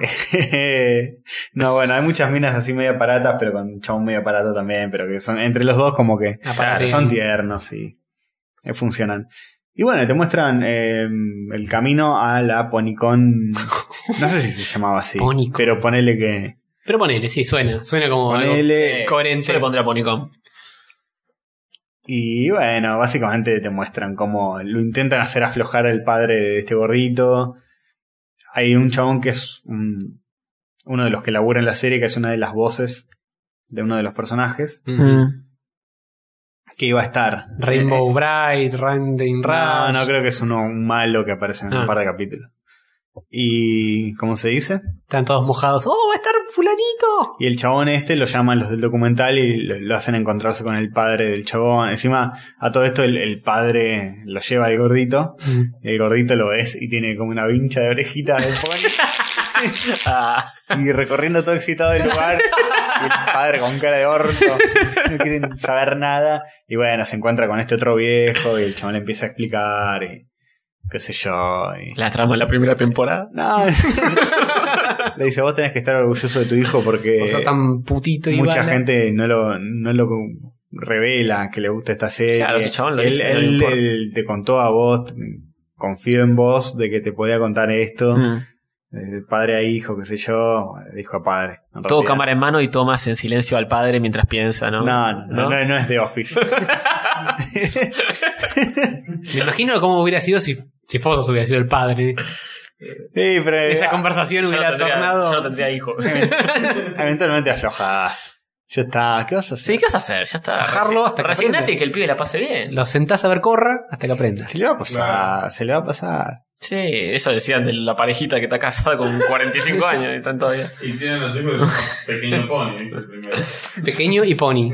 No, bueno, hay muchas minas así medio aparatas, pero con un chabón medio aparato también, pero que son entre los dos como que Aparte. son tiernos y eh, funcionan. Y bueno, te muestran eh, el camino a la Ponicon. No sé si se llamaba así, Ponicon. pero ponele que. Pero ponele, sí, suena. Suena como algo Ponele. coherente. Yo le pondré a Ponicom. Y bueno, básicamente te muestran cómo lo intentan hacer aflojar al padre de este gordito. Hay un chabón que es un- uno de los que labura en la serie, que es una de las voces de uno de los personajes, Mm. Mm. que iba a estar. Rainbow Bright, Randy Rush. No, no creo que es uno un malo que aparece en Ah. un par de capítulos. Y, ¿cómo se dice? Están todos mojados. ¡Oh, va a estar fulanito! Y el chabón este lo llaman los del documental y lo, lo hacen encontrarse con el padre del chabón. Encima, a todo esto el, el padre lo lleva al gordito. Y el gordito lo ves y tiene como una vincha de orejita de pony. Ah, Y recorriendo todo excitado el lugar. Y el padre con cara de orto. No quieren saber nada. Y bueno, se encuentra con este otro viejo y el chabón le empieza a explicar y qué sé yo. Y... la trama en la primera temporada. No. Le dice, vos tenés que estar orgulloso de tu hijo porque Vos sos tan putito y mucha bala. gente no lo, no lo revela que le gusta esta serie. Claro, ese chabón lo él, dice, no le él- importa. él te contó a vos, confío en vos de que te podía contar esto. Mm. De padre a hijo, qué sé yo. Dijo a padre. en Todo realidad. cámara en mano y tomas en silencio al padre mientras piensa, ¿no? No, no, no, no, no es de Office. Me imagino cómo hubiera sido si, si Fossos hubiera sido el padre. Sí, pero Esa conversación Yo no hubiera tendría- tornado. yo no tendría hijos. eventualmente aflojás. Ya está, ¿qué vas a hacer? Sí, ¿qué vas a hacer? Ya está. Fajarlo hasta que Resignate aprenda. y que el pibe la pase bien. Lo sentás a ver corra hasta que aprenda. Se le va a pasar, se le va a pasar. Sí, eso decían de la parejita que está casada con cuarenta y cinco años y están todavía. Y tienen los hijos de un pequeño pony, ¿viste? Primero. Pequeño y pony.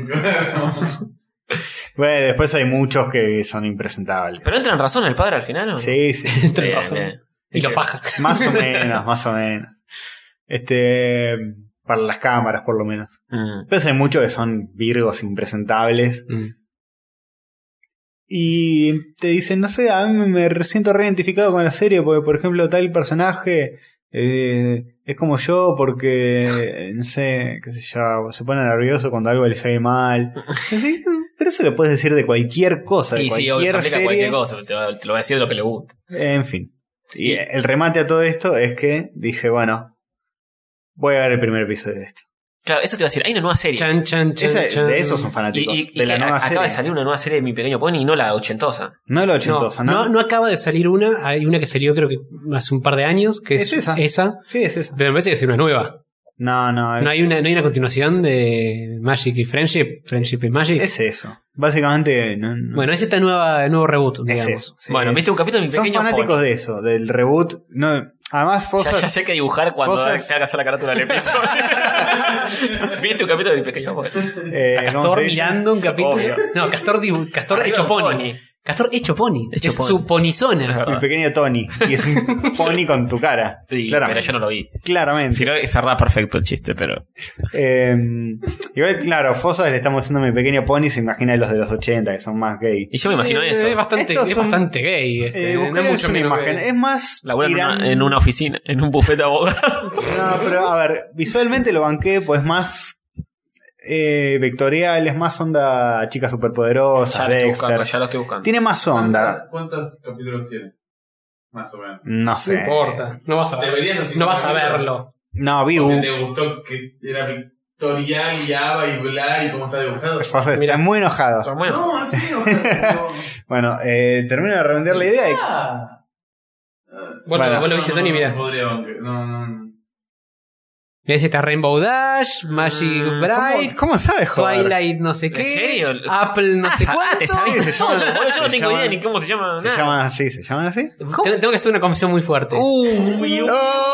Bueno, después hay muchos que son impresentables. Pero entra en razón el padre al final, ¿o no? Sí, sí. Tenés Bien, razón. bien. Y lo faja. Más o menos, más o menos. Este, para las cámaras, por lo menos. Mm. Después hay muchos que son virgos impresentables. Mm. Y te dicen, no sé, a mí me siento reidentificado con la serie porque, por ejemplo, tal personaje eh, es como yo porque, no sé, qué sé yo, se pone nervioso cuando algo le sale mal. Así, pero eso lo puedes decir de cualquier cosa, de Y sí, obvio, se cualquier aplica a serie. cualquier cosa, te, va- te lo va a decir lo que le gusta. En fin. Y el remate a todo esto es que dije, bueno, voy a ver el primer episodio de esto. Claro, eso te iba a decir, hay una nueva serie. Chan, chan, chan, Esa- chan. de esos son Y, fanáticos. y- y de la que nueva a- acaba serie. de salir una nueva serie de Mi Pequeño Pony y no la ochentosa. No la No, ochentosa, ¿no? no, no acaba de salir una. Hay una que salió creo que hace un par de años, que es, Es esa. Sí, es esa. Pero me parece que es una nueva. No, no. No hay una, no hay una continuación de Magic y Friendship, Friendship y Magic. Es eso. Básicamente, no, no- Bueno, es esta nueva, el nuevo reboot, es digamos. eso. sí. Bueno, viste un capítulo de Mi Son Pequeño fanáticos Pony. de eso, del reboot. No, además, Ya, Fosas. ya sé que dibujar cuando Cosas- te hagas la carátula del episodio. ¿Viste un capítulo de Mi Pequeño Pony? eh, A ¿cómo Castor se dice? mirando un capítulo. Obvio. No, Castor, dibu- Castor Arriba hecho el pony. pony. Castor hecho pony. Hecho es pony. su ponizona. Es verdad. Mi pequeño Tony. Y es un pony con tu cara. Sí, claramente. pero yo no lo vi. Claramente. Si no, cerraba perfecto el chiste, pero. Eh, igual, claro, Fosas le estamos haciendo Mi pequeño pony. Se imagina los de los ochenta, que son más gay. Y yo me imagino Eh, eso. Es bastante, Estos es son- bastante gay. Este, Eh, no buscale es mucho una menos imagen. gay. Es más. Labura en tiran- una, en una oficina, en un buffet de abogados. No, pero a ver, visualmente lo banqué, pues más eh, vectorial, es más onda chica superpoderosa, Ya lo estoy Dexter. buscando, ya lo estoy buscando. Tiene más onda. ¿Cuántas- ¿Cuántos capítulos tiene? Más o menos. No No sé. importa. No vas a Deberían verlo. los No vas a cincuenta verlo. No, vi Porque un. te gustó que era victorial y Ava y bla y cómo está dibujado. Fosas está Mira. muy enojado. Son buenos. No, no sé, no. Bueno, eh, termino de redondear la idea y. Ah. Vos, Bueno. lo, vos lo viste, No, Tony, no, mira. No, podría bancar. no, no, no. Mirá si está Rainbow Dash, Magic Mm, Bright, ¿Cómo, cómo sabes, joder? Twilight no sé ¿En qué. serio? Apple no Ah, sé sa- cuánto. ah, te sabes todo. boludo, Yo no Se tengo llaman- idea ni cómo se llama. Se nada. llaman así, ¿se llaman así? Tengo, tengo que hacer una confesión muy fuerte. Uy, uy.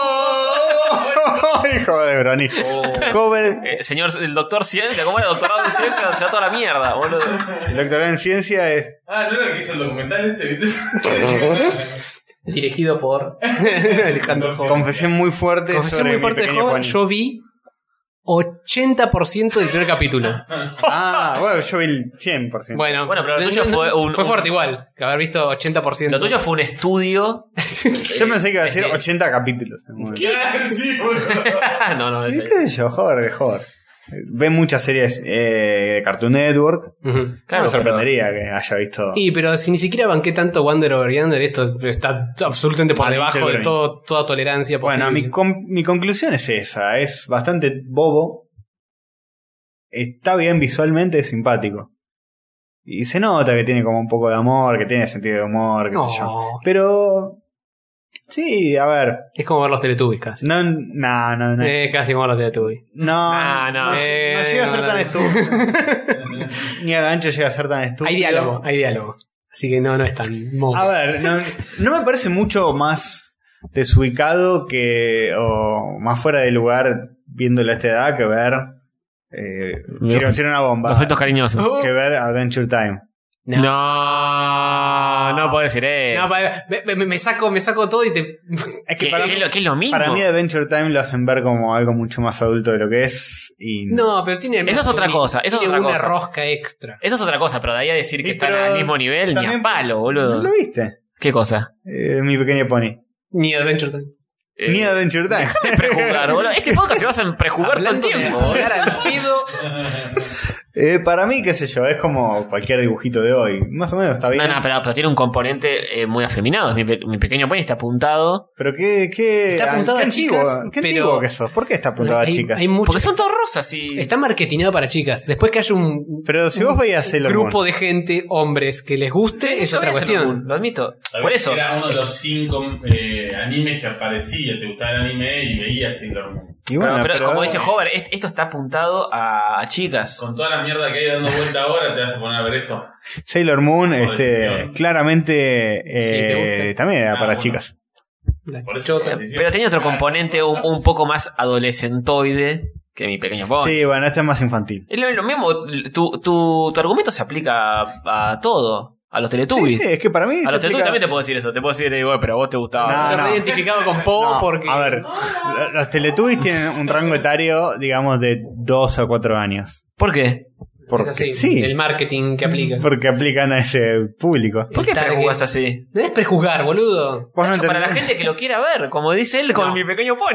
¡Oh! Hijo de Brony. Cover. Eh, señor, el doctor Ciencia, ¿cómo era? Doctorado en Ciencia, se va toda la mierda, boludo. El doctorado en ciencia es. Ah, ¿no era el que hizo el documental este? ¿Viste? Dirigido por Alejandro Joven. Confesión muy fuerte. Confesión sobre muy Mi fuerte de Pequeño Joven. Pony. Yo vi ochenta por ciento del primer capítulo. Ah, bueno, yo vi el cien por ciento. Bueno, Bueno, pero lo no- tuyo no- fue un- Fue un- fuerte igual, que haber visto ochenta por ciento. Lo tuyo fue un estudio. Yo pensé que iba a decir Este- ochenta capítulos. Sí, boludo. no, no, ¿Y es- qué sé yo? Joder, joder. Ve muchas series eh, de Cartoon Network. Ujú. No claro, me sorprendería que haya visto. Y pero si ni siquiera banqué tanto Wonder Over Yonder, esto está absolutamente por Mal debajo de Children. todo, toda tolerancia posible. Bueno, mi, con- mi conclusión es esa. Es bastante bobo. Está bien visualmente, es simpático. Y se nota que tiene como un poco de amor, que tiene sentido de humor, qué No. sé yo. Pero. Sí, a ver. Es como ver los Teletubbies casi. No, no, no. No, Eh, casi como ver los Teletubbies. no, Ah, no. no, Eh, no llega a ser no, tan no. estúpido. Ni a gancho llega a ser tan estúpido. Hay diálogo, hay diálogo. Así que no, no es tan monstruo. A ver, no, no me parece mucho más desubicado que. O más fuera de lugar viéndolo a esta edad que ver. Eh, Los- quiero decir una bomba. Los ojitos cariñosos. Oh. Que ver Adventure Time. No. No, no puedo decir eso. No, pa- me, me- me saco, me saco todo y te. Es que ¿Qué, para, qué es lo, qué es lo mismo? para mí Adventure Time lo hacen ver como algo mucho más adulto de lo que es. Y No, pero tiene. Eso es otra cosa, eso es tiene otra una cosa. rosca extra. Eso es otra cosa, pero de ahí a decir que Sí, están pero al mismo nivel, ni también- a palo, ¿No boludo. lo viste? ¿Qué cosa? Eh, Mi Pequeño Pony. Ni Adventure Time. Eh, Ni Adventure Time. Prejuzgar, boludo. Este podcast se basa en prejugar todo el Hablando de tiempo, boludo. hablar al pedo. Eh, para mí, qué sé yo, es como cualquier dibujito de hoy. Más o menos está bien. No, no, pero, pero tiene un componente eh, muy afeminado. Mi, pe- mi pequeño pony está apuntado. Pero qué, qué, Está apuntado qué a antiguo, chicas, qué pero- antiguo que sos. ¿Por qué está apuntado a Hay, chicas? hay mucho- Porque son todos rosas y. Está marketinado para chicas. Después que haya un Pero si vos veías Sailor grupo Moon. de gente, hombres, que les guste, Sí, es yo otra voy a hacerlo, cuestión. Lo admito. A ver, Por eso. Era uno de los cinco eh, animes que aparecía. Te gustaba el anime y veías Sailor Moon. Y bueno, pero, pero pero- como dice Hover, est- esto está apuntado a, a chicas. Con toda la mierda que hay dando vuelta ahora, te vas a poner a ver esto. Sailor Moon, Por este, decisión. claramente Sí, ¿te eh, gusta? también era Ah, para bueno. chicas. La Por eso, chota. sí, sí. Pero tenía otro Claro. componente un, un poco más adolescentoide que mi pequeño pony. Sí, bueno, este es más infantil. Es lo, lo mismo, tu, tu, tu argumento se aplica a, a todo. A los Sí, Teletubbies. sí, es que para mí. A se los Teletubbies aplica- también te puedo decir eso. Te puedo decir, eh, bueno, pero a vos te gustaba. No, Lo no. he identificado con Po No, porque. A ver, lo- los Teletubbies tienen un rango etario, digamos, de dos a cuatro años. ¿Por qué? Porque es así, sí. el marketing que aplica. Porque aplican a ese público. ¿Por qué El target. prejuzgas así? No es prejuzgar, boludo. Vos no Está hecho para la entendés. gente que lo quiera ver, como dice él con No. mi pequeño pony.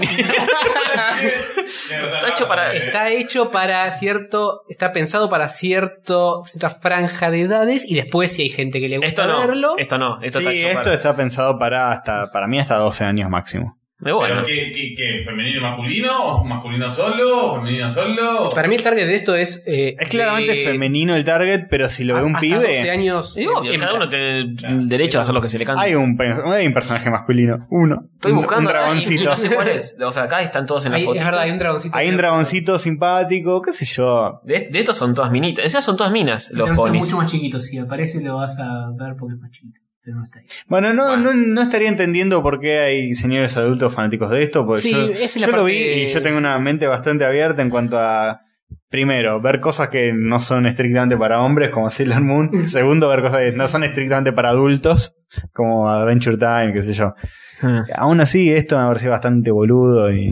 Está hecho para- Está hecho para cierto. Está pensado para cierto cierta franja de edades. Y después, si hay gente que le gusta Esto no, verlo. esto no, esto Sí, está hecho esto para... está pensado para hasta para mí hasta doce años máximo. Muy bueno. ¿Pero qué, qué, qué? ¿Femenino y masculino? ¿O masculino solo? ¿O femenino solo? Para mí, el target de esto es. eh, Es claramente de- femenino el target, pero si lo ve a- un hasta doce pibe, años. Y obvio, hembra. cada uno tiene el derecho a hacer lo que se le cante. hay un, pe- hay un personaje masculino, uno. Estoy un- buscando un acá y dragoncito. no sé cuál es. O sea, acá están todos en la Hay- foto. es verdad, hay un dragoncito. Hay un dragoncito simpático, qué sé yo. De, de estos son todas minitas. Esas son todas minas, los Pero son ponis. mucho más chiquitos. Si aparece, lo vas a ver porque es más chiquito. Pero no está ahí. Bueno, no, Bueno. no, no estaría entendiendo por qué hay señores adultos fanáticos de esto, porque Sí, yo, esa es la yo lo parte- vi y yo tengo una mente bastante abierta en cuanto a, primero, ver cosas que no son estrictamente para hombres, como Sailor Moon. Segundo, ver cosas que no son estrictamente para adultos, como Adventure Time, qué sé yo. Hmm. Aún así, esto me pareció bastante boludo y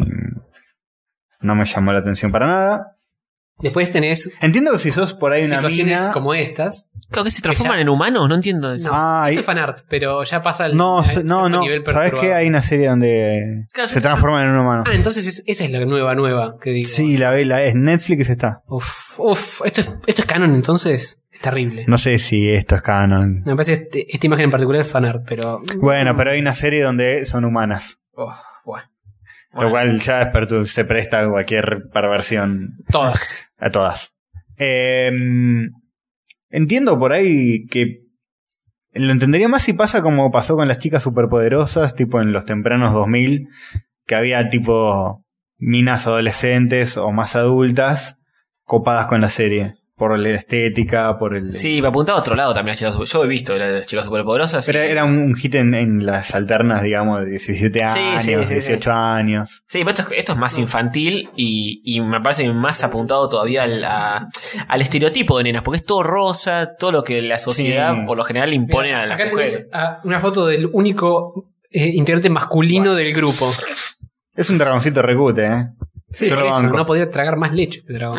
no me llamó la atención para nada. Después tenés Entiendo que si sos por ahí una situaciones mina... como estas. Claro que se transforman ya- en humanos, no entiendo eso. No, Ah, esto y- es fanart, pero ya pasa al No, a sé- no, cierto no. nivel ¿Sabes perturbador. qué? Hay una serie donde Claro, se sí, transforman en un humano. Ah, entonces es- esa es la nueva, nueva que digo. Sí, la ve, la es Netflix está. Uf, uf, esto es, esto es canon entonces. Es terrible. No sé si esto es canon. Me parece que este- esta imagen en particular es fanart, pero. Bueno, pero hay una serie donde son humanas. Oh, bueno. Lo cual ya es pertu- se presta a cualquier perversión. Todas. A todas. Eh, entiendo por ahí que lo entendería más si pasa como pasó con las chicas superpoderosas, tipo en los tempranos dos mil, que había tipo minas adolescentes o más adultas copadas con la serie. Por la estética, por el... Sí, me apuntaba a otro lado también las chicas super- Yo he visto las chicas superpoderosas. Pero y- era un, un hit en, en las alternas, digamos, de diecisiete Sí, años, sí, sí, sí. dieciocho años. Sí, pero esto, es- esto es más infantil y, y me parece más apuntado todavía al, a- al estereotipo de nenas, porque es todo rosa, todo lo que la sociedad Sí. por lo general impone Mira, a las acá mujeres. tenés a- una foto del único eh, integrante masculino del grupo. Es un dragoncito recute, ¿eh? Sí, Yo por lo eso, banco. no podía tragar más leche este dragón.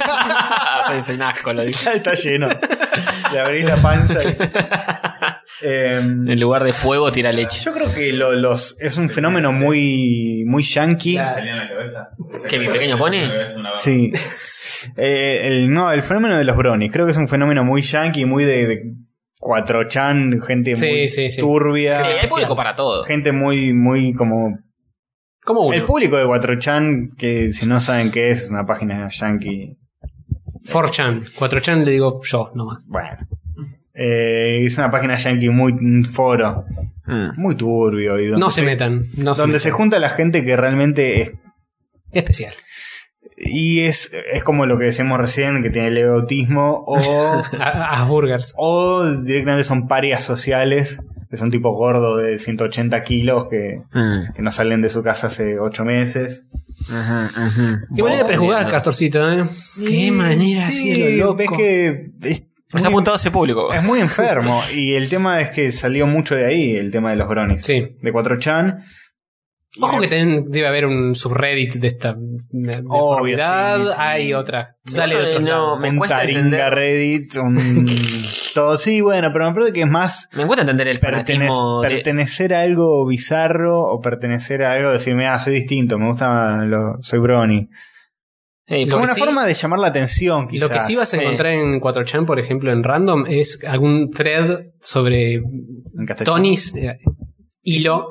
Es un asco, lo digo. Está lleno. Le abrí la panza. y- Eh, En lugar de fuego tira leche. yo creo que lo- los es un fenómeno muy muy yankee. Claro. ¿Salía en la cabeza? ¿Que mi pequeño pony? En la cabeza una barra. Sí. Eh, el, no, el fenómeno de los bronies. Creo que es un fenómeno muy yankee, muy de, de cuatro chan, gente Sí, muy sí, sí. turbia. Sí, hay público para todo. Gente muy, muy como... Como uno. El público de cuatro chan, que si no saben qué es, es una página yankee. cuatro chan. cuatro chan le digo yo nomás. Bueno. Eh, es una página yankee muy... un foro. Mm. Muy turbio. Y donde No se metan. No se donde se metan. junta la gente que realmente es... Especial. Y es, es como lo que decíamos recién, que tiene leve autismo, o, A, a burgers. o directamente son parias sociales, que son tipo gordos de ciento ochenta kilos que, Mm. que no salen de su casa hace ocho meses. Ujú, ujú. Qué manera de prejugar, Entiendo. Castorcito, ¿eh? Qué manera así Sí, de lo loco. ves que es, Está muy, apuntado a ese público. es muy enfermo. Y el tema es que salió mucho de ahí, el tema de los bronies. Sí. De cuatro chan. Ojo que también debe haber un subreddit de esta deformidad. sí, sí. Hay otra. Sale de Ay, otros no, lados. me Un cuesta taringa entender. Reddit, un... todo. Sí, bueno, pero me parece que es más... Me cuesta entender el Pertenec- fanatismo de... pertenecer a algo bizarro o pertenecer a algo, decirme, ah, soy distinto, me gusta, lo, soy brony. Hey, Lo Como que una sí- forma de llamar la atención, quizás. Lo que sí vas a Sí. encontrar en cuatro chan, por ejemplo, en random, es algún thread sobre En castellano. Tonis, eh, hilo,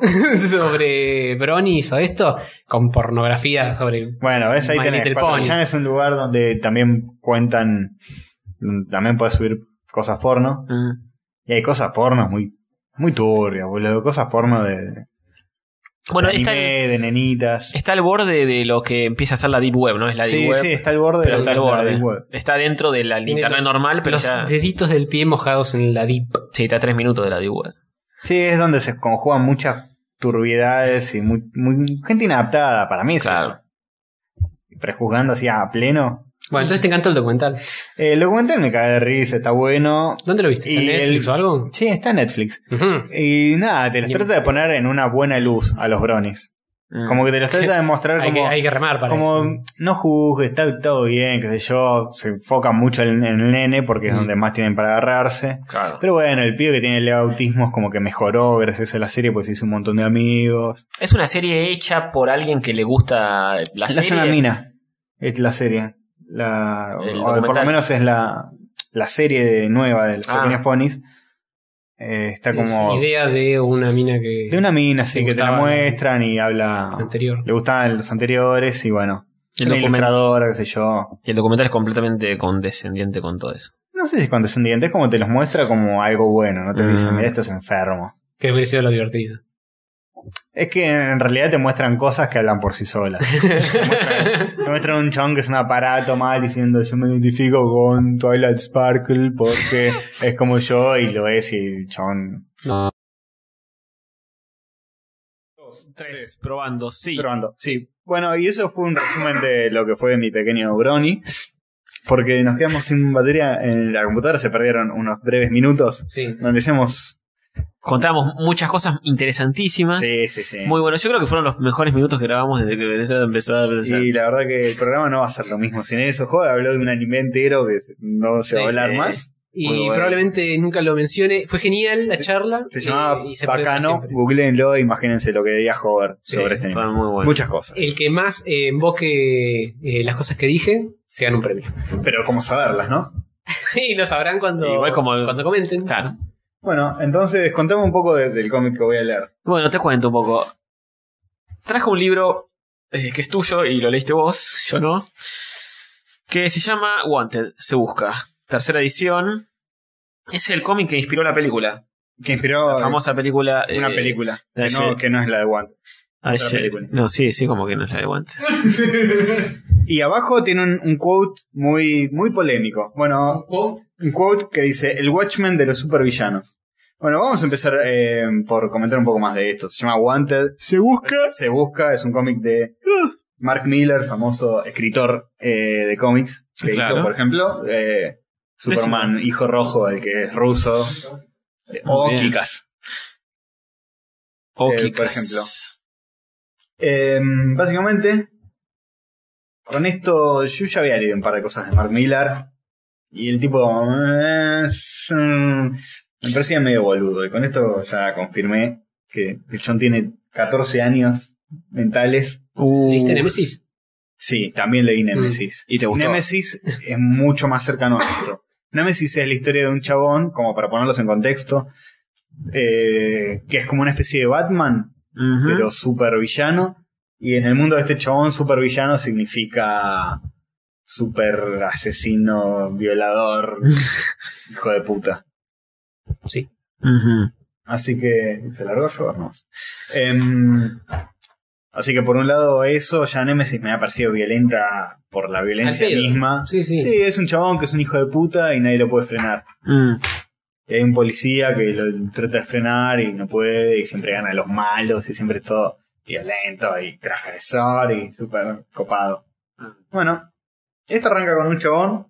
sobre bronis o esto, con pornografía sobre... Bueno, ves, ahí My tenés. Little cuatro Pony. chan es un lugar donde también cuentan, también puedes subir cosas porno. Mm. Y hay cosas porno muy, muy turbias, boludo. Cosas porno de, de Bueno, anime, está, el- de nenitas. está al borde de lo que empieza a ser la Deep Web, ¿no? Es la Deep Sí, Web. sí, está al borde pero de está al la borde. deep web. Está dentro de la Tiene internet los- normal, pero los ya... deditos del pie mojados en la deep. Sí, está a tres minutos de la Deep Web. Sí, es donde se conjugan muchas turbiedades y muy, muy gente inadaptada. Para mí es Claro. eso. Prejuzgando así a pleno. Bueno, entonces te encantó el documental. Eh, el documental me cae de risa, está bueno. ¿Dónde lo viste? ¿Está en Y Netflix el- o algo? Sí, está en Netflix. Ujú. Y nada, te los Y- trata de poner en una buena luz a los bronies. Mm. Como que te los trata de mostrar Hay, como... que, hay que remar para Como eso. no juzgues, está todo bien, qué sé yo. Se enfoca mucho en, en el nene porque es Mm. donde más tienen para agarrarse. Claro. Pero bueno, el pibe que tiene el autismo es como que mejoró gracias a la serie porque se hizo un montón de amigos. Es una serie hecha por alguien que le gusta la La serie. hace una mina. Es la serie. La, El o por lo documental. menos es la, la serie de- nueva de los Ah. pequeños ponis. Eh, está como... Es idea de una mina que... De una mina, sí, Le que te la gustaba la- muestran y habla... anterior. Le gustaban los anteriores y bueno... El Una document- ilustradora, qué sé yo. Y el documental es completamente condescendiente con todo eso. No sé si es condescendiente, es como te los muestra como algo bueno, no te Mm. dicen, mira, esto es enfermo. Que hubiera sido lo divertido. Es que en realidad te muestran cosas que hablan por sí solas. te, muestran, te muestran un chabón que es un aparato mal diciendo yo me identifico con Twilight Sparkle porque es como yo y lo es y el chabón... Tres, probando, sí. Probando, sí. Bueno, y eso fue un resumen de lo que fue mi pequeño Brony. Porque nos quedamos sin batería en la computadora, se perdieron unos breves minutos Sí. donde decíamos... Contamos muchas cosas interesantísimas. Sí, sí, sí. Muy bueno. Yo creo que fueron los mejores minutos que grabamos desde que desde que empezó. Y la verdad que el programa no va a ser lo mismo sin eso. Joder, habló de un anime entero que no se va a Sí, hablar sí. más. Y Muy bueno. probablemente nunca lo mencione. Fue genial la Se- charla. Se y- llamaba y se perdió para Bacano, siempre. googleenlo, imagínense lo que diría Hover Sí, sobre este Fue anime. muy bueno. Muchas cosas. El que más eh, invoque eh, las cosas que dije, se gana un premio. Pero como saberlas, ¿no? Y lo sabrán cuando, Igual como el- cuando comenten. Claro. Bueno, entonces contame un poco de- del cómic que voy a leer. Bueno, te cuento un poco. Traje un libro eh, que es tuyo y lo leíste vos, yo no. Que se llama Wanted, se busca. Tercera edición. Es el cómic que inspiró la película. Que inspiró La famosa película. una eh, película. de Que no, ayer. que no es la de One. ayer. otra película. No, sí, sí, como que no es la de Wanted. Y abajo tiene un, un quote muy, muy polémico. Bueno, un quote que dice: el Watchmen de los supervillanos. Bueno, vamos a empezar eh, por comentar un poco más de esto. Se llama Wanted. Se busca. Se busca, es un cómic de Mark Miller, famoso escritor eh, de cómics. Que Claro. hizo, por ejemplo, eh, Superman, Hijo Rojo, el que es ruso. eh, o Muy bien. Kikas. O Eh, Kikas. por ejemplo. Eh, básicamente, con esto yo ya había leído un par de cosas de Mark Millar y el tipo eh, es, mm, me parecía medio boludo y con esto ya confirmé que el John tiene catorce años mentales. Uh, ¿Viste Nemesis? Sí, también leí Nemesis. ¿Y te gustó? Nemesis es mucho más cercano a esto. Nemesis es la historia de un chabón, como para ponerlos en contexto, eh, que es como una especie de Batman, Ujú. pero super villano. Y en el mundo de este chabón, super villano significa super asesino, violador, hijo de puta. Sí. Ujú. Así que se largó yo, no. Em, así que por un lado eso, ya Nemesis me ha parecido violenta por la violencia Al pedo. misma. Sí, sí. Sí, es un chabón que es un hijo de puta y nadie lo puede frenar. Mm. Y hay un policía que lo trata de frenar y no puede, y siempre gana a los malos, y siempre es todo violento y transgresor y súper copado. Bueno, esto arranca con un chabón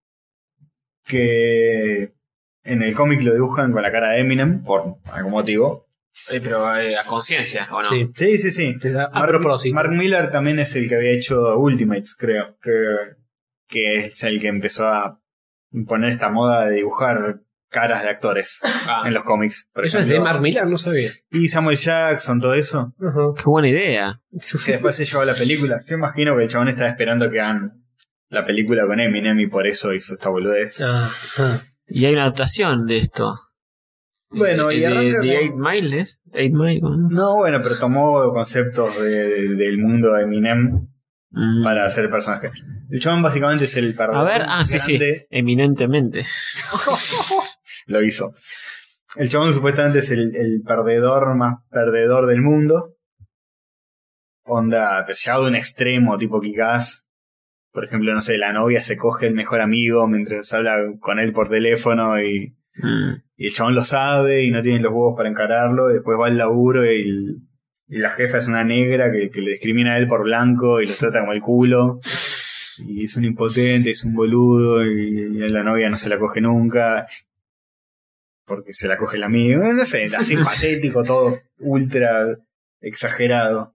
que en el cómic lo dibujan con la cara de Eminem, por algún motivo. Eh, pero eh, a conciencia, ¿o no? Sí. Sí, sí, sí. A Mark, propósito. Mark Millar también es el que había hecho Ultimates, creo. Que, que es el que empezó a poner esta moda de dibujar caras de actores Ah, en los cómics. Por ¿Eso es ejemplo. de Mark Millar? No sabía. Y Samuel Jackson, todo eso. Ajá. qué buena idea. Que después se llevó a la película. Yo imagino que el chabón estaba esperando que hagan la película con Eminem y por eso hizo esta boludez. Ah, ajá. Y hay una adaptación de esto. Bueno, y de, arranca de con- Eight Mile, ¿es? Eight Mile, ¿no? No, bueno, pero tomó conceptos de- del mundo de Eminem Mm. para hacer el personaje. El chabón básicamente es el perdedor A ver, ah, sí, sí, grande. eminentemente. Lo hizo. El chabón supuestamente es el, el perdedor más perdedor del mundo. Onda, pero llegado a un extremo, tipo Kikaz. Por ejemplo, no sé, la novia se coge el mejor amigo mientras habla con él por teléfono y, Mm. y el chabón lo sabe y no tiene los huevos para encararlo. Y después va al laburo y Y la jefa es una negra que, que le discrimina a él por blanco y lo trata como el culo. Y es un impotente, es un boludo y, y la novia no se la coge nunca. Porque se la coge el amigo. No sé, así patético, todo ultra exagerado.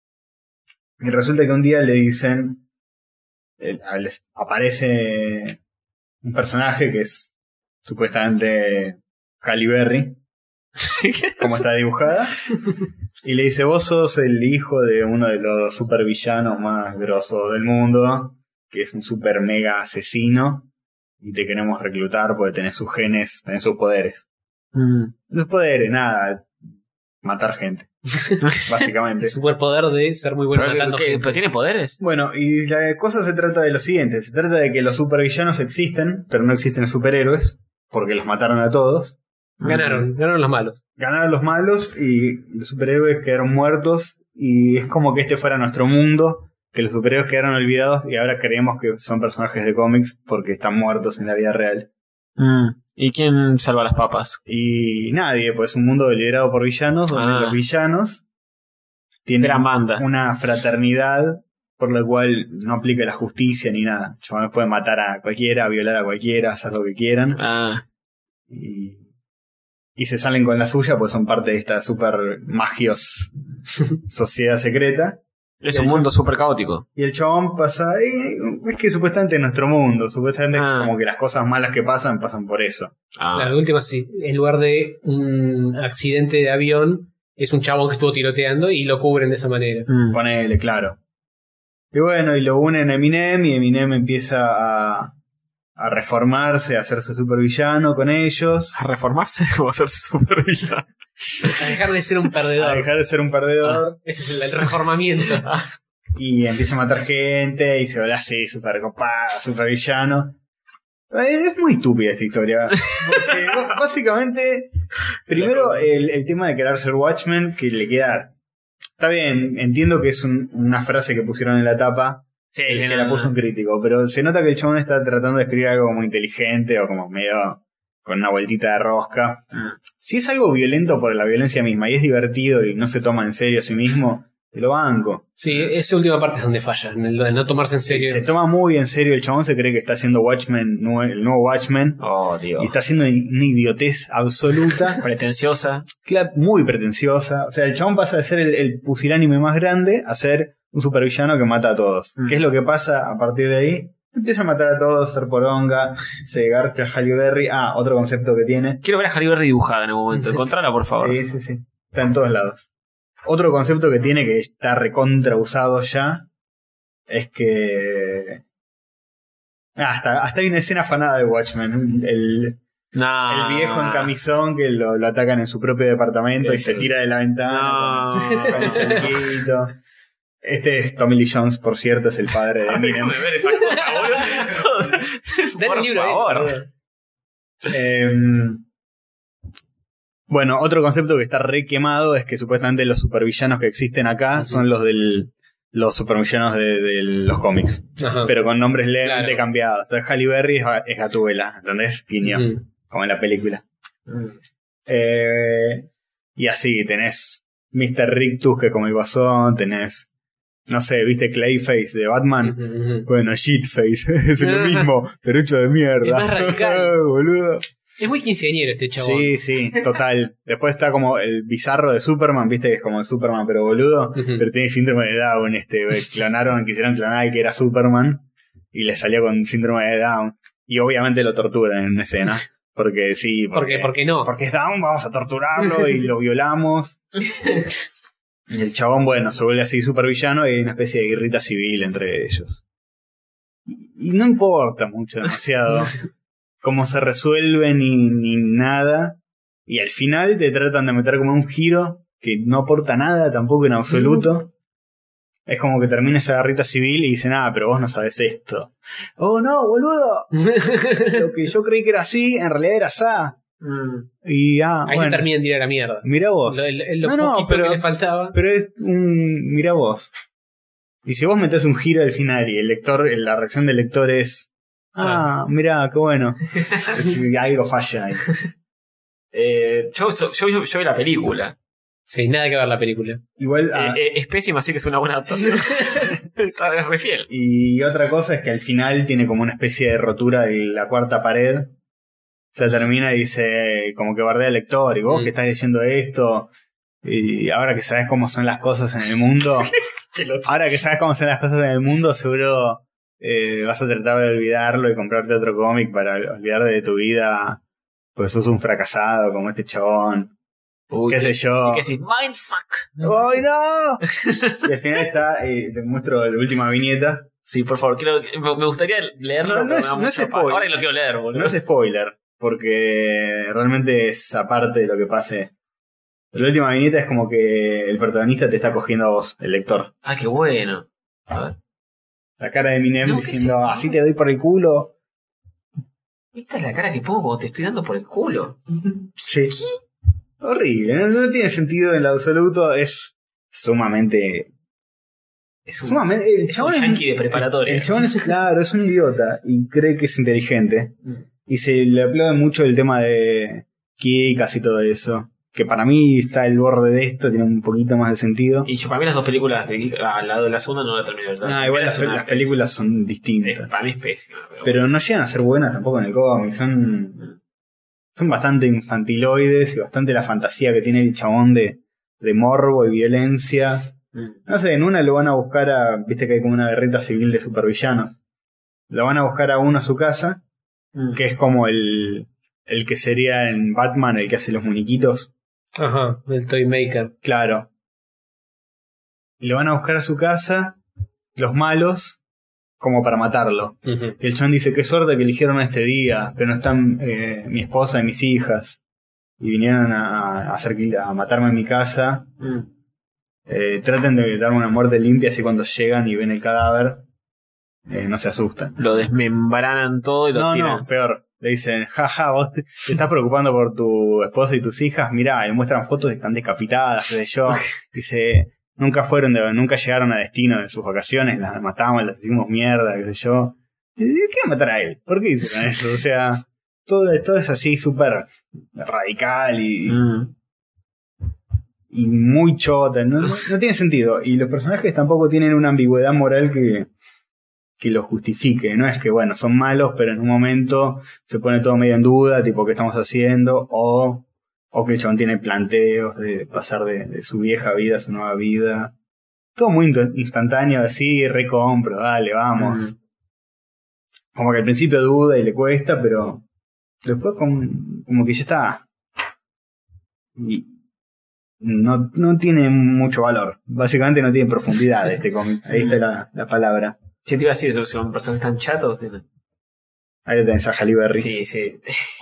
Y resulta que un día le dicen... eh, les aparece un personaje que es supuestamente Halle Berry, como está dibujada, y le dice: vos sos el hijo de uno de los supervillanos más grosos del mundo, que es un super mega asesino, y te queremos reclutar porque tenés sus genes, tenés sus poderes. Mm. Sus poderes, nada, matar gente, básicamente. El superpoder de ser muy bueno ¿Pero, matando qué? gente. ¿Pero tiene poderes? Bueno, y la cosa se trata de lo siguiente. Se trata de que los supervillanos existen, pero no existen los superhéroes, porque los mataron a todos. Ganaron, ganaron los malos. Ganaron los malos y los superhéroes quedaron muertos, y es como que este fuera nuestro mundo, que los superhéroes quedaron olvidados y ahora creemos que son personajes de cómics porque están muertos en la vida real. Mm. ¿Y quién salva las papas? Y nadie, pues es un mundo liderado por villanos, donde Ah. los villanos tienen Gran banda. una fraternidad por la cual no aplica la justicia ni nada. Chavales pueden matar a cualquiera, violar a cualquiera, hacer lo que quieran. Ah. Y, y se salen con la suya, pues son parte de esta super magios sociedad secreta. Es Y un el mundo chabón- súper caótico. Y el chabón pasa ahí, es que supuestamente es nuestro mundo, supuestamente Ah. como que las cosas malas que pasan, pasan por eso. Ah. La última sí, en lugar de un accidente de avión, es un chabón que estuvo tiroteando y lo cubren de esa manera. Mm. Ponele, claro. Y bueno, y lo unen a Eminem, y Eminem empieza a, a reformarse, a hacerse supervillano con ellos, ¿A reformarse o a hacerse súper villano? A dejar de ser un a perdedor. dejar de ser un perdedor, Ese es el, el reformamiento. y empieza a matar gente, y se vuelve así, super copado, super villano. Es muy estúpida esta historia, porque b- básicamente, primero el, el tema de querer ser Watchmen, que le queda... Está bien, entiendo que es un- una frase que pusieron en la tapa, Sí, el sí, que no, la no, puso no. un crítico, pero se nota que el chabón está tratando de escribir algo como inteligente o como medio con una vueltita de rosca. Mm. Si es algo violento por la violencia misma y es divertido y no se toma en serio a sí mismo, te lo banco. Sí, esa última parte es donde falla, en lo de no tomarse en serio. Se toma muy en serio, el chabón se cree que está haciendo Watchmen, nue- el nuevo Watchmen, Oh, Dios. y está haciendo una idiotez absoluta, Pretenciosa. cla- muy pretenciosa. O sea, el chabón pasa de ser el, el pusilánime más grande a ser un supervillano que mata a todos. Mm. ¿Qué es lo que pasa a partir de ahí? Empieza a matar a todos, ser poronga, se garcha a Halle Berry. Ah, otro concepto que tiene. Quiero ver a Halle Berry dibujada en algún momento. Encontrala, por favor. Sí, sí, sí. Está en todos lados. Otro concepto que tiene, que está recontra usado ya, es que... Ah, hasta, hasta hay una escena afanada de Watchmen. El, No. el viejo en camisón que lo, lo atacan en su propio departamento y se tira de la ventana No. con, con el chalequito. Este es Tommy Lee Jones, por cierto, es el padre de Eminem. Déjame ver esa cosa, boludo. Dale Por el libro ahí, favor. boludo. Em, bueno, otro concepto que está re quemado es que supuestamente los supervillanos que existen acá son los del los supervillanos de, de los cómics, Ajá. pero con nombres levemente Claro. cambiados. Entonces Halle Berry es, es Gatúbela, ¿entendés? Guiño, Ujú. como en la película. Mm. Eh, y así, tenés mister Rictus, que es como el Guasón, tenés, no sé, ¿viste Clayface de Batman? Ujú, ujú. Bueno, Shitface, es lo mismo, pero hecho de mierda. Es más radical. Boludo. Es muy quinceañero este chabón. Sí, sí, total. Después está como el bizarro de Superman, viste que es como el Superman pero boludo, Ujú. pero tiene síndrome de Down, este, clonaron, quisieron clonar al que era Superman y le salió con síndrome de Down. Y obviamente lo torturan en una escena, porque sí, ¿Por qué? ¿Por qué no? porque es Down, vamos a torturarlo y lo violamos. Y el chabón, bueno, se vuelve así supervillano y hay una especie de guerrita civil entre ellos. Y no importa mucho, demasiado cómo se resuelve ni, ni nada. Y al final te tratan de meter como un giro que no aporta nada tampoco en absoluto. Es como que termina esa guerrita civil y dicen, ah, pero vos no sabés esto. Oh, no, boludo. Lo que yo creí que era así, en realidad era asá. Y ah, Ahí bueno, se termina de tirar a mierda. mirá vos. Lo, el- lo No, no, poquito pero- que le faltaba. Pero es un... Mirá vos. Y si vos metés un giro al final y el lector, la reacción del lector es... Ah, mirá, qué bueno. Es- algo falla ahí. Eh, yo, yo, yo, yo vi la película. Sí, nada que ver la película. Igual, ah, Eh, eh, es pésima, así que es una buena adaptación. Está es re fiel. y otra cosa es que al final tiene como una especie de rotura de la cuarta pared. O sea, termina y dice, como que bardea al lector, y vos Mm. que estás leyendo esto, y ahora que sabes cómo son las cosas en el mundo, ahora que sabes cómo son las cosas en el mundo, seguro eh, vas a tratar de olvidarlo y comprarte otro cómic para olvidar de tu vida, pues sos un fracasado como este chabón, Uy, qué sé yo. Y que sí, mindfuck. ¡Ay, no! Y al final está, eh, te muestro la última viñeta. Sí, por favor, quiero, me me gustaría leerlo. No, no pero es- me da no es mucha paja. spoiler. Ahora lo quiero leer, boludo. No es spoiler, porque realmente es aparte de lo que pase. La última viñeta es como que el protagonista te está cogiendo a vos, el lector. Ah, qué bueno. A ver. La cara de Eminem No, ¿qué diciendo, sé? así te doy por el culo. Esta es la cara que pongo cuando te estoy dando por el culo. Sí. Horrible, no, no tiene sentido en lo absoluto, es sumamente... Es un, sumamente el es chabón un es- yankee de preparatoria. El chabón es, claro, es un idiota y cree que es inteligente. Mm. Y se le aplaude mucho el tema de Kikas y todo eso. Que para mí está el borde de esto, tiene un poquito más de sentido. Y yo, para mí las dos películas, de- al lado de la segunda no la terminé de ver. Ah, igual las, Es una las pes- películas son es- distintas. Para mí es pésima. Pero, Pero no llegan a ser buenas tampoco en el cómic. Son, son bastante infantiloides y bastante la fantasía que tiene el chabón de, de morbo y violencia. Mm. No sé, en una lo van a buscar a... Viste que hay como una guerrita civil de supervillanos. Lo van a buscar a uno a su casa, Mm. que es como el, el que sería en Batman, el que hace los muñequitos. Ajá, el Toy Maker. Claro. Y lo van a buscar a su casa, los malos, como para matarlo. Ujú. Y el chabón dice, qué suerte que eligieron este día, que no están eh, mi esposa y mis hijas. Y vinieron a, a, hacer, a matarme en mi casa. Mm. Eh, traten de darme una muerte limpia, así cuando llegan y ven el cadáver, eh, no se asustan. Lo desmembranan todo y lo No, tiran. no, peor. Le dicen, jaja, vos te, te estás preocupando por tu esposa y tus hijas. Mirá, y muestran fotos de que están decapitadas, qué sé yo. Dice, nunca fueron, de, nunca llegaron a destino de sus vacaciones, las matamos, las hicimos mierda, qué sé yo. ¿Y qué va a matar a él? ¿Por qué hicieron eso? O sea, todo, todo es así súper radical y, Mm. y muy chota. No, no, no tiene sentido. Y los personajes tampoco tienen una ambigüedad moral que, que lo justifique. No es que, bueno, son malos, pero en un momento se pone todo medio en duda, tipo, ¿qué estamos haciendo? O, o que el chabón tiene planteos de pasar de, de su vieja vida a su nueva vida. Todo muy inst- instantáneo, así, recompro, dale, vamos. Mm. Como que al principio duda y le cuesta, pero después como, como que ya está. Y no, no tiene mucho valor. Básicamente no tiene profundidad este cómic. Ahí está la, la palabra. ¿Qué te iba a decir? ¿Son- ¿Son personas tan chatos? Ahí lo tenés a Halle Berry. Sí, sí.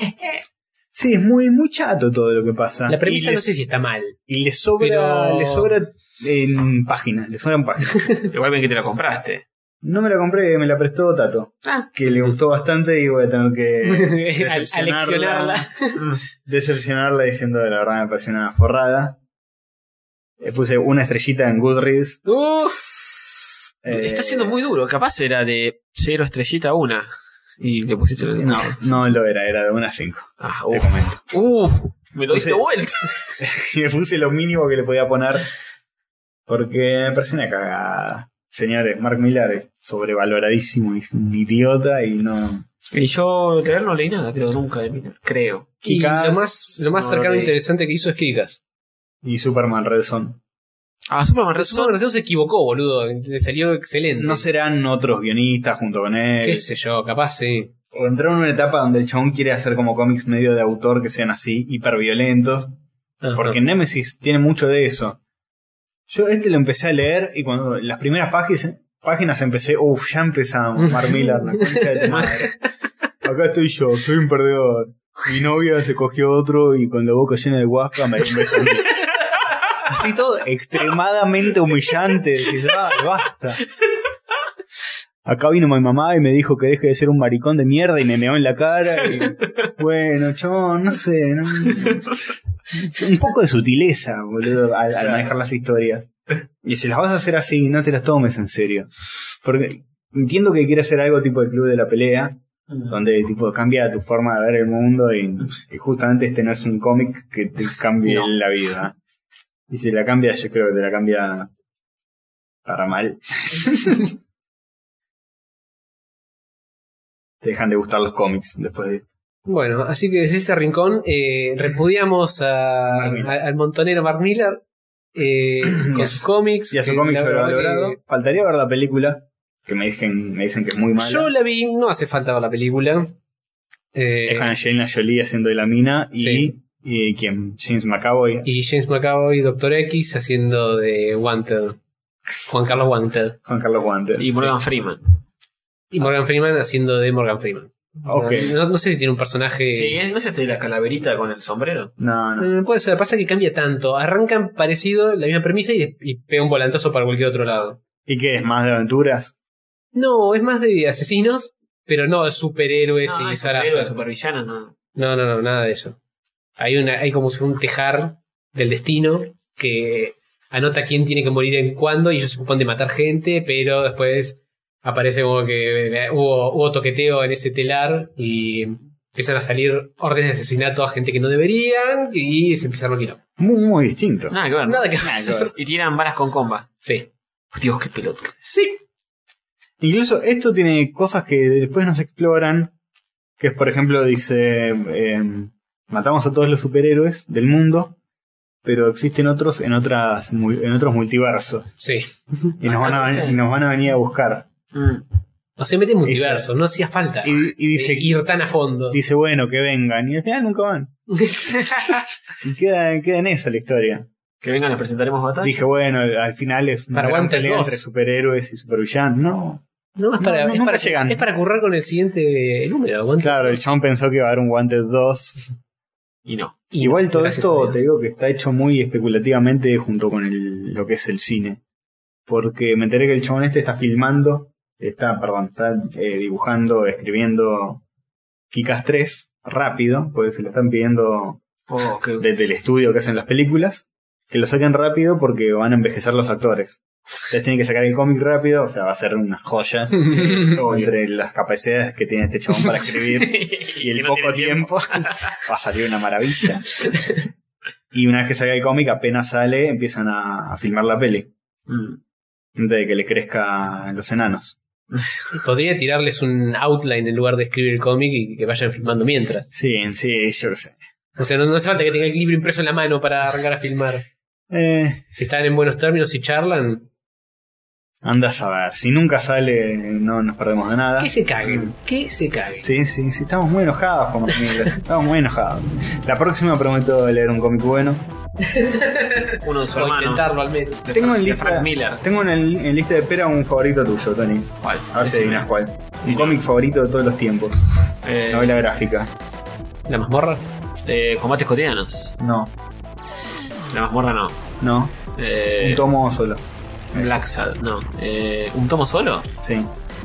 Sí, es muy, muy chato todo lo que pasa. La premisa y no les- sé si está mal. Y le sobra, pero- le sobra en páginas, le sobran páginas. Igual bien que te lo compraste. No me la compré, me la prestó Tato, Ah. que le gustó bastante y voy a tener que Al- Aleccionarla. decepcionarla diciendo que la verdad me pareció una forrada. Le puse una estrellita en Goodreads. Uf. Eh, Está siendo muy duro. Capaz era de cero estrellita a una. Y le pusiste lo No, no lo era, era de una a cinco. Ah, Te uf. comento. Uf, me lo diste Puse- vuelta. Y le puse lo mínimo que le podía poner porque me pareció una cagada. Señores, Mark Millar es sobrevaloradísimo, es un idiota y no... Y yo de él no leí nada, creo, nunca de Miller. Creo. Y Kick-Ass, lo más, lo más no cercano e leí. interesante que hizo es Kikas. Y Superman Red Son. Ah, Superman Red Superman Son. Red Son se equivocó, boludo. Le salió excelente. No serán otros guionistas junto con él. Qué sé yo, capaz sí. O entraron en una etapa donde el chabón quiere hacer como cómics medio de autor que sean así, hiperviolentos. Ajá. Porque Nemesis tiene mucho de eso. Yo este lo empecé a leer y cuando las primeras páginas, páginas empecé, uff, ya empezamos, Mark Millar, la concha de tu madre. Acá estoy yo, soy un perdedor. Mi novia se cogió otro y con la boca llena de guasca me dio un beso a mí. Así todo extremadamente humillante. Decís, dale, basta. Acá vino mi mamá y me dijo que deje de ser un maricón de mierda y me meó en la cara. Y, bueno, chabón, no sé. No, un poco de sutileza, boludo, al, al manejar las historias. Y si las vas a hacer así, no te las tomes en serio. Porque entiendo que quiere hacer algo tipo el Club de la Pelea, donde tipo cambia tu forma de ver el mundo y, y justamente este no es un cómic que te cambie No. la vida. Y si la cambia, yo creo que te la cambia para mal. Te dejan de gustar los cómics después de esto. Bueno, así que desde este rincón eh, repudiamos a, a, al montonero Mark Millar eh, con sus cómics. Y a su que cómic la verdad sobrevalorado. que- Faltaría ver la película, que me dicen, me dicen que es muy mala. Yo la vi, no hace falta ver la película. Eh, Es con Angelina Jolie haciendo de la mina y, Sí. y ¿quién? James McAvoy. y James McAvoy y Doctor X haciendo de Wanted. Juan Carlos Wanted. Juan Carlos Wanted. Y Morgan sí. Freeman. Y Morgan Freeman haciendo de Morgan Freeman. Ok. No, no sé si tiene un personaje. Sí, ¿es- ¿no es este de la calaverita con el sombrero? No, no. Eh, Puede ser, pasa que cambia tanto. Arrancan parecido, la misma premisa y, y pega un volantazo para cualquier otro lado. ¿Y qué es? ¿Más de aventuras? No, es más de asesinos, pero no de superhéroes No, y es zaraza. superhéroe, supervillano, no. No, no, no, nada de eso. Hay una, hay como si fuera un tejar del destino que anota quién tiene que morir en cuándo y ellos se ocupan de matar gente, pero después aparece como que eh, hubo, hubo toqueteo en ese telar y empiezan a salir órdenes de asesinato a gente que no deberían y se empiezan a quilombo. Muy, muy distinto. Nada que ver. ¿no? Nada que Nada que ver. Y tiran balas con comba. Sí. Dios, qué pelota. Sí. Incluso esto tiene cosas que después no se exploran. Que es, por ejemplo, dice... eh, matamos a todos los superhéroes del mundo, pero existen otros en otras mu- en otros multiversos. Sí. Y nos van a, Ajá, ven- sí. y nos van a venir a buscar. Mm. O sea, mete multiverso, no hacía falta Y, y dice, eh, ir tan a fondo. dice, bueno, que vengan. Y al final nunca van. Y queda, queda en eso la historia. Que vengan, les presentaremos batalla. Dije, bueno, al final es una Para gran Wanted pelea dos. entre superhéroes y supervillanos. No. No, es para, No, no, es, nunca para llegan. es para currar con el siguiente número. Wanted. Claro, el chabón pensó que iba a haber un Wanted dos. Y no. Y Igual no, todo gracias a esto Dios. te digo que está hecho muy especulativamente junto con el, lo que es el cine. Porque me enteré que el chabón este está filmando, está, perdón, está eh, dibujando, escribiendo Kick-Ass tres rápido, porque se lo están pidiendo Oh, qué... desde el estudio que hacen las películas, que lo saquen rápido porque van a envejecer los actores. Entonces tienen que sacar el cómic rápido, o sea, va a ser una joya. Entre las capacidades que tiene este chabón para escribir y el Que no poco tiene tiempo, va a salir una maravilla. Y una vez que salga el cómic, apenas sale, empiezan a, a filmar la peli. Mm. Antes de que le crezcan los enanos. Podría tirarles un outline en lugar de escribir el cómic y que vayan filmando mientras. Sí, en sí, yo qué sé. O sea, no, no hace falta que tenga el libro impreso en la mano para arrancar a filmar. Eh, Si están en buenos términos y charlan, anda a saber. Si nunca sale, no nos perdemos de nada. que se caguen. Que se caguen. Sí, sí, sí, estamos muy enojados con los Miller. Estamos muy enojados. La próxima prometo leer un cómic bueno. Uno de su O hermano. intentarlo al menos. De, Tengo Fra- en de lista, Frank Miller. tengo en, el, en lista de espera un favorito tuyo, Tony. ¿Cuál? A ver si Decime. adivinas cuál. Un Y no. cómic favorito de todos los tiempos. Eh, Novela gráfica. ¿La mazmorra? eh, combates cotidianos. No, La mazmorra no. no. Eh, Un tomo solo. Black Sad, no. Eh, ¿Un tomo solo? Sí,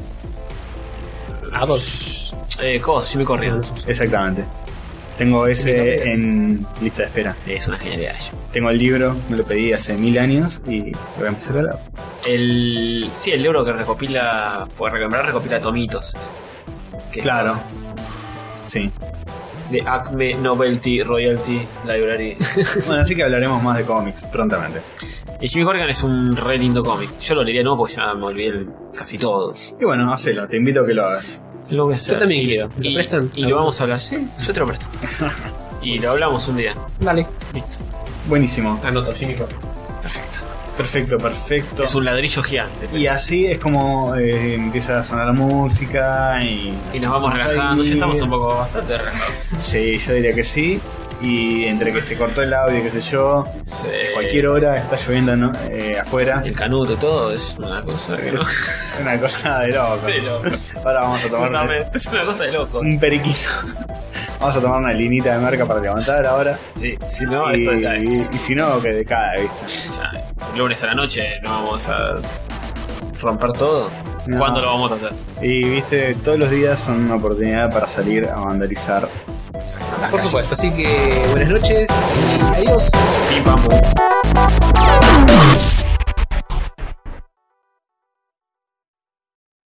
Adolf. Eh, Cos, Jimmy Corrigan. exactamente. Tengo ese en lista de espera. Es una genialidad. Tengo el libro, me lo pedí hace mil años y lo voy a empezar a leer. El, sí, el libro que recopila, por recomendar, recopila tomitos. Que Claro. Sí. De Acme Novelty Royalty Library. Bueno, así que hablaremos más de cómics prontamente. Y Jimmy Corrigan es un re lindo cómic. Yo lo leería no porque ya me olvidé el- casi todo. Y bueno, hacelo, te invito a que lo hagas. Lo voy a hacer. Yo también quiero. ¿Me lo Y, prestan? y lo vamos a hablar. Sí, yo te lo presto. Y lo hablamos un día. Dale. Listo. Buenísimo. Anoto, Jimmy Corrigan. Perfecto. Perfecto, perfecto. Es un ladrillo gigante. Y así es como eh, empieza a sonar la música y... Y nos vamos relajando. Ya estamos un poco bastante relajados. Sí, yo diría que sí. Y entre que se cortó el audio, qué sé yo, Sí. cualquier hora está lloviendo, ¿no? eh, afuera. El canuto y todo es una cosa que no. Es una cosa de loco. De loco. Ahora vamos a tomar una- Justamente, es una cosa de loco. un periquito. Vamos a tomar una linita de marca para levantar ahora. Sí, si no, y, esto cae. y, y si no, que decae, ¿viste? Ya, el lunes a la noche no vamos a romper todo. No. ¿Cuándo lo vamos a hacer? Y viste, todos los días son una oportunidad para salir a vandalizar. las Por calles. supuesto. Así que buenas noches y adiós. Pim pam pum.